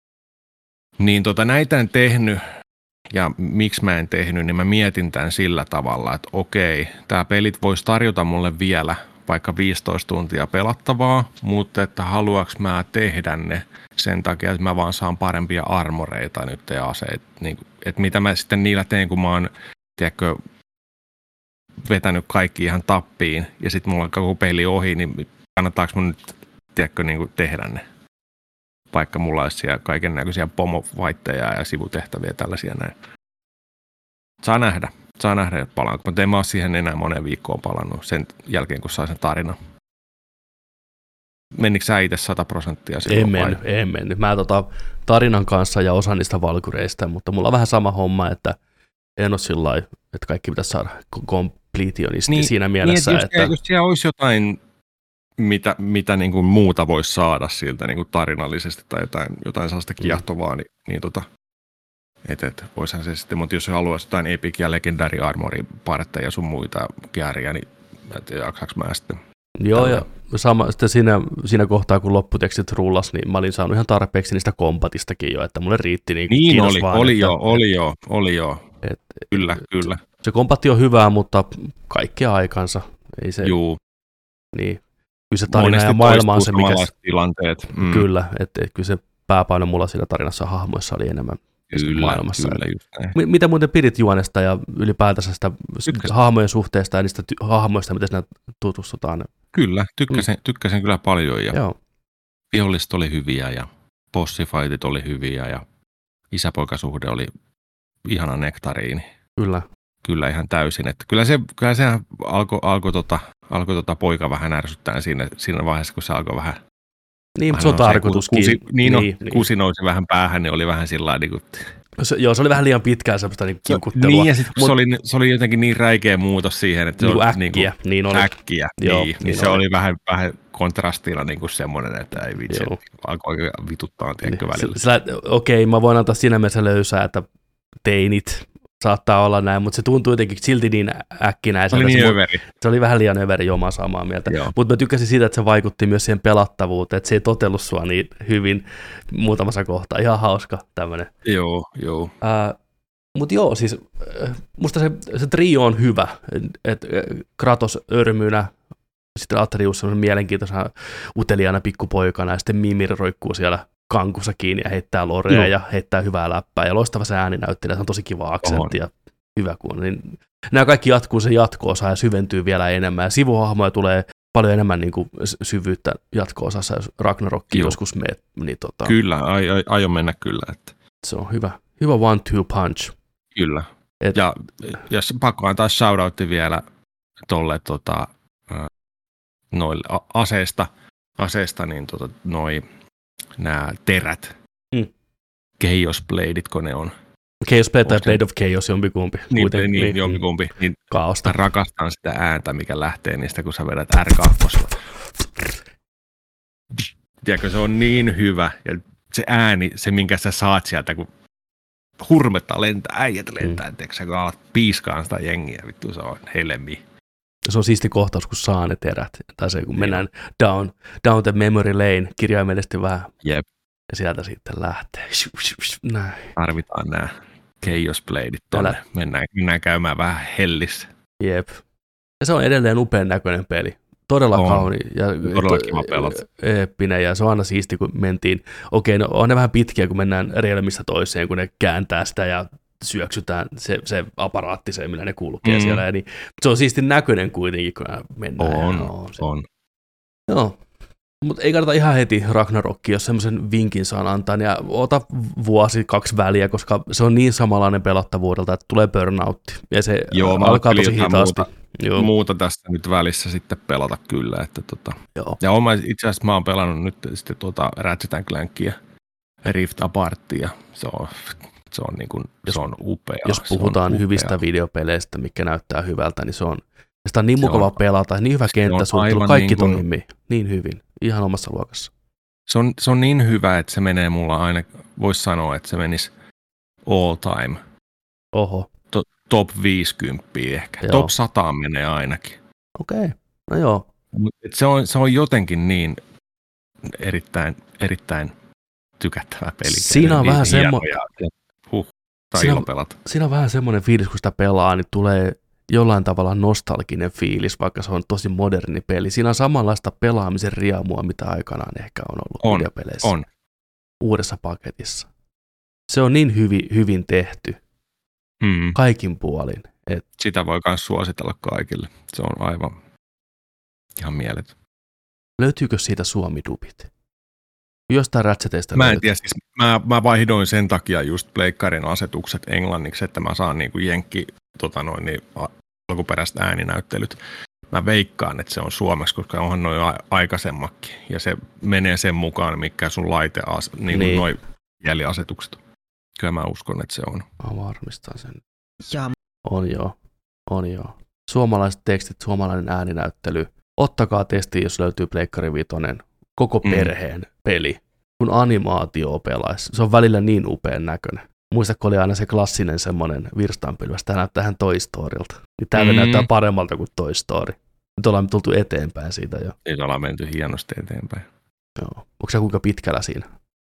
Niin tota, näitä en tehnyt. Ja miksi mä en tehnyt, niin mä mietin tämän sillä tavalla, että okei, tämä pelit voisi tarjota mulle vielä vaikka viisitoista tuntia pelattavaa, mutta että haluaks mä tehdä ne sen takia, että mä vaan saan parempia armoreita nyt ja aseet. Niin, että mitä mä sitten niillä teen, kun mä oon, tiedätkö, vetänyt kaikki ihan tappiin ja sitten mulla on koko peli ohi, niin kannattaako mun nyt, tiedätkö, niin kuin tehdä ne? Vaikka mulla olisi siellä kaiken näköisiä pomovaitteja ja sivutehtäviä tällaisia näin. Saa nähdä. Saa nähdä, että palaan. Mutta en mä ole siihen enää moneen viikkoon palannut sen jälkeen, kun sai sen tarinan. Menikö sä itse sata prosenttia silloin? En mennyt, en mennyt. Mä tota, tarinan kanssa ja osa niistä valkyreistä, mutta mulla on vähän sama homma, että en ole sillä lailla, että kaikki pitäisi saada completeionisti niin, siinä mielessä. Niin, että että jos, jos siellä olisi jotain mitä, mitä niin kuin muuta voisi saada siltä niin kuin tarinallisesti tai jotain, jotain sellaista kiehtovaa, niin, niin tota, et, et, voisihan se sitten, mutta jos haluaisi jotain Epic ja Legendary Armorin parteja ja sun muita kääriä, niin en tiedä, jaksaks mä sitten. Joo, tällä. Ja sama, sitten siinä, siinä kohtaa, kun lopputekstit rullas, niin mä olin saanut ihan tarpeeksi niistä kompatistakin jo, että mulle riitti. Niin, niin oli, vaan, oli että, jo, oli jo, oli jo. Et, kyllä, et, kyllä. Se kompatti on hyvää, mutta kaikkea aikansa. Ei se, Juu. Niin. Kyllä se tarina ja maailma on se, mikä... tilanteet. Mm. Kyllä, että et, kyllä se pääpaino mulla siinä tarinassa hahmoissa oli enemmän kyllä, maailmassa. Kyllä, just näin. M- mitä muuten pidit juonesta ja ylipäätänsä sitä Tykkäsin. hahmojen suhteesta ja niistä ty- hahmoista, miten siinä tutustutaan? Kyllä, tykkäsin, mm. tykkäsin kyllä paljon ja Joo. viholliset oli hyviä ja bossifightit oli hyviä ja isäpoikasuhde oli ihana nektariini. Kyllä. Kyllä ihan täysin. Että kyllä se, kyllä se alkoi alko tota, alko tota poika vähän ärsyttää siinä, siinä vaiheessa, kun se alkoi vähän... Niin, vähän se on tarkoituskin. Kusi, niin, no, niin, kusi nousi vähän päähän, niin oli vähän sillä niin kuin, Se, joo, se oli vähän liian pitkään semmoista niin kiukuttelua. Niin, ja sitten Mut, se, oli, se oli jotenkin niin räikeä muutos siihen, että se niin on äkkiä, niin kuin, niin oli. äkkiä, joo, niin, niin, niin se oli. oli vähän, vähän kontrastina niin kuin semmoinen, että ei vitsi, alkoi vituttaa tiedätkö niin, välillä. Sillä, okei, mä voin antaa siinä mielessä löysää, että teinit saattaa olla näin, mutta se tuntui jotenkin silti niin äkkinäiseltä. Se oli niin se, överi. Se oli vähän liian överi, joo, mä samaa mieltä. Mutta mä tykkäsin siitä, että se vaikutti myös siihen pelattavuuteen, että se ei totellut sua niin hyvin muutamassa kohtaa. Ihan hauska tämmöinen. Joo, joo. Äh, mutta joo, siis musta se, se trio on hyvä, että Kratos örmynä, sitten Atreus on mielenkiintoisena uteliaana pikkupoikana, ja sitten Mimir roikkuu siellä kankussa kiinni ja heittää lorea joo. ja heittää hyvää läppää, ja loistava se ääninäyttelijä, se on tosi kiva aksentti ja hyvä kun. Niin nämä kaikki jatkuu se jatko-osa ja syventyy vielä enemmän, ja sivuhahmoja tulee paljon enemmän niin kuin syvyyttä jatko-osassa, jos Ragnarokkiin joskus meet. Niin tota, kyllä, ai, ai, aion mennä kyllä. Että. Se on hyvä, hyvä one-two punch. Kyllä. Et, ja jos pakko antaa shoutoutti vielä tolle tota, noille aseista, aseista niin tota, noi nämä terät, mm. Chaos Bladeit, kun ne on. Chaos Blade tai Blade of Chaos, jompikumpi. Niin, niin, niin jompikumpi. Niin Kaaosta. Rakastan sitä ääntä, mikä lähtee niistä, kun sä vedät R kaksi. Tiedätkö, se on niin hyvä. Ja se ääni, se minkä sä saat sieltä, kun hurmetta lentää, äijät lentää, mm. tiedätkö, kun alat piiskaan sitä jengiä, vittu se on helmi. Se on siisti kohtaus, kun saa ne terät. Tai se, kun Jep. mennään down, down the memory lane, kirjaimellisesti vähän. Jep. Ja sieltä sitten lähtee. Näin. Tarvitaan nämä Chaos Bladeit tuonne. Mennään, mennään käymään vähän hellissä. Jep. Ja se on edelleen upean näköinen peli. Todella on. kauni. Ja todella kiva pelata. Eeppinen, ja se on aina siisti, kun mentiin. Okei, no on ne vähän pitkiä, kun mennään realmista toiseen, kun ne kääntää sitä ja syöksytään se, se aparaatti, se millä ne kulkee mm. siellä. Ja niin, se on siisti näköinen kuitenkin, kun mennään. On, no, se. on. Joo. Mutta ei kannata ihan heti Ragnarokkia, jos semmoisen vinkin saan antaa, niin ota vuosi, kaksi väliä, koska se on niin samanlainen pelattavuudelta, että tulee burnoutti. Ja se Joo, alkaa tosi hitaasti. Muuta, Joo. muuta tästä nyt välissä sitten pelata kyllä. Että tota. Joo. Ja oma, itse asiassa mä oon pelannut nyt sitten tuota Ratchet and Clankia, Rift Apartia. Se on, se on, niin kuin, jos, se on upea. Jos puhutaan upea. hyvistä videopeleistä, mikä näyttää hyvältä, niin se on, sitä on niin mukava on, pelata, niin hyvä kenttäsuunnittelu, kaikki niin toimii niin hyvin. Ihan omassa luokassa. Se on, se on niin hyvä, että se menee mulla aina, voisi sanoa, että se menisi all time. Oho. To, top viisikymmentä ehkä. Joo. Top sata menee ainakin. Okei, okay. No joo. Et se, on, se on jotenkin niin erittäin, erittäin tykättävä peli. Siinä on vähän semmoinen... Huh, siinä, siinä on vähän semmoinen fiilis, kun sitä pelaa, niin tulee... jollain tavalla nostalginen fiilis, vaikka se on tosi moderni peli. Siinä on samanlaista pelaamisen riemua, mitä aikanaan ehkä on ollut on, videopeleissä. On. Uudessa paketissa. Se on niin hyvin, hyvin tehty. Hmm. Kaikin puolin. Et... Sitä voi myös suositella kaikille. Se on aivan ihan mieletön. Löytyykö siitä suomidubit? Jostain Ratchetista Mä en tiedä, siis mä, mä vaihdoin sen takia just pleikkarin asetukset englanniksi, että mä saan niinku jenkki tota noin, niin alkuperäiset ääninäyttelyt. Mä veikkaan, että se on suomeksi, koska onhan noin a- aikaisemmakin. Ja se menee sen mukaan, mikä sun laite, niin niin. noin kieliasetukset. Kyllä mä uskon, että se on. Mä varmistan sen. Ja. On joo, on joo. Suomalaiset tekstit, suomalainen ääninäyttely. Ottakaa testi, jos löytyy Pleikkari Vitoinen. Koko perheen mm. peli, kun animaatio pelaisi. Se on välillä niin upean näköinen. Muistatko, oli aina se klassinen semmoinen virstanpylväs, tämä näyttää ihan Toy Storylta. Niin tämä mm. näyttää paremmalta kuin Toy Story. Nyt ollaan tultu eteenpäin siitä jo. Nyt ollaan menty hienosti eteenpäin. Joo. Onko se kuinka pitkällä siinä?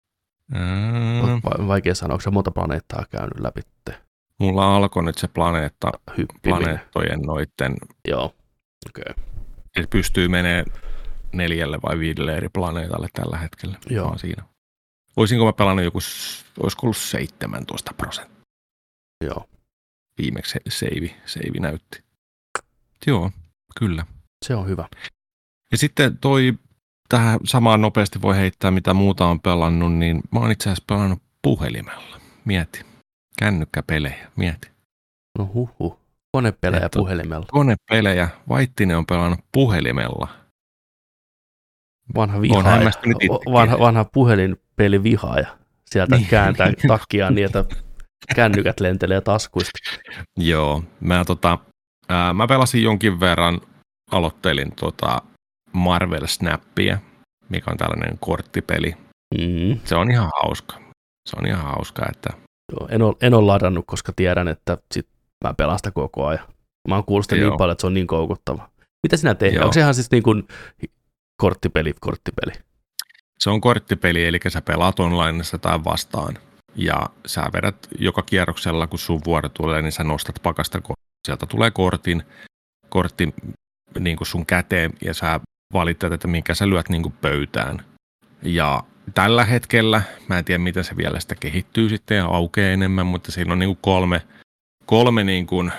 Mm. Vaikea sanoa, onko se monta planeettaa käynyt läpi? Mulla alkoi nyt se planeetta, Hyppiminen. planeettojen noitten. Joo, okei. Okay. Että pystyy menemään neljälle vai viidelle eri planeetalle tällä hetkellä. Joo. Siinä. Olisinko mä pelannut joku, olisiko ollut seitsemäntoista prosenttia? Joo. Viimeksi seivi, seivi näytti. Joo, kyllä. Se on hyvä. Ja sitten toi, tähän samaan nopeasti voi heittää, mitä muuta on pelannut, niin mä oon itse asiassa pelannut puhelimella. Mieti. Kännykkäpelejä, mieti. No huhhuh. Konepelejä Että puhelimella. Konepelejä. Vaittinen on pelannut puhelimella. Vanha vihaaja. Vanha, vanha puhelinpeli vihaaja. Sieltä niin. kääntää takkiaan niin, että kännykät lentelee taskuista. Joo, mä, tota, ää, mä pelasin jonkin verran, aloittelin tota Marvel Snappia, mikä on tällainen korttipeli. Mm. Se on ihan hauska. Se on ihan hauska, että... Joo, en ole, en ole ladannut, koska tiedän, että sit mä pelaan sitä koko ajan. Mä oon kuullut sitä niin paljon, että se on niin koukuttava. Mitä sinä tehdään? Onko se ihan siis niin kuin korttipeli, korttipeli? Se on korttipeli, eli sä pelaat onlinessa tai vastaan. Ja sä vedät joka kierroksella, kun sun vuoro tulee, niin sä nostat pakasta kortin. Sieltä tulee kortin, kortti niin kuin sun käteen, ja sä valitat, että minkä sä lyöt niin kuin pöytään. Ja tällä hetkellä, mä en tiedä, miten se vielä sitä kehittyy sitten ja aukeaa enemmän, mutta siinä on niin kuin kolme, kolme niin kuin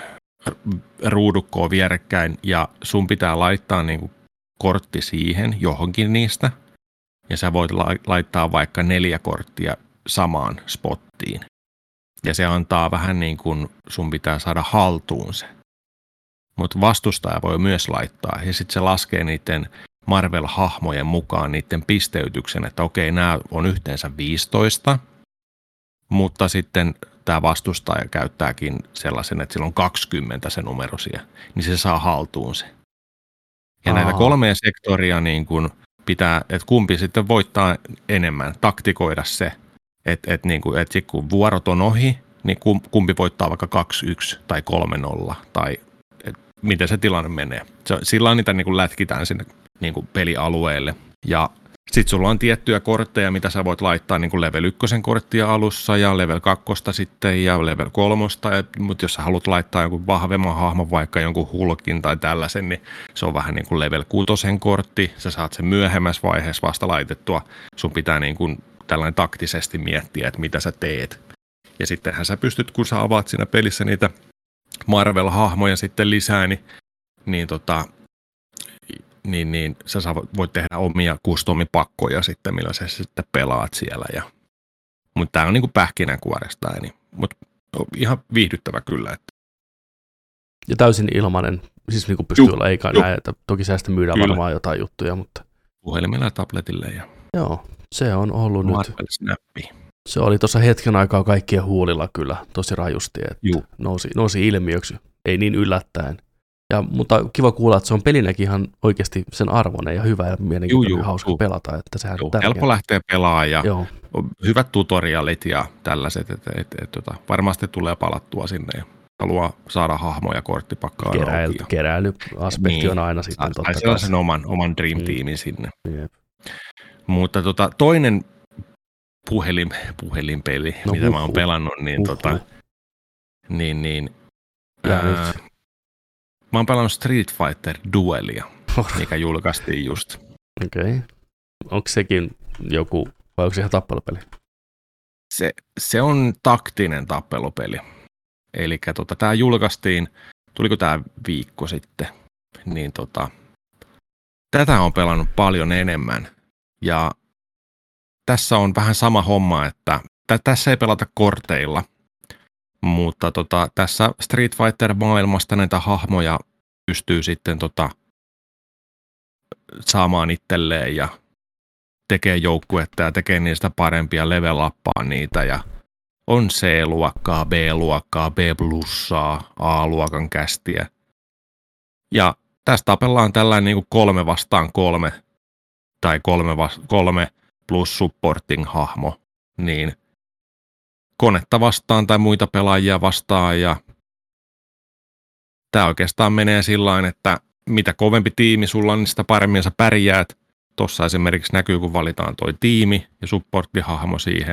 ruudukkoa vierekkäin, ja sun pitää laittaa niin kuin kortti siihen, johonkin niistä, ja sä voit laittaa vaikka neljä korttia samaan spottiin. Ja se antaa vähän niin kuin sun pitää saada haltuun se. Mutta vastustaja voi myös laittaa, ja sitten se laskee niiden Marvel-hahmojen mukaan niiden pisteytyksen, että okei, nämä on yhteensä viisitoista, mutta sitten tämä vastustaja käyttääkin sellaisen, että sillä on kaksikymmentä se numerosia, niin se saa haltuun se. Ja Aa. näitä kolmea sektoria niin kun pitää, että kumpi sitten voittaa enemmän, taktikoida se, että, että, niin kuin, että kun vuorot on ohi, niin kumpi voittaa vaikka kaksi yksi tai kolme nolla, tai että miten se tilanne menee. Se, sillä niitä niin kuin lätkitään sinne niin kuin pelialueelle. Ja sitten sulla on tiettyjä kortteja, mitä sä voit laittaa niin kuin level ykkösen korttia alussa ja level kakkosta sitten ja level kolmosta. Mutta jos sä haluat laittaa jonkun vahvemman hahmon, vaikka jonkun hulkin tai tällaisen, niin se on vähän niin kuin level kuutosen kortti. Sä saat sen myöhemmässä vaiheessa vasta laitettua. Sun pitää niin kuin tällainen taktisesti miettiä, että mitä sä teet. Ja sittenhän sä pystyt, kun sä avaat siinä pelissä niitä Marvel-hahmoja sitten lisää, niin, niin tota... Niin, niin sä voit tehdä omia custom-pakkoja sitten, millä sä sitten pelaat siellä. Ja, mutta tää on niinku pähkinänkuoresta, niin, mutta ihan viihdyttävä kyllä. Että. Ja täysin ilmainen, siis niinku pystyy Juh, olla, eikä juh. näin, että toki sä sitten myydään kyllä varmaan jotain juttuja, mutta... Puhelimella ja tabletille ja... Joo, se on ollut Marvel nyt... Snappi. Se oli tuossa hetken aikaa kaikkien huulilla kyllä tosi rajusti, että nousi, nousi ilmiöksi, ei niin yllättäen. Ja, mutta kiva kuulla, että se on pelinäkin ihan oikeasti sen arvoinen ja hyvä ja mielenkiintoinen hauska juu. pelata. Että sehän juu, helppo lähteä pelaamaan ja Joo. hyvät tutorialit ja tällaiset, että et, et, et, tota, varmasti tulee palattua sinne ja haluaa saada hahmoja korttipakkaa. Keräily, keräilyaspekti niin. on aina sitten Sa- totta kai. Sellaisen oman, oman Dream-tiimin mm. sinne. Jep. Mutta tota, toinen puhelin, puhelinpeli, no, mitä uh, mä oon pelannut, niin, uh, tota, uh. niin, niin ää, mä oon pelannut Street Fighter Duelia, mikä julkaistiin just. Okei. Okay. Onko sekin joku, vai onko se ihan tappelupeli? Se, se on taktinen tappelupeli. Eli tota, tää julkaistiin, tuliko tää viikko sitten, niin tota, tätä on pelannut paljon enemmän. Ja tässä on vähän sama homma, että tä, tässä ei pelata korteilla, mutta tota, tässä Street Fighter-maailmasta näitä hahmoja pystyy sitten tota, saamaan itselleen ja tekee joukkuetta ja tekee niistä parempia, level-uppaa niitä ja on C-luokkaa, B-luokkaa, B-plussaa, A-luokan kästiä. Ja tästä tapellaan tällainen niin kuin kolme vastaan kolme tai kolme, vas- kolme plus supporting hahmo, niin konetta vastaan tai muita pelaajia vastaan ja tämä oikeastaan menee sillain, että mitä kovempi tiimi sulla on, niin sitä paremmin sä pärjäät. Tuossa esimerkiksi näkyy, kun valitaan toi tiimi ja supporttihahmo siihen.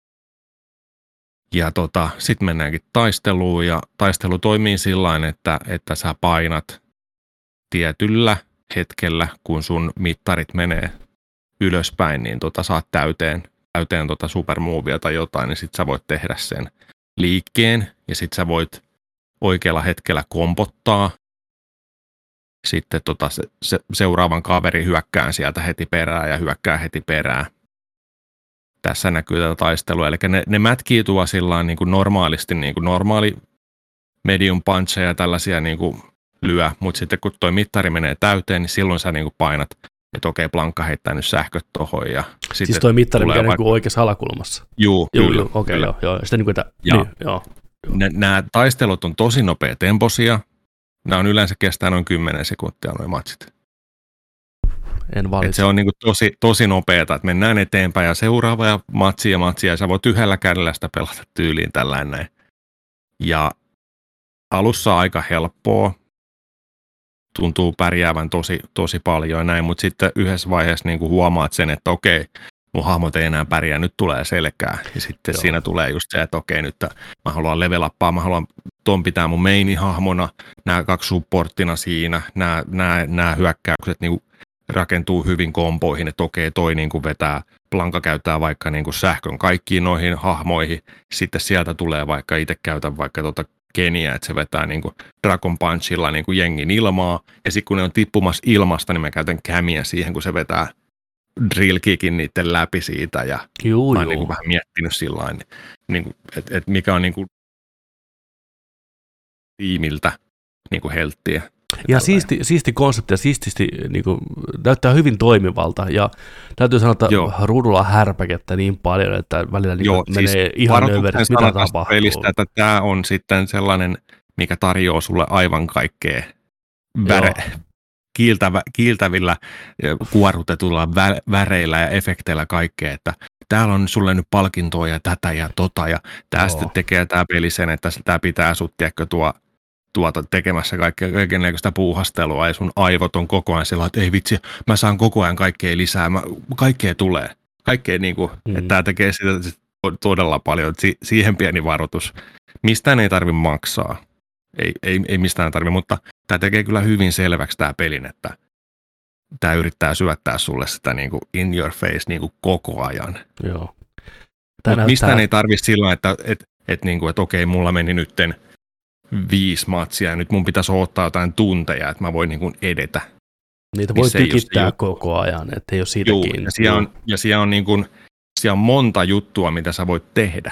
Ja tota, sitten mennäänkin taisteluun ja taistelu toimii sillain, että, että sä painat tietyllä hetkellä, kun sun mittarit menee ylöspäin, niin tota, saat täyteen, täyteen tota supermovia tai jotain, niin sit sä voit tehdä sen liikkeen ja sit sä voit oikealla hetkellä kompottaa. Sitten tota, se, se, seuraavan kaveri hyökkää sieltä heti perään ja hyökkää heti perään. Tässä näkyy tätä taistelua, eli ne, ne mätkii tuo sillain niin kuin normaalisti, niin kuin normaali medium puncheja ja tällaisia niin kuin lyö, mutta sitten kun toi mittari menee täyteen, niin silloin sä niin kuin painat että okei, Blankka heittää nyt sähköt tohon. Ja siis toi mittari, mikä vaikka... niin oikeassa alakulmassa. Juu, joo, kyllä. Joo, okei, okay, joo, joo. Sitten niin kuin, että, ja niin, joo. Nämä taistelut on tosi nopea temposia. Nämä on yleensä kestää noin kymmenen sekuntia nuo matsit. En valitse. Se on niin kuin tosi, tosi nopeata, että mennään eteenpäin ja seuraava ja matsi ja matsi ja sä voit yhdellä kädellä sitä pelata tyyliin tällainen näin. Ja alussa aika helppoa, tuntuu pärjäävän tosi, tosi paljon ja näin, mutta sitten yhdessä vaiheessa niin kuin huomaat sen, että okei, mun hahmot ei enää pärjää, nyt tulee selkää. Ja sitten Joo. siinä tulee just se, että okei, nyt mä haluan levelappaa, mä haluan, ton pitää mun main-hahmona, nämä kaksi supporttina siinä, nämä, nämä, nämä hyökkäykset niin kuin rakentuu hyvin kompoihin, että okei, toi niin kuin vetää, Blanka käyttää vaikka niin kuin sähkön kaikkiin noihin hahmoihin, sitten sieltä tulee vaikka, itse käytän vaikka tuota Keniä, että se vetää niin kuin Dragon Punchilla niin kuin jengin ilmaa, ja sitten kun ne on tippumassa ilmasta, niin mä käytän Camia siihen, kun se vetää drill kickin niiden läpi siitä, ja juu, mä oon juu. niin kuin vähän miettinyt sillain, niin että et mikä on niin kuin tiimiltä niin kuin helttiä. Ja siisti, siisti konsepti ja siististi niin kuin, näyttää hyvin toimivalta, ja täytyy sanoa, että Joo. ruudulla on härpäkettä niin paljon, että välillä niin Joo, menee siis ihan överiksi, mitä tapahtuu. Pelistä, että tämä on sitten sellainen, mikä tarjoaa sulle aivan kaikkea väre, kiiltävä, kiiltävillä kuorutetulla vä, väreillä ja efekteillä kaikkea, että täällä on sulle nyt palkintoa ja tätä ja tota, ja tämä sitten tekee tämä peli sen, että tämä pitää sut, tiedätkö, tuo tuota tekemässä kaikkea, kaikenlaista puuhastelua ja sun aivot on koko ajan sellainen, että ei vitsi, mä saan koko ajan kaikkea lisää, mä, kaikkea tulee. Kaikkea niin kuin, mm. että tämä tekee sitä todella paljon, että si, siihen pieni varoitus. Mistään ei tarvitse maksaa, ei, ei, ei mistään tarvitse, mutta tämä tekee kyllä hyvin selväksi tämä pelin, että tämä yrittää syöttää sulle sitä niin kuin in your face niin kuin koko ajan. Joo. Mutta mistään ei tarvitse sillä, että, että, että, niin kuin, että okei, mulla meni nytten viisi matsia ja nyt mun pitäisi odottaa jotain tunteja, että mä voin niin kuin edetä. Niitä voi tykittää koko ajan, ettei ole siitä Juu, kiinni. Ja siellä on, ja siellä on, niin kuin, siellä on monta juttua, mitä sä voit tehdä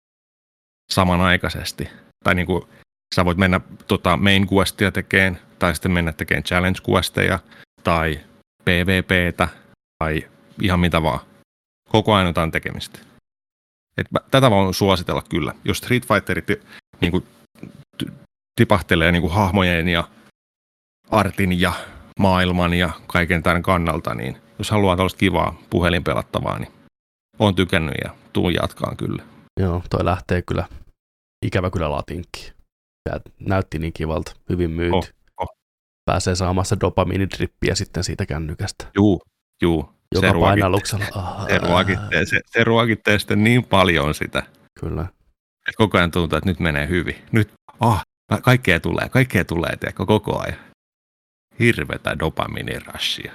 samanaikaisesti. Tai niin kuin, sä voit mennä tota, main questia tekemään, tai sitten mennä tekemään challenge questeja, tai P V P:tä, tai ihan mitä vaan. Koko ajan jotain tekemistä. Et mä, tätä voin suositella kyllä. Jos Street Fighterit niin kuin tipahtelee niin kuin hahmojen ja artin ja maailman ja kaiken tämän kannalta, niin jos haluaa tällaista kivaa puhelinpelattavaa, niin on tykännyt ja tuun jatkaan kyllä. Joo, toi lähtee kyllä, ikävä kyllä latinkkiin. Näytti niin kivalta, hyvin myyty. Oh, oh. Pääsee saamaan se dopamiinidrippiä sitten siitä kännykästä. Juu, juu. Joka se painalluksella. Se ruokittee, se, se ruokittee sitten niin paljon sitä. Kyllä. Et koko ajan tuntuu, että nyt menee hyvin. Nyt, ah, kaikkea tulee, kaikkea tulee, tiedätkö, koko ajan. Hirvetä dopamiinirashia.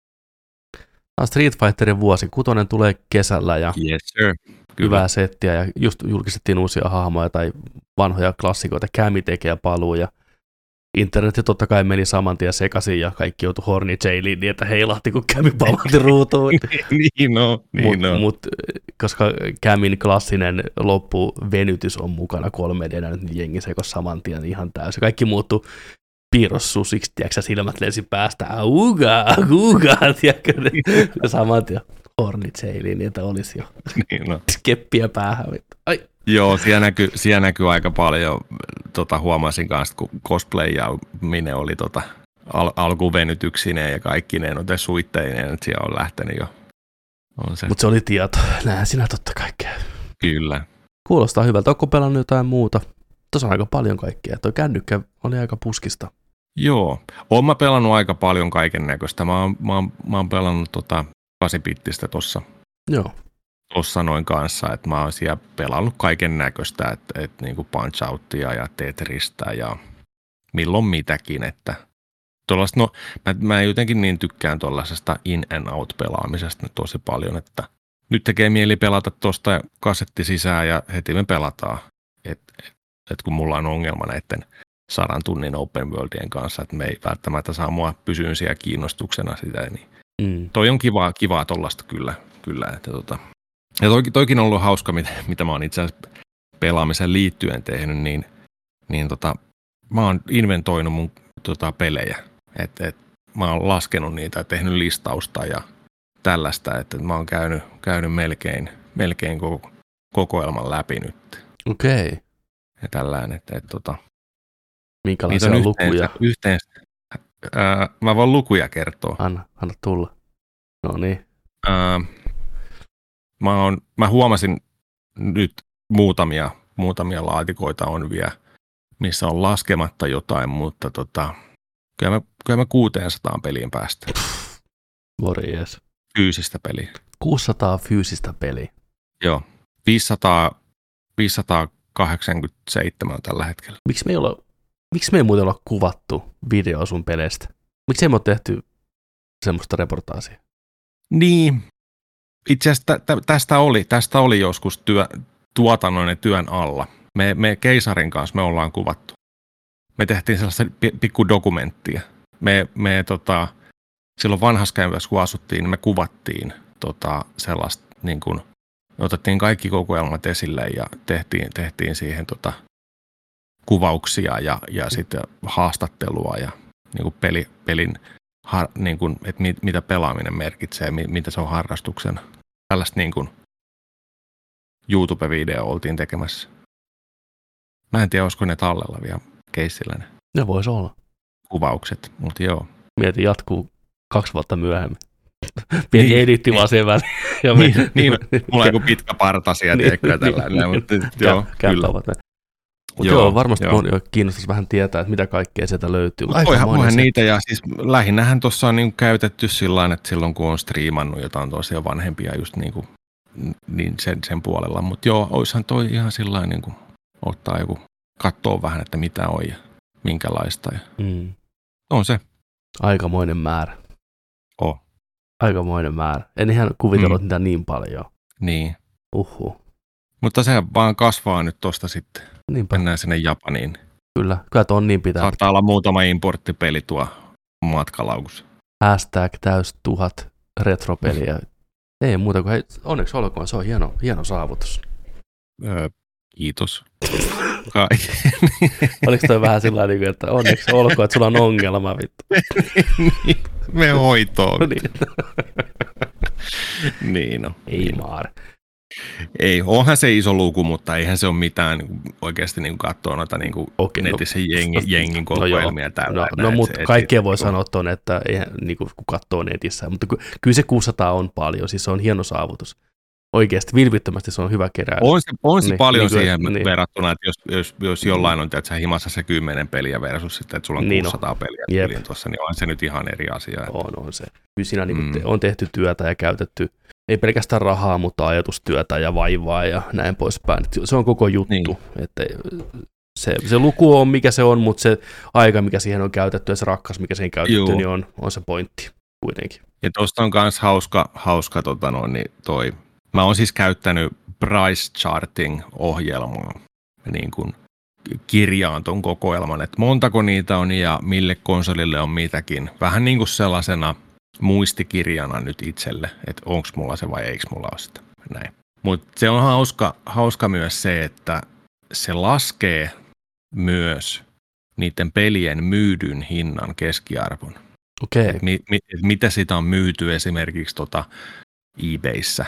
Tämä on Street Fighterin vuosi. Kutonen tulee kesällä ja yes, sir. hyvää settiä. Ja just julkistettiin uusia hahmoja tai vanhoja klassikoita. Cami tekee paluu ja internet totta kai meni saman tien sekaisin ja kaikki joutui Horny Jailiin niin, että heilahti kun Cami pamahti ruutuun. niin no, niin mut, no. Mut, koska Camin klassinen loppuvenytys on mukana kolme D, nyt jengi sekoisi saman tien ihan täysin. Kaikki muuttui piirrossusiksi, tiedätkö, silmät lensi päästä, auga, auga, tiedätkö, saman tien Horny Jailiin, niin että olisi jo niin no. keppiä päähän. Ai. Joo, siellä näkyy, siellä näkyy aika paljon, tota, huomasin kanssa, kun cosplay-jaaminen oli tota, al- alkuvenytyksineen ja kaikki ne noiden suitteineen, että siellä on lähtenyt jo. Se. Mutta se oli tieto, näin sinä totta kaikkea. Kyllä. Kuulostaa hyvältä, onko pelannut jotain muuta? Tuossa on aika paljon kaikkea, tuo kännykkä oli aika puskista. Joo, oon mä pelannut aika paljon kaiken näköistä. Mä oon, mä oon, mä oon pelannut tota kahdeksan-bittistä tossa. Joo. Tuossa noin kanssa, että mä oon siellä pelannut kaiken näköistä, että, että niin kuin Punch-Outia ja Tetristä ja milloin mitäkin, että no, mä, mä jotenkin niin tykkään tuollaisesta in and out pelaamisesta tosi paljon, että nyt tekee mieli pelata tuosta kasetti sisään ja heti me pelataan, että et, et kun mulla on ongelma näiden sadan tunnin open worldien kanssa, että me ei välttämättä saa mua pysyyn siellä kiinnostuksena sitä, niin mm. toi on kivaa, kivaa tuollaista kyllä, kyllä, että tota. Ja toikin, toikin on ollut hauska, mitä, mitä mä oon itse asiassa pelaamiseen liittyen tehnyt, niin, niin tota, mä oon inventoinut mun tota, pelejä. Et, et, mä oon laskenut niitä ja tehnyt listausta ja tällaista, että mä oon käynyt, käynyt melkein, melkein koko kokoelman läpi nyt. Okei. Okay. Ja tällainen, että, että tota, minkälaisia on lukuja? Yhteensä, ää, mä voin lukuja kertoa. Anna, anna tulla. No niin. Ää, mä, on, mä huomasin nyt muutamia, muutamia laatikoita on vielä, missä on laskematta jotain, mutta tota, kyllä mä, kyllä mä kuusisataa peliin päästä. Morjes. Fyysistä peliä. kuusisataa fyysistä peliä. Joo. viisisataa, viisisataakahdeksankymmentäseitsemän tällä hetkellä. Miksi me ei olla, miksi me ei muuten olla kuvattu video sun peleistä? Miksi ei me ole tehty semmoista reportaasia? Niin. Itse asiassa tä, tästä, oli, tästä oli joskus työ, tuotannon ja työn alla. Me, me Keisarin kanssa me ollaan kuvattu. Me tehtiin sellaista pikku dokumenttia. Me, me tota, silloin vanhassa käympässä, kun asuttiin, niin me kuvattiin tota, sellaista, niin kuin, me otettiin kaikki kokoelmat esille ja tehtiin, tehtiin siihen tota, kuvauksia ja, ja sitten haastattelua ja niin kuin peli, pelin, har, niin kuin, että mit, mitä pelaaminen merkitsee, mitä se on harrastuksena. Tällaista niin kuin YouTube-video oltiin tekemässä. Mä en tiedä, olisiko ne tallella vielä keissillä ne. Ne vois olla. Kuvaukset, mutta joo. Mietin, jatkuu kaksi vuotta myöhemmin. Pieni niin, editti vaan sen väliin. Niin, niin, mulla on joku pitkä partasia, tiedätkö, tällainen. Mutta joo, kyllä. Mutta joo, joo, varmasti joo. Moni kiinnostaisi vähän tietää, että mitä kaikkea sieltä löytyy. Voihan niitä, ja siis lähinnähän tuossa on niin käytetty sillä että silloin kun on striimannut jotain tosiaan vanhempia just niin, kuin, niin sen, sen puolella. Mutta joo, oishan toi ihan sillä niin kuin ottaa joku, katsoo vähän, että mitä on ja minkälaista. Ja mm. On se. Aikamoinen määrä. Oh. Aikamoinen määrä. En ihan kuvitellut mm. niitä niin paljon. Niin. Uhu. Mutta se vaan kasvaa nyt tosta sitten. Niinpä. Mennään sinne Japaniin. Kyllä, kyllä ton niin pitää. Saattaa olla muutama importtipeli tuo matkalaukussa. Hashtag täys tuhat retropeliä. Ei muuta kuin hei, onneksi olkoon, se on hieno, hieno saavutus. Öö, kiitos. Oliko toi vähän sillä tavalla, että onneksi olkoon, että sulla on ongelma, vittu. Niin, me hoitoon. No niin. Niin no. Ei niin. maar. Ei, onhan se iso luku, mutta eihän se ole mitään niin oikeasti niin katsoa noita niin okay, netissä no, jengi, jengin kokoelmia no tällä. No, no mutta kaikkea voi sanoa tuonne, että eihän, niin kuin, kun katsoo netissä, mutta kyllä se kuusisataa on paljon, siis se on hieno saavutus. Oikeasti, vilpittömästi se on hyvä keräily. On se, on se niin, paljon niin, siihen niin. verrattuna, että jos, jos, jos jollain on että sä himassa se kymmenen peliä versus sitten, että sulla on niin kuusisataa on. peliä yep. tuossa, niin on se nyt ihan eri asia. Että... On, on se. Kyllä siinä niin mm. te, on tehty työtä ja käytetty, ei pelkästään rahaa, mutta ajatustyötä ja vaivaa ja näin poispäin. Se on koko juttu. Niin. Että se, se luku on mikä se on, mutta se aika, mikä siihen on käytetty ja se rakkaus, mikä siihen käytetty, Joo. niin on, on se pointti kuitenkin. Ja tuosta on myös hauska, hauska tota noin, niin toi. Mä oon siis käyttänyt price charting-ohjelmaa, niin kuin kirjaan ton kokoelman, että montako niitä on ja mille konsolille on mitäkin. Vähän niin kuin sellaisena muistikirjana nyt itselle, että onko mulla se vai eikö mulla ole sitä. Näin. Mutta se on hauska, hauska myös se, että se laskee myös niiden pelien myydyn hinnan keskiarvon. Okei. Et mi, mi, et mitä sitä on myyty esimerkiksi tota eBayssä.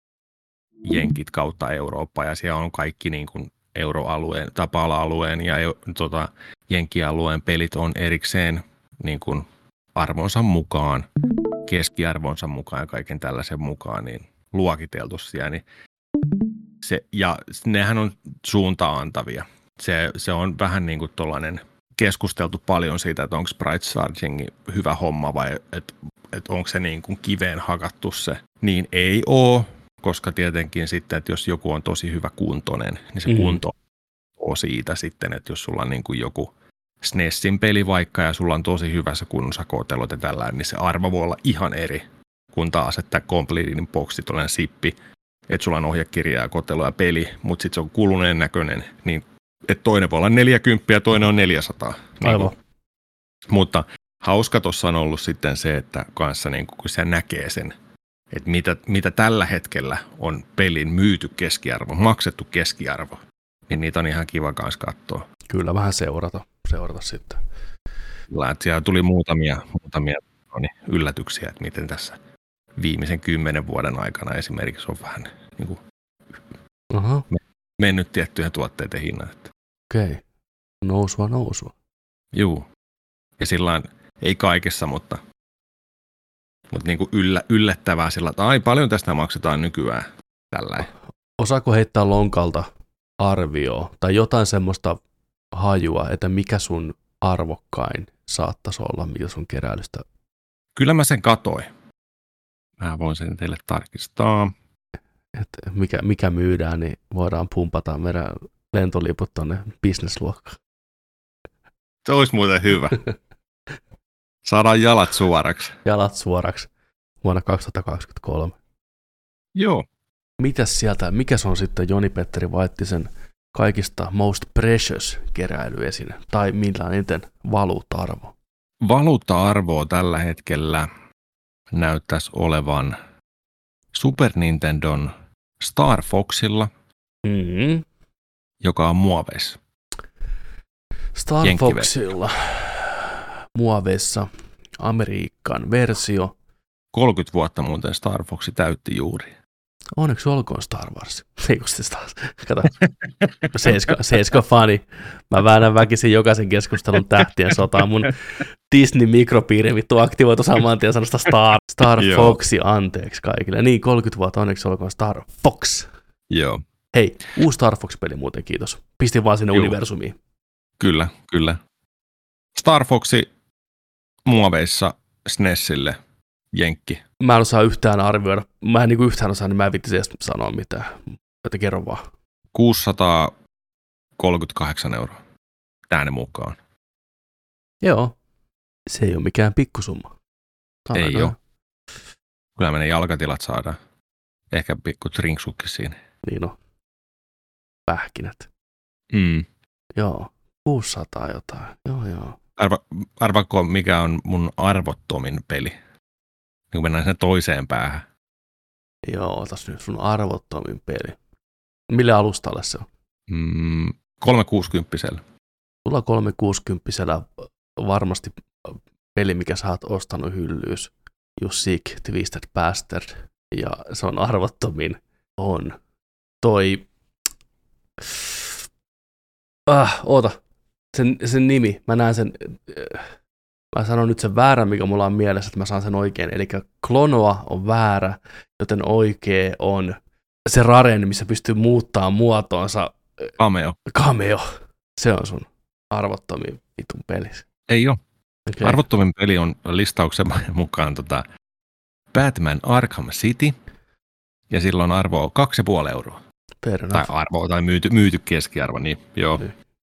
Jenkit kautta Eurooppaa ja siellä on kaikki niin kuin euroalueen, tapala-alueen ja tota, Jenkkialueen pelit on erikseen niin kuin arvonsa mukaan, keskiarvonsa mukaan ja kaiken tällaisen mukaan niin luokiteltu siellä. Niin se, ja nehän on suuntaantavia. Se, se on vähän niin kuin tuollainen keskusteltu paljon siitä, että onko price charging hyvä homma vai että et onko se niin kuin kiveen hakattu se. Niin ei ole. Koska tietenkin sitten, että jos joku on tosi hyvä kuntoinen, niin se mm. kunto on siitä sitten, että jos sulla on niin kuin joku S N E Sin peli vaikka ja sulla on tosi hyvässä kunnossa kotelot ja tällainen, niin se arvo voi olla ihan eri kuin taas, että Completed in Box, tuollainen sippi, että sulla on ohjekirja ja kotelo ja peli, mutta sitten se on kuluneen näköinen, niin että toinen voi olla neljäkymmentä ja toinen on neljäsataa. Aivan. Niin mutta hauska tuossa on ollut sitten se, että kanssa niin kun se näkee sen, että mitä, mitä tällä hetkellä on pelin myyty keskiarvo, maksettu keskiarvo, niin niitä on ihan kiva kanssa katsoa. Kyllä, vähän seurata, seurata sitten. Kyllä, että siellä tuli muutamia, muutamia niin yllätyksiä, että miten tässä viimeisen kymmenen vuoden aikana esimerkiksi on vähän niin kuin Aha. mennyt tiettyjen tuotteiden hinnat. Okei. Okay. Nousua, nousua. Juu. Ja sillain, ei kaikessa, mutta, mutta niin kuin yllä, yllättävää sillä, että ai paljon tästä maksetaan nykyään tällä. Osaako heittää lonkalta arvioa tai jotain semmoista hajua, että mikä sun arvokkain saattaisi olla, mitä sun keräilystä? Kyllä mä sen katoin. Mä voin sen teille tarkistaa. Että mikä, mikä myydään, niin voidaan pumpata meidän lentoliput tonne business-luokkaan. Se olisi muuten hyvä. Saadaan jalat suoraksi. Jalat suoraksi vuonna kaksituhattakaksikymmentäkolme. Joo. Mitäs sieltä, mikä se on sitten Joni-Petteri Vaittisen kaikista most precious keräilyesine? Tai millä eniten valuutta-arvo? Valuutta-arvoa tällä hetkellä näyttäisi olevan Super Nintendon Star Foxilla, Mm-hmm. joka on muoveissa. Star Jenkkiversio. Foxilla muoveissa Amerikan versio. kolmekymmentä vuotta muuten Star Foxi täytti juuri. Onneksi olkoon Star Wars. Eikö se taas? Kato. Seiska, seiska fani. Mä väännän väkisin jokaisen keskustelun tähtien sotaan. Mun Disney-mikropiiri vittu aktivoitu saman tien sanosta Star, Star Foxi anteeksi kaikille. Niin, kolmekymmentä vuotta onneksi olkoon Star Fox. Joo. Hei, uusi Star Fox-peli muuten, kiitos. Pistin vaan sinne Joo. universumiin. Kyllä, kyllä. Star Foxi muoveissa S N E Sille, jenkki. Mä en osaa yhtään arvioida. Mä en niin yhtään osaa, niin mä en vittisi edes sanoa mitään. Että kerro vaan. kuusisataakolmekymmentäkahdeksan euroa tänne mukaan. Joo. Se ei ole mikään pikkusumma. Tämä Ei ole. Kyllä me ne jalkatilat saadaan. Ehkä pikku trinksukki siinä. Niin on. Pähkinät. Mm. Joo. kuusisataa jotain. Joo, joo. Arva, arvako, mikä on mun arvottomin peli? Niin kun mennään sinne toiseen päähän. Joo, otas nyt sun arvottomin peli. Mille alustalle se on? Mm, kolmesataakuusikymmentä. Sulla kolmesataakuusikymmentä varmasti peli, mikä sä oot ostanut hyllyys. You sick, twisted bastard. Ja se on arvottomin. On toi... Ah, oota. Sen, sen nimi. Mä näen sen... Mä sanon nyt sen väärän, mikä mulla on mielessä, että mä saan sen oikein. Eli Klonoa on väärä, joten oikea on se Raren, missä pystyy muuttamaan muotoonsa. Cameo. Cameo. Se on sun arvottomin vitun peli. Ei ole. Okay. Arvottomin peli on listauksen mukaan tota Batman Arkham City, ja sillä on arvoa kaksi pilkku viisi euroa. Fair Tai arvoa, tai myyty, myyty keskiarvo, niin joo. Niin.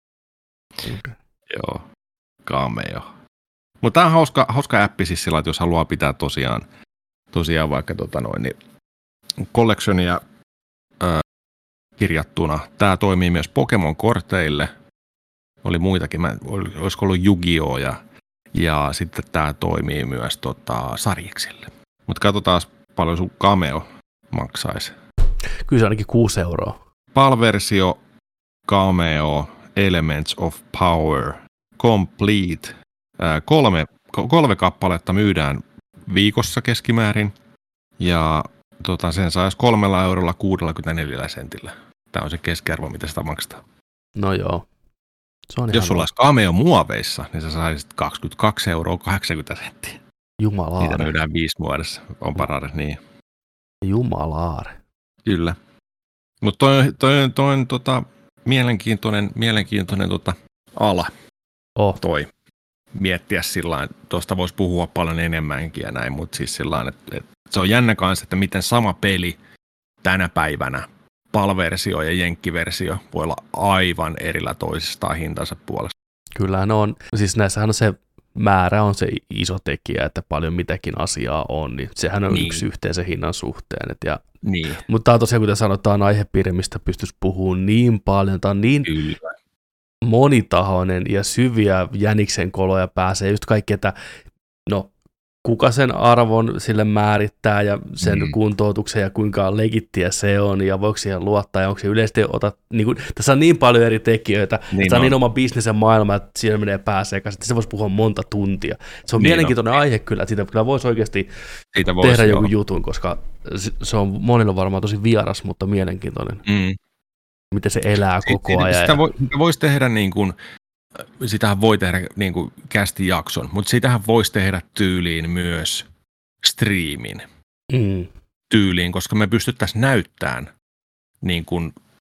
Okay. Joo, Cameo. Mutta tämä on hauska, hauska appi siis sillä, että jos haluaa pitää tosiaan, tosiaan vaikka tota noin, niin collectionia ö, kirjattuna. Tämä toimii myös Pokemon-korteille. Oli muitakin, mä, olisiko ollut Yu-Gi-Oh! Ja, ja sitten tämä toimii myös tota, sarjiksille. Mutta katsotaan paljon sun Cameo maksaisi. Kyllä se ainakin kuusi euroa. PAL-versio, Cameo, Elements of Power, Complete. Kolme, kolme kappaletta myydään viikossa keskimäärin, ja tota, sen saisi kolmella eurolla kuusikymmentäneljä sentillä. Tämä on se keskiarvo, mitä sitä maksetaan. No joo. Se on Jos sulla olisi Cameo muoveissa, niin sä saisit kaksikymmentäkaksi euroa kahdeksankymmentä senttiä. Jumalaare. Niitä myydään viisi muodessa. On parare, niin. Jumalaare. Kyllä. Mutta toi, toi, toi on tota, mielenkiintoinen, mielenkiintoinen tota, ala. Oh. Toi. Miettiä sillä tuosta voisi puhua paljon enemmänkin ja näin, mutta siis sillä että, että se on jännä kanssa, että miten sama peli tänä päivänä, PAL-versio ja jenkkiversio, voi olla aivan erillä toisistaan hintansa puolesta. Kyllä ne on, siis näissähän on se määrä on se iso tekijä, että paljon mitäkin asiaa on, niin sehän on niin. Yksi yhteisen hinnan suhteen. Et ja, niin. Mutta tämä on tosiaan, kuten sanotaan, aihepiiri, mistä pystyisi puhumaan niin paljon, tämä on niin Kyllä. monitahoinen ja syviä jäniksen koloja pääsee just kaikki, että no kuka sen arvon sille määrittää ja sen Mm. kuntoutuksen ja kuinka legittiä se on ja voiko siihen luottaa ja onko se yleisesti ota, niin kuin, tässä on niin paljon eri tekijöitä, Niin että se on on. niin oma bisnesen maailma, että siinä menee pääsekaisin, että se voisi puhua monta tuntia. Se on Niin mielenkiintoinen on. aihe kyllä, että siitä kyllä voisi oikeasti Siitä voisi, tehdä joo. joku jutun, koska se- se on monille varmaan tosi vieras, mutta mielenkiintoinen, Mm. miten se elää koko Sitä- ajan. Sitä, voi, sitä voisi tehdä niin kuin, sitähän voi tehdä niin kuin kästijakson, mutta sitähän voisi tehdä tyyliin myös striimin Mm. tyyliin, koska me pystyttäisiin näyttämään niin kuin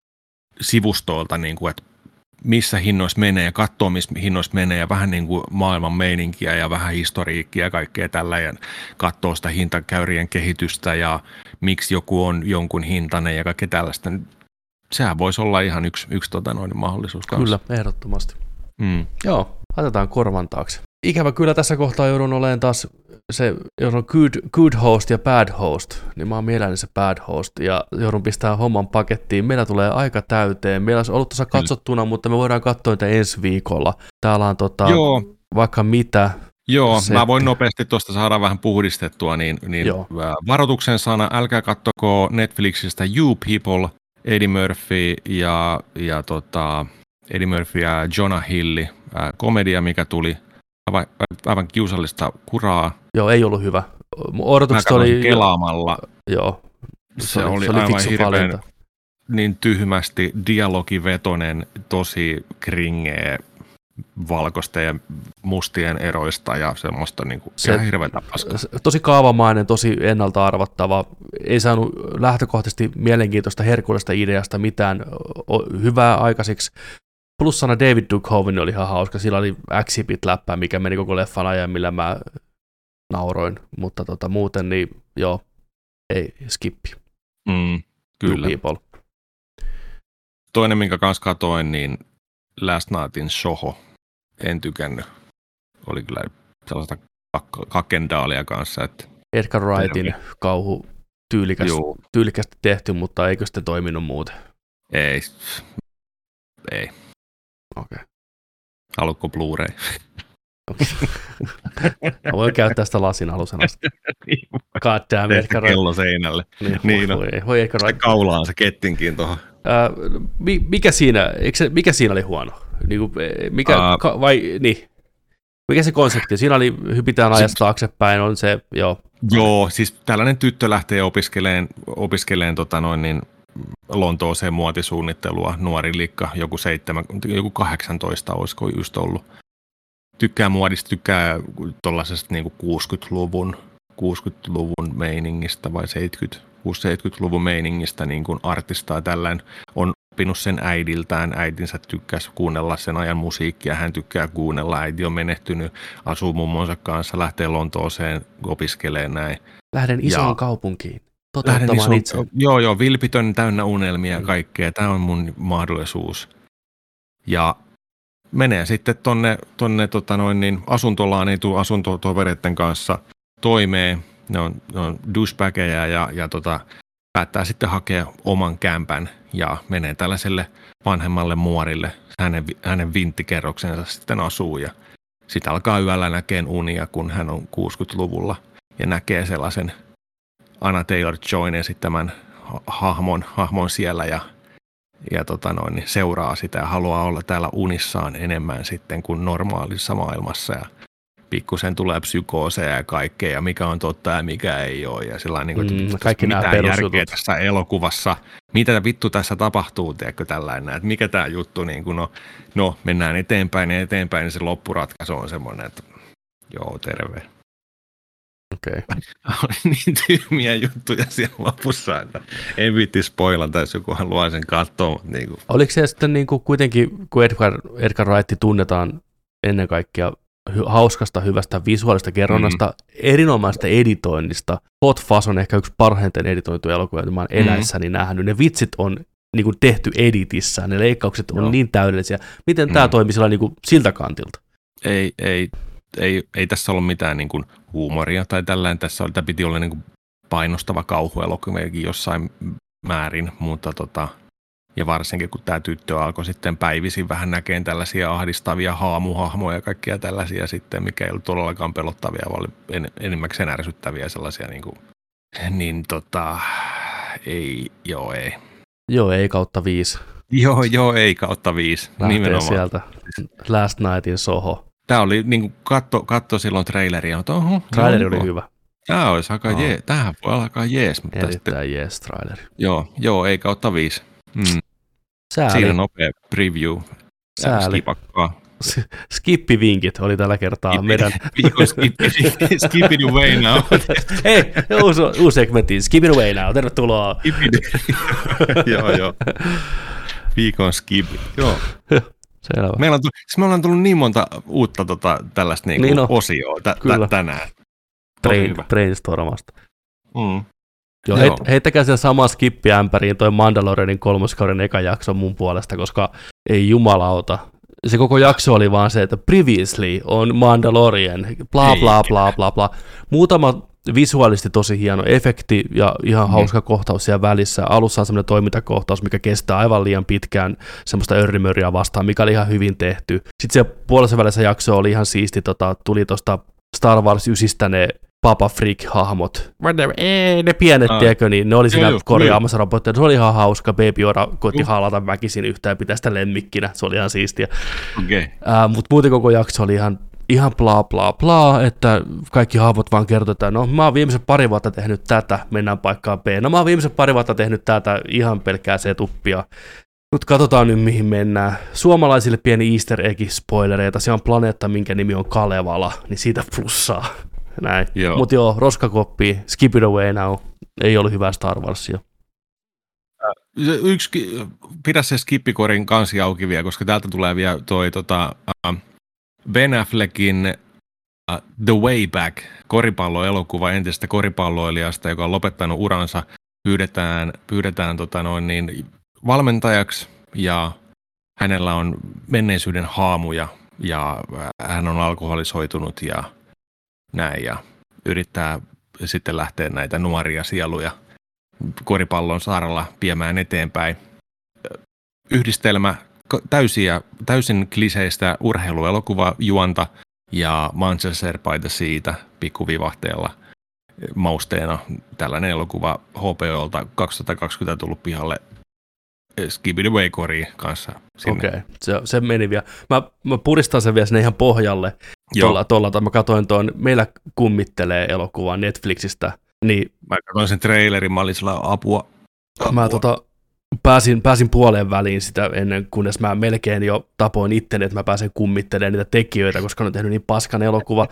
sivustoilta, niin kuin, että missä hinnoissa menee ja katsoa, missä hinnoissa menee ja vähän niin kuin maailman meininkiä ja vähän historiikkia ja kaikkea tällä ja katsoa sitä hintakäyrien kehitystä ja miksi joku on jonkun hintainen ja kaikkea tällaista. Sehän voisi olla ihan yksi, yksi tota noin, mahdollisuus kanssa. Kyllä, ehdottomasti. Mm. Joo, laitetaan korvan taakse. Ikävä kyllä tässä kohtaa joudun olemaan taas se, jos on good, good host ja bad host, niin mä oon mielelläni se bad host ja joudun pistää homman pakettiin. Meillä tulee aika täyteen. Meillä olisi ollut tuossa katsottuna, mutta me voidaan katsoa niitä ensi viikolla. Täällä on tota, Joo. vaikka mitä. Joo, Se- mä voin nopeasti tuosta saada vähän puhdistettua, niin, niin Joo. ää, varoituksen sana, älkää kattoko Netflixistä You People, Eddie Murphy ja, ja tota, Eddie Murphy ja Jonah Hilli, ää, komedia, mikä tuli aivan, aivan kiusallista kuraa. Joo, ei ollut hyvä. Mun Mä odotukset katsoin oli... kelaamalla, Joo, se, oli, se oli aivan fiksu hirveän valinta. niin tyhmästi dialogivetonen, tosi kringeä valkoisten ja mustien eroista ja semmoista niin kuin, Se- ihan hirveätä paskaa. Tosi kaavamainen, tosi ennalta arvattava. Ei saanut lähtökohtaisesti mielenkiintoista herkullista ideasta mitään o- hyvää aikaiseksi. Plussana David Duchovny oli ihan hauska. Sillä oli Exhibit-läppä, mikä meni koko leffan ajan, millä mä nauroin. Mutta tota, muuten niin joo, ei skippi. Mm, kyllä. You people. Toinen, minkä kanssa katoin, niin Last Nightin Soho. En tykännyt. Oli kyllä sellaista kak- kakendaalia kanssa, että Edgar Wrightin Terve. kauhu tyylikäs, juu, tyylikästi tehty, mutta eikö sitten toiminut muuten? ei, ei. Okei. Haluatko Blu-ray? Mä voin käyttää sitä lasin alusena. God damn, Edgar Wright. Kello seinälle. Niin, Niin on. voi, voi Edgar Tai Wright. kaulaan se kettinkin tuohon. Ää, mi- mikä, siinä, eikö se, mikä siinä oli huono? Niin kuin, eh, mikä, Ää. ka, vai, niin. Mikä se konsepti? Siinä oli hypitään ajasta taaksepäin, on se, joo. Joo, siis tällainen tyttö lähtee opiskeleen, opiskeleen tota noin, niin Lontooseen muotisuunnittelua, nuori likka, joku seitsemän, joku kahdeksantoista olisiko just ollut. Tykkää muodista, tykkää tuollaisesta niin kuusikymmentäluvun, kuusikymmentäluvun meiningistä vai seitsemänkymmentä, kuusikymmentä-seitsemänkymmentäluvun meiningistä niin kuin artistaa tällainen. On oppinut sen äidiltään, äitinsä tykkäsi kuunnella sen ajan musiikkia, hän tykkää kuunnella, äiti on menehtynyt, asuu mummonsa kanssa, lähtee Lontooseen opiskelemaan näin. Lähden isoon Ja- kaupunkiin Lähden toteuttamaan ison- itse. Joo, joo, vilpitön, täynnä unelmia ja Mm. kaikkea. Tämä on mun mahdollisuus. Ja menee sitten tonne, tonne tota noin, niin asuntolaan, ei tule asuntotovereiden kanssa toimeen. Ne on, ne on douchebageja ja, ja tota, päättää sitten hakea oman kämpän ja menee tällaiselle vanhemmalle muorille. Hänen, hänen vinttikerroksensa sitten asuu ja sitten alkaa yöllä näkeen unia, kun hän on kuusikymmentäluvulla ja näkee sellaisen Anna Taylor-Joyn esittämän ha- hahmon, hahmon siellä ja, ja tota noin, niin seuraa sitä ja haluaa olla täällä unissaan enemmän sitten kuin normaalissa maailmassa ja pikkusen tulee psykooseja ja kaikkea ja mikä on totta ja mikä ei ole ja sillä niin kuin, Mm, että kaikki nämä mitään järkeä perusjutut. tässä elokuvassa, mitä vittu tässä tapahtuu, tiedätkö tällainen, että mikä tämä juttu, niin kuin, no, no mennään eteenpäin ja eteenpäin niin se loppuratkaisu on semmoinen, että joo terve. Okei. Oli niin tyhmiä juttuja siellä lopussa, että en viitti spoilata, jos joku haluaa sen katsoa. Mutta niin kuin. Oliko se sitten niin kuin kuitenkin, kun Edgar, Edgar Wright tunnetaan ennen kaikkea hy- hauskasta, hyvästä visuaalista kerronnasta, mm-hmm. erinomaisesta editoinnista. Hot Fuzz on ehkä yksi parhaiten editoituja elokuvia, joita mä oon Mm-hmm. eläessäni nähnyt. Ne vitsit on niin kuin tehty editissä, ne leikkaukset on Joo. niin täydellisiä. Miten Mm. tämä toimi sillä niin kuin siltä kantilta? Ei, ei, ei, ei tässä ollut mitään niin kuin huumoria tai tällainen. Tässä oli, tämä piti olla niin kuin painostava kauhuelokuvakin jossain määrin, mutta tota, Ja varsinkin kun tämä tyttö alkoi sitten päivisin vähän näkeen tällaisia ahdistavia haamuhahmoja ja kaikkia tällaisia sitten, mikä ei ollut todellakaan pelottavia, vaan oli en, enimmäkseen ärsyttäviä sellaisia, niin, kuin, niin tota, ei, joo ei. Joo, ei kautta viisi. Joo, joo, ei kautta viisi. Lähtee nimenomaan. Sieltä Last Nightin Soho. Tämä oli niin kuin katto, katto silloin traileria, mutta oho. Traileri joo, oli hyvä. Tämä olisi aika oh. jees. Tämähän voi alkaa jees. Mutta erittäin sitten, jees traileri. Joo, joo, ei kautta viisi. Mm. Sääli. Siinä nopea preview. Sääli. Skipakkaa. Skippivinkit oli tällä kertaa Skippi, meidän... Skip it away now. Hei, uusi, uusi segmentti. Skip it away now. Tervetuloa. Joo, joo. Viikon skip. Joo. Selvä. Meillä on, tullut, siis me ollaan tullut niin monta uutta tota, tällaista niinku niin no, osioa tä, tä, tänään. Brain, brainstormasta. Mm. Joo, heit, heittäkää sen samaa skippiämpäriin toi Mandalorianin kolmoskauden eka jakso mun puolesta, koska ei jumalauta. Se koko jakso oli vaan se, että previously on Mandalorian, bla bla bla bla bla. Muutama visuaalisesti tosi hieno efekti ja ihan mm. hauska kohtaus siellä välissä. Alussa on semmoinen toimintakohtaus, mikä kestää aivan liian pitkään semmoista örrimörriä vastaan, mikä oli ihan hyvin tehty. Sitten se puolessa välissä jakso oli ihan siisti, tota, tuli tuosta Star Wars ysistä ne Papa Freak-hahmot. Ei, ne pienet, ah. tiedätkö, niin ne oli siinä joo, korjaamassa robotteja. Se oli ihan hauska. Baby Yoda koitti uh. haalata väkisin yhtään ja pitää sitä lemmikkinä. Se oli ihan siistiä. Okay. Uh, Mutta muuten koko jakso oli ihan, ihan bla bla bla, että kaikki hahmot vaan kertoo, että no mä oon viimeiset pari vuotta tehnyt tätä, mennään paikkaan B. No mä oon viimeiset pari vuotta tehnyt tätä, ihan pelkkää setuppia. Mutta katsotaan nyt mihin mennään. Suomalaisille pieni easter egg spoilereita. Se on planeetta, minkä nimi on Kalevala, niin siitä plussaa. Näin. Mutta joo, roskakoppi, skip it away now. Ei ollut hyvää Star Warsia. Yksi, pidä se skippikorin kansi auki vielä, koska täältä tulee vielä toi tota, uh, Ben Affleckin uh, The Way Back koripalloelokuva entistä koripalloilijasta, joka on lopettanut uransa. Pyydetään, pyydetään tota noin niin, valmentajaksi ja hänellä on menneisyyden haamuja ja hän on alkoholisoitunut ja näin ja yrittää sitten lähteä näitä nuoria sieluja koripallon saarella viemään eteenpäin. Yhdistelmä täysiä, täysin kliseistä urheiluelokuvajuonta ja Manchester by the Seata pikkuvivahteella mausteena. Tällainen elokuva H B O:lta kaksituhattakaksikymmentä tullut pihalle Skip it away -koriin kanssa. Okei, okay. se, se meni vielä. Mä, mä puristan sen vielä sinne ihan pohjalle. Tuolla, tuolla, mä katsoin tuon Meillä kummittelee -elokuvan Netflixistä. Niin, mä katsoin sen trailerin, mä olin sillä apua. apua. Mä tota, pääsin, pääsin puoleen väliin sitä ennen, kunnes mä melkein jo tapoin itteni, että mä pääsen kummittelemaan niitä tekijöitä, koska ne on tehnyt niin paskan elokuva.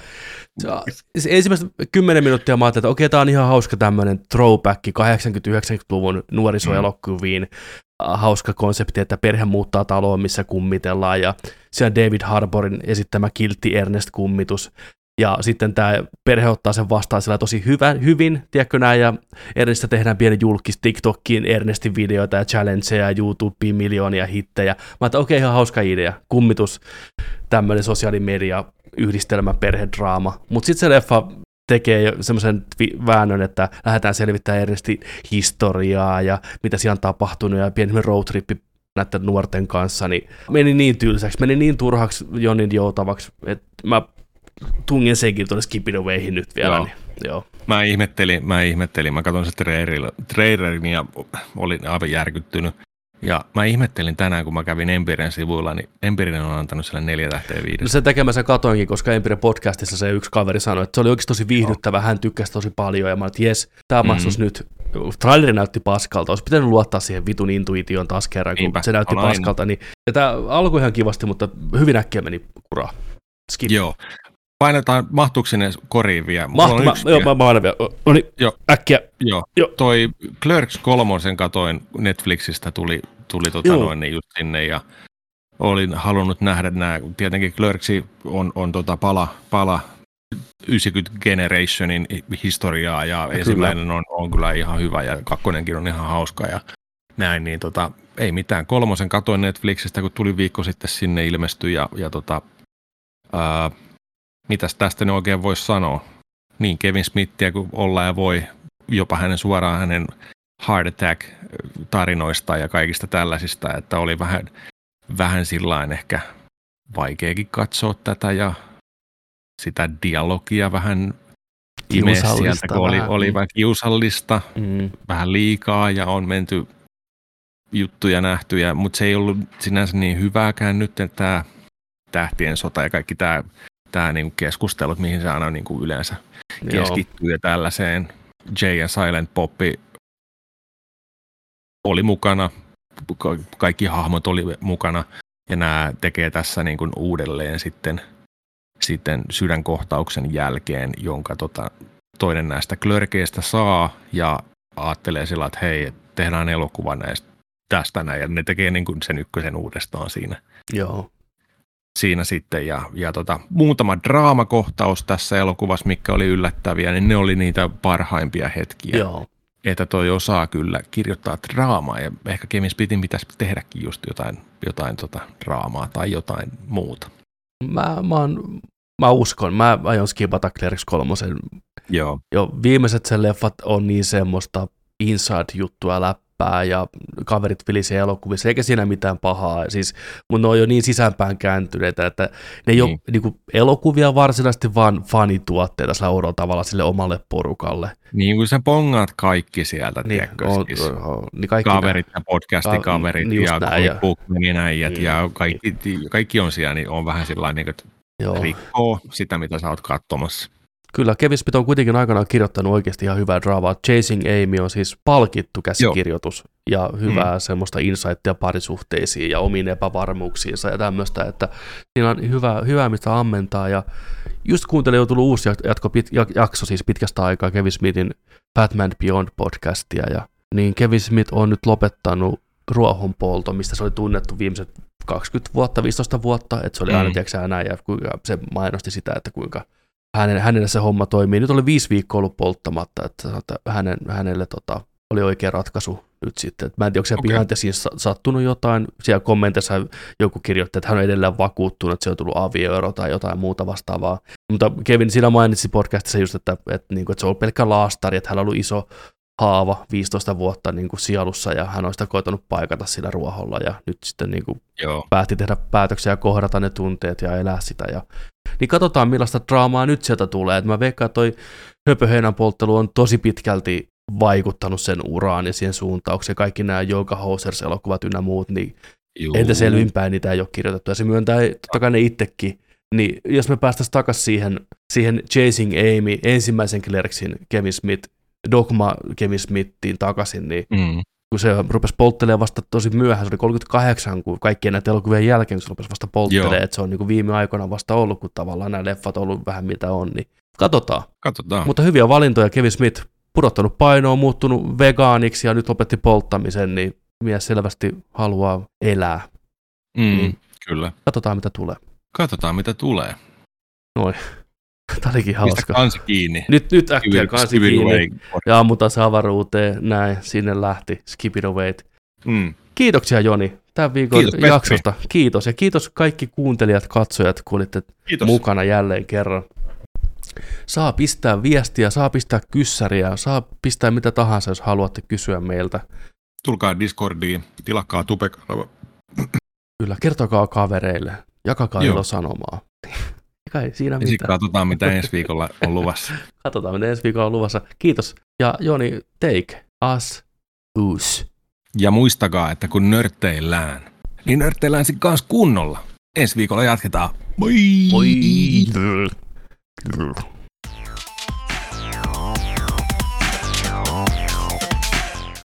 Se, ensimmäistä kymmenen minuuttia mä ajattelin, että okei, tää on ihan hauska tämmönen throwback kahdeksankymmentä-yhdeksänkymmentäluvun nuorisoelokuviin. Mm. Hauska konsepti, että perhe muuttaa taloon, missä kummitellaan, ja siellä David Harbourin esittämä kiltti Ernest-kummitus, ja sitten tämä perhe ottaa sen vastaan sillä tosi hyvä, hyvin, tiedätkö näin, ja Ernestistä tehdään pieni julkis TikTokiin, Ernestin videoita ja challengeja, YouTubeen miljoonia hittejä. Mä ajattelin, okei, okay, ihan hauska idea, kummitus, tämmöinen sosiaalimedia, yhdistelmä, perhedraama, mutta sitten se leffa tekee semmoisen väännön, että lähdetään selvittämään Ernestin historiaa ja mitä siellä on tapahtunut ja pieni roadtrippi näiden nuorten kanssa, niin meni niin tylsäksi, meni niin turhaksi Jonin joutavaksi, että mä tungin senkin tuonne Skip it awayhin nyt vielä. Joo. Niin, joo. Mä ihmettelin, mä ihmettelin, mä katson sen trailerin ja olin aivan järkyttynyt. Ja mä ihmettelin tänään, kun mä kävin Empiren sivuilla, niin Empiren on antanut sille neljä tähteä viidestä. No sen tekemä mä katoinkin, koska Empiren podcastissa se yksi kaveri sanoi, että se oli oikeasti tosi viihdyttävä, hän tykkäsi tosi paljon, ja mä olin, että jes, tää mm-hmm. maksus nyt. Traileri näytti paskalta, olisi pitänyt luottaa siihen vitun intuitioon taas kerran, kun Niinpä, se näytti paskalta. Niin, ja tää alkoi ihan kivasti, mutta hyvin äkkiä meni kuraa. Skip. Joo. Painetaan, mahtuuko sinne koriin vielä? Mahtu, mä, joo, mä painan vielä. No niin, joo. Äkkiä. Joo. Joo. Toi Clerks kolmosen katoin Netflixistä, tuli, tuli tota noin niin just sinne, ja olin halunnut nähdä nämä, tietenkin Clerksi on, on tota pala, pala yhdeksänkymmentä Generationin historiaa, ja kyllä. Ensimmäinen on, on kyllä ihan hyvä, ja kakkonenkin on ihan hauska, ja näin, niin tota, ei mitään. Kolmosen katoin Netflixistä, kun tuli viikko sitten sinne ilmestyi, ja, ja tota, ää, mitäs tästä ne oikein voisi sanoa? Niin, Kevin Smithia kun ollaan ja voi, jopa hänen suoraan hänen heart attack-tarinoista ja kaikista tällaisista, että oli vähän, vähän sillain ehkä vaikeakin katsoa tätä ja sitä dialogia vähän imee sieltä, kun oli, oli vähän kiusallista, mm. vähän liikaa ja on menty juttuja nähtyjä, mutta se ei ollut sinänsä niin hyvääkään nyt, että tämä Tähtien sota ja kaikki tämä, tämä niinku keskustelut, mihin se aina niinku yleensä keskittyy ja tällaiseen. Jay ja Silent Poppi oli mukana, kaikki hahmot oli mukana ja nämä tekee tässä niinku uudelleen sitten, sitten sydänkohtauksen jälkeen, jonka tota, toinen näistä klörkeistä saa ja ajattelee sillä, että hei, tehdään elokuva näistä tästä näin, ja ne tekee niin kuin sen ykkösen uudestaan siinä. Joo. Siinä sitten, ja, ja tota, muutama draamakohtaus tässä elokuvassa, mikä oli yllättäviä, niin ne oli niitä parhaimpia hetkiä. Joo. Että toi osaa kyllä kirjoittaa draamaa, ja ehkä Kevin Smithin pitäisi tehdäkin just jotain, jotain tota draamaa tai jotain muuta. Mä, mä, oon, mä uskon, mä aion skipata Clerks kolmosen. Joo. Jo viimeiset sen leffat on niin semmoista inside-juttua läppää, ja kaverit vilisee elokuvissa, eikä siinä mitään pahaa. Siis, mutta ne on jo niin sisäänpään kääntyneitä, että ne ei niin. ole niin kuin, elokuvia varsinaisesti, vaan fanituotteita sillä oudolla tavalla sille omalle porukalle. Niin kuin sä pongaat kaikki sieltä, niin, tiedätkö, on, siis on, niin kaikki kaverit ja podcastikaverit niin ja bookmaninäijät niin, ja kaikki, kaikki on siellä, niin on vähän sillä niin että joo. rikkoo sitä, mitä sä oot katsomassa. Kyllä, Kevin Smith on kuitenkin aikanaan kirjoittanut oikeasti ihan hyvää draavaa. Chasing Amy on siis palkittu käsikirjoitus Joo. ja hyvää mm. semmoista insightia parisuhteisiin ja omiin epävarmuuksiinsa ja tämmöistä, että siinä on hyvä, hyvä mistä ammentaa. Ja just kuuntelin, on tullut uusi jatko, pit, jakso siis pitkästä aikaa Kevin Smithin Batman Beyond podcastia, ja niin Kevin Smith on nyt lopettanut ruohonpolton, mistä se oli tunnettu viimeiset kaksikymmentä vuotta, viisitoista vuotta, että se oli aina, mm. tiedätkö näin, ja kuinka se mainosti sitä, että kuinka Hänen, hänelle se homma toimii. Nyt oli viisi viikkoa ollut polttamatta, että, että hänen, hänelle tota, oli oikea ratkaisu nyt sitten. Mä en tiedä, onko siellä okay. behind sattunut jotain. Siellä kommenteissa joku kirjoitti, että hän on edelleen vakuuttunut, että se on tullut avioero tai jotain muuta vastaavaa. Mutta Kevin siinä mainitsi podcastissa just, että, että, että, että se on pelkkä laastari, että hänellä on ollut iso haava viisitoista vuotta niin kuin sielussa, ja hän on sitä koitanut paikata sillä ruoholla, ja nyt sitten niin kuin päätti tehdä päätöksiä ja kohdata ne tunteet ja elää sitä. Ja niin katsotaan, millaista draamaa nyt sieltä tulee. Et mä veikkaan, että toi höpöheinän polttelu on tosi pitkälti vaikuttanut sen uraan ja siihen suuntaukseen. Kaikki nämä Joka Hosers-elokuvat ynnä muut, niin Juu. entä selvinpäin niitä ei ole kirjoitettu. Ja se myöntää totta kai ne itsekin. Niin jos me päästäisiin takaisin siihen, siihen Chasing Amy, ensimmäisen Clerksin Kevin Smith, Dogma Kevin Smithiin takaisin, niin mm. kun se rupesi polttelemaan vasta tosi myöhään, se oli kolmekymmentäkahdeksan, kun kaikkien näitä elokuvien jälkeen, kun se rupesi vasta polttelemaan, että se on niin kuin viime aikoina vasta ollut, kun tavallaan nämä leffat on ollut vähän mitä on, niin katsotaan. Katsotaan. Mutta hyviä valintoja, Kevin Smith pudottanut painoa, muuttunut vegaaniksi ja nyt lopetti polttamisen, niin mies selvästi haluaa elää. Mm, niin kyllä. Katsotaan mitä tulee. Katsotaan mitä tulee. Noin. Tämä olikin hauska. Mistä kansi kiinni? Nyt, nyt äkkiä kansi kiinni. Ja ammutaan se avaruuteen. Näin, sinne lähti. Skip it away. Mm. Kiitoksia Joni tämän viikon kiitos, jaksosta. Petri. Kiitos. Ja kiitos kaikki kuuntelijat, katsojat, kun olitte kiitos. Mukana jälleen kerran. Saa pistää viestiä, saa pistää kyssäriä, saa pistää mitä tahansa, jos haluatte kysyä meiltä. Tulkaa Discordiin, tilakkaa Tupe-kanava. Kyllä, kertokaa kavereille, jakakaa ilosanomaa. Kai siinä ja sitten katsotaan, mitä ensi viikolla on luvassa. Katsotaan, mitä ensi viikolla on luvassa. Kiitos. Ja Joni, take us us. Ja muistakaa, että kun nörtteillään, niin nörtteillään sitten kanssa kunnolla. Ensi viikolla jatketaan. Moi! Moi!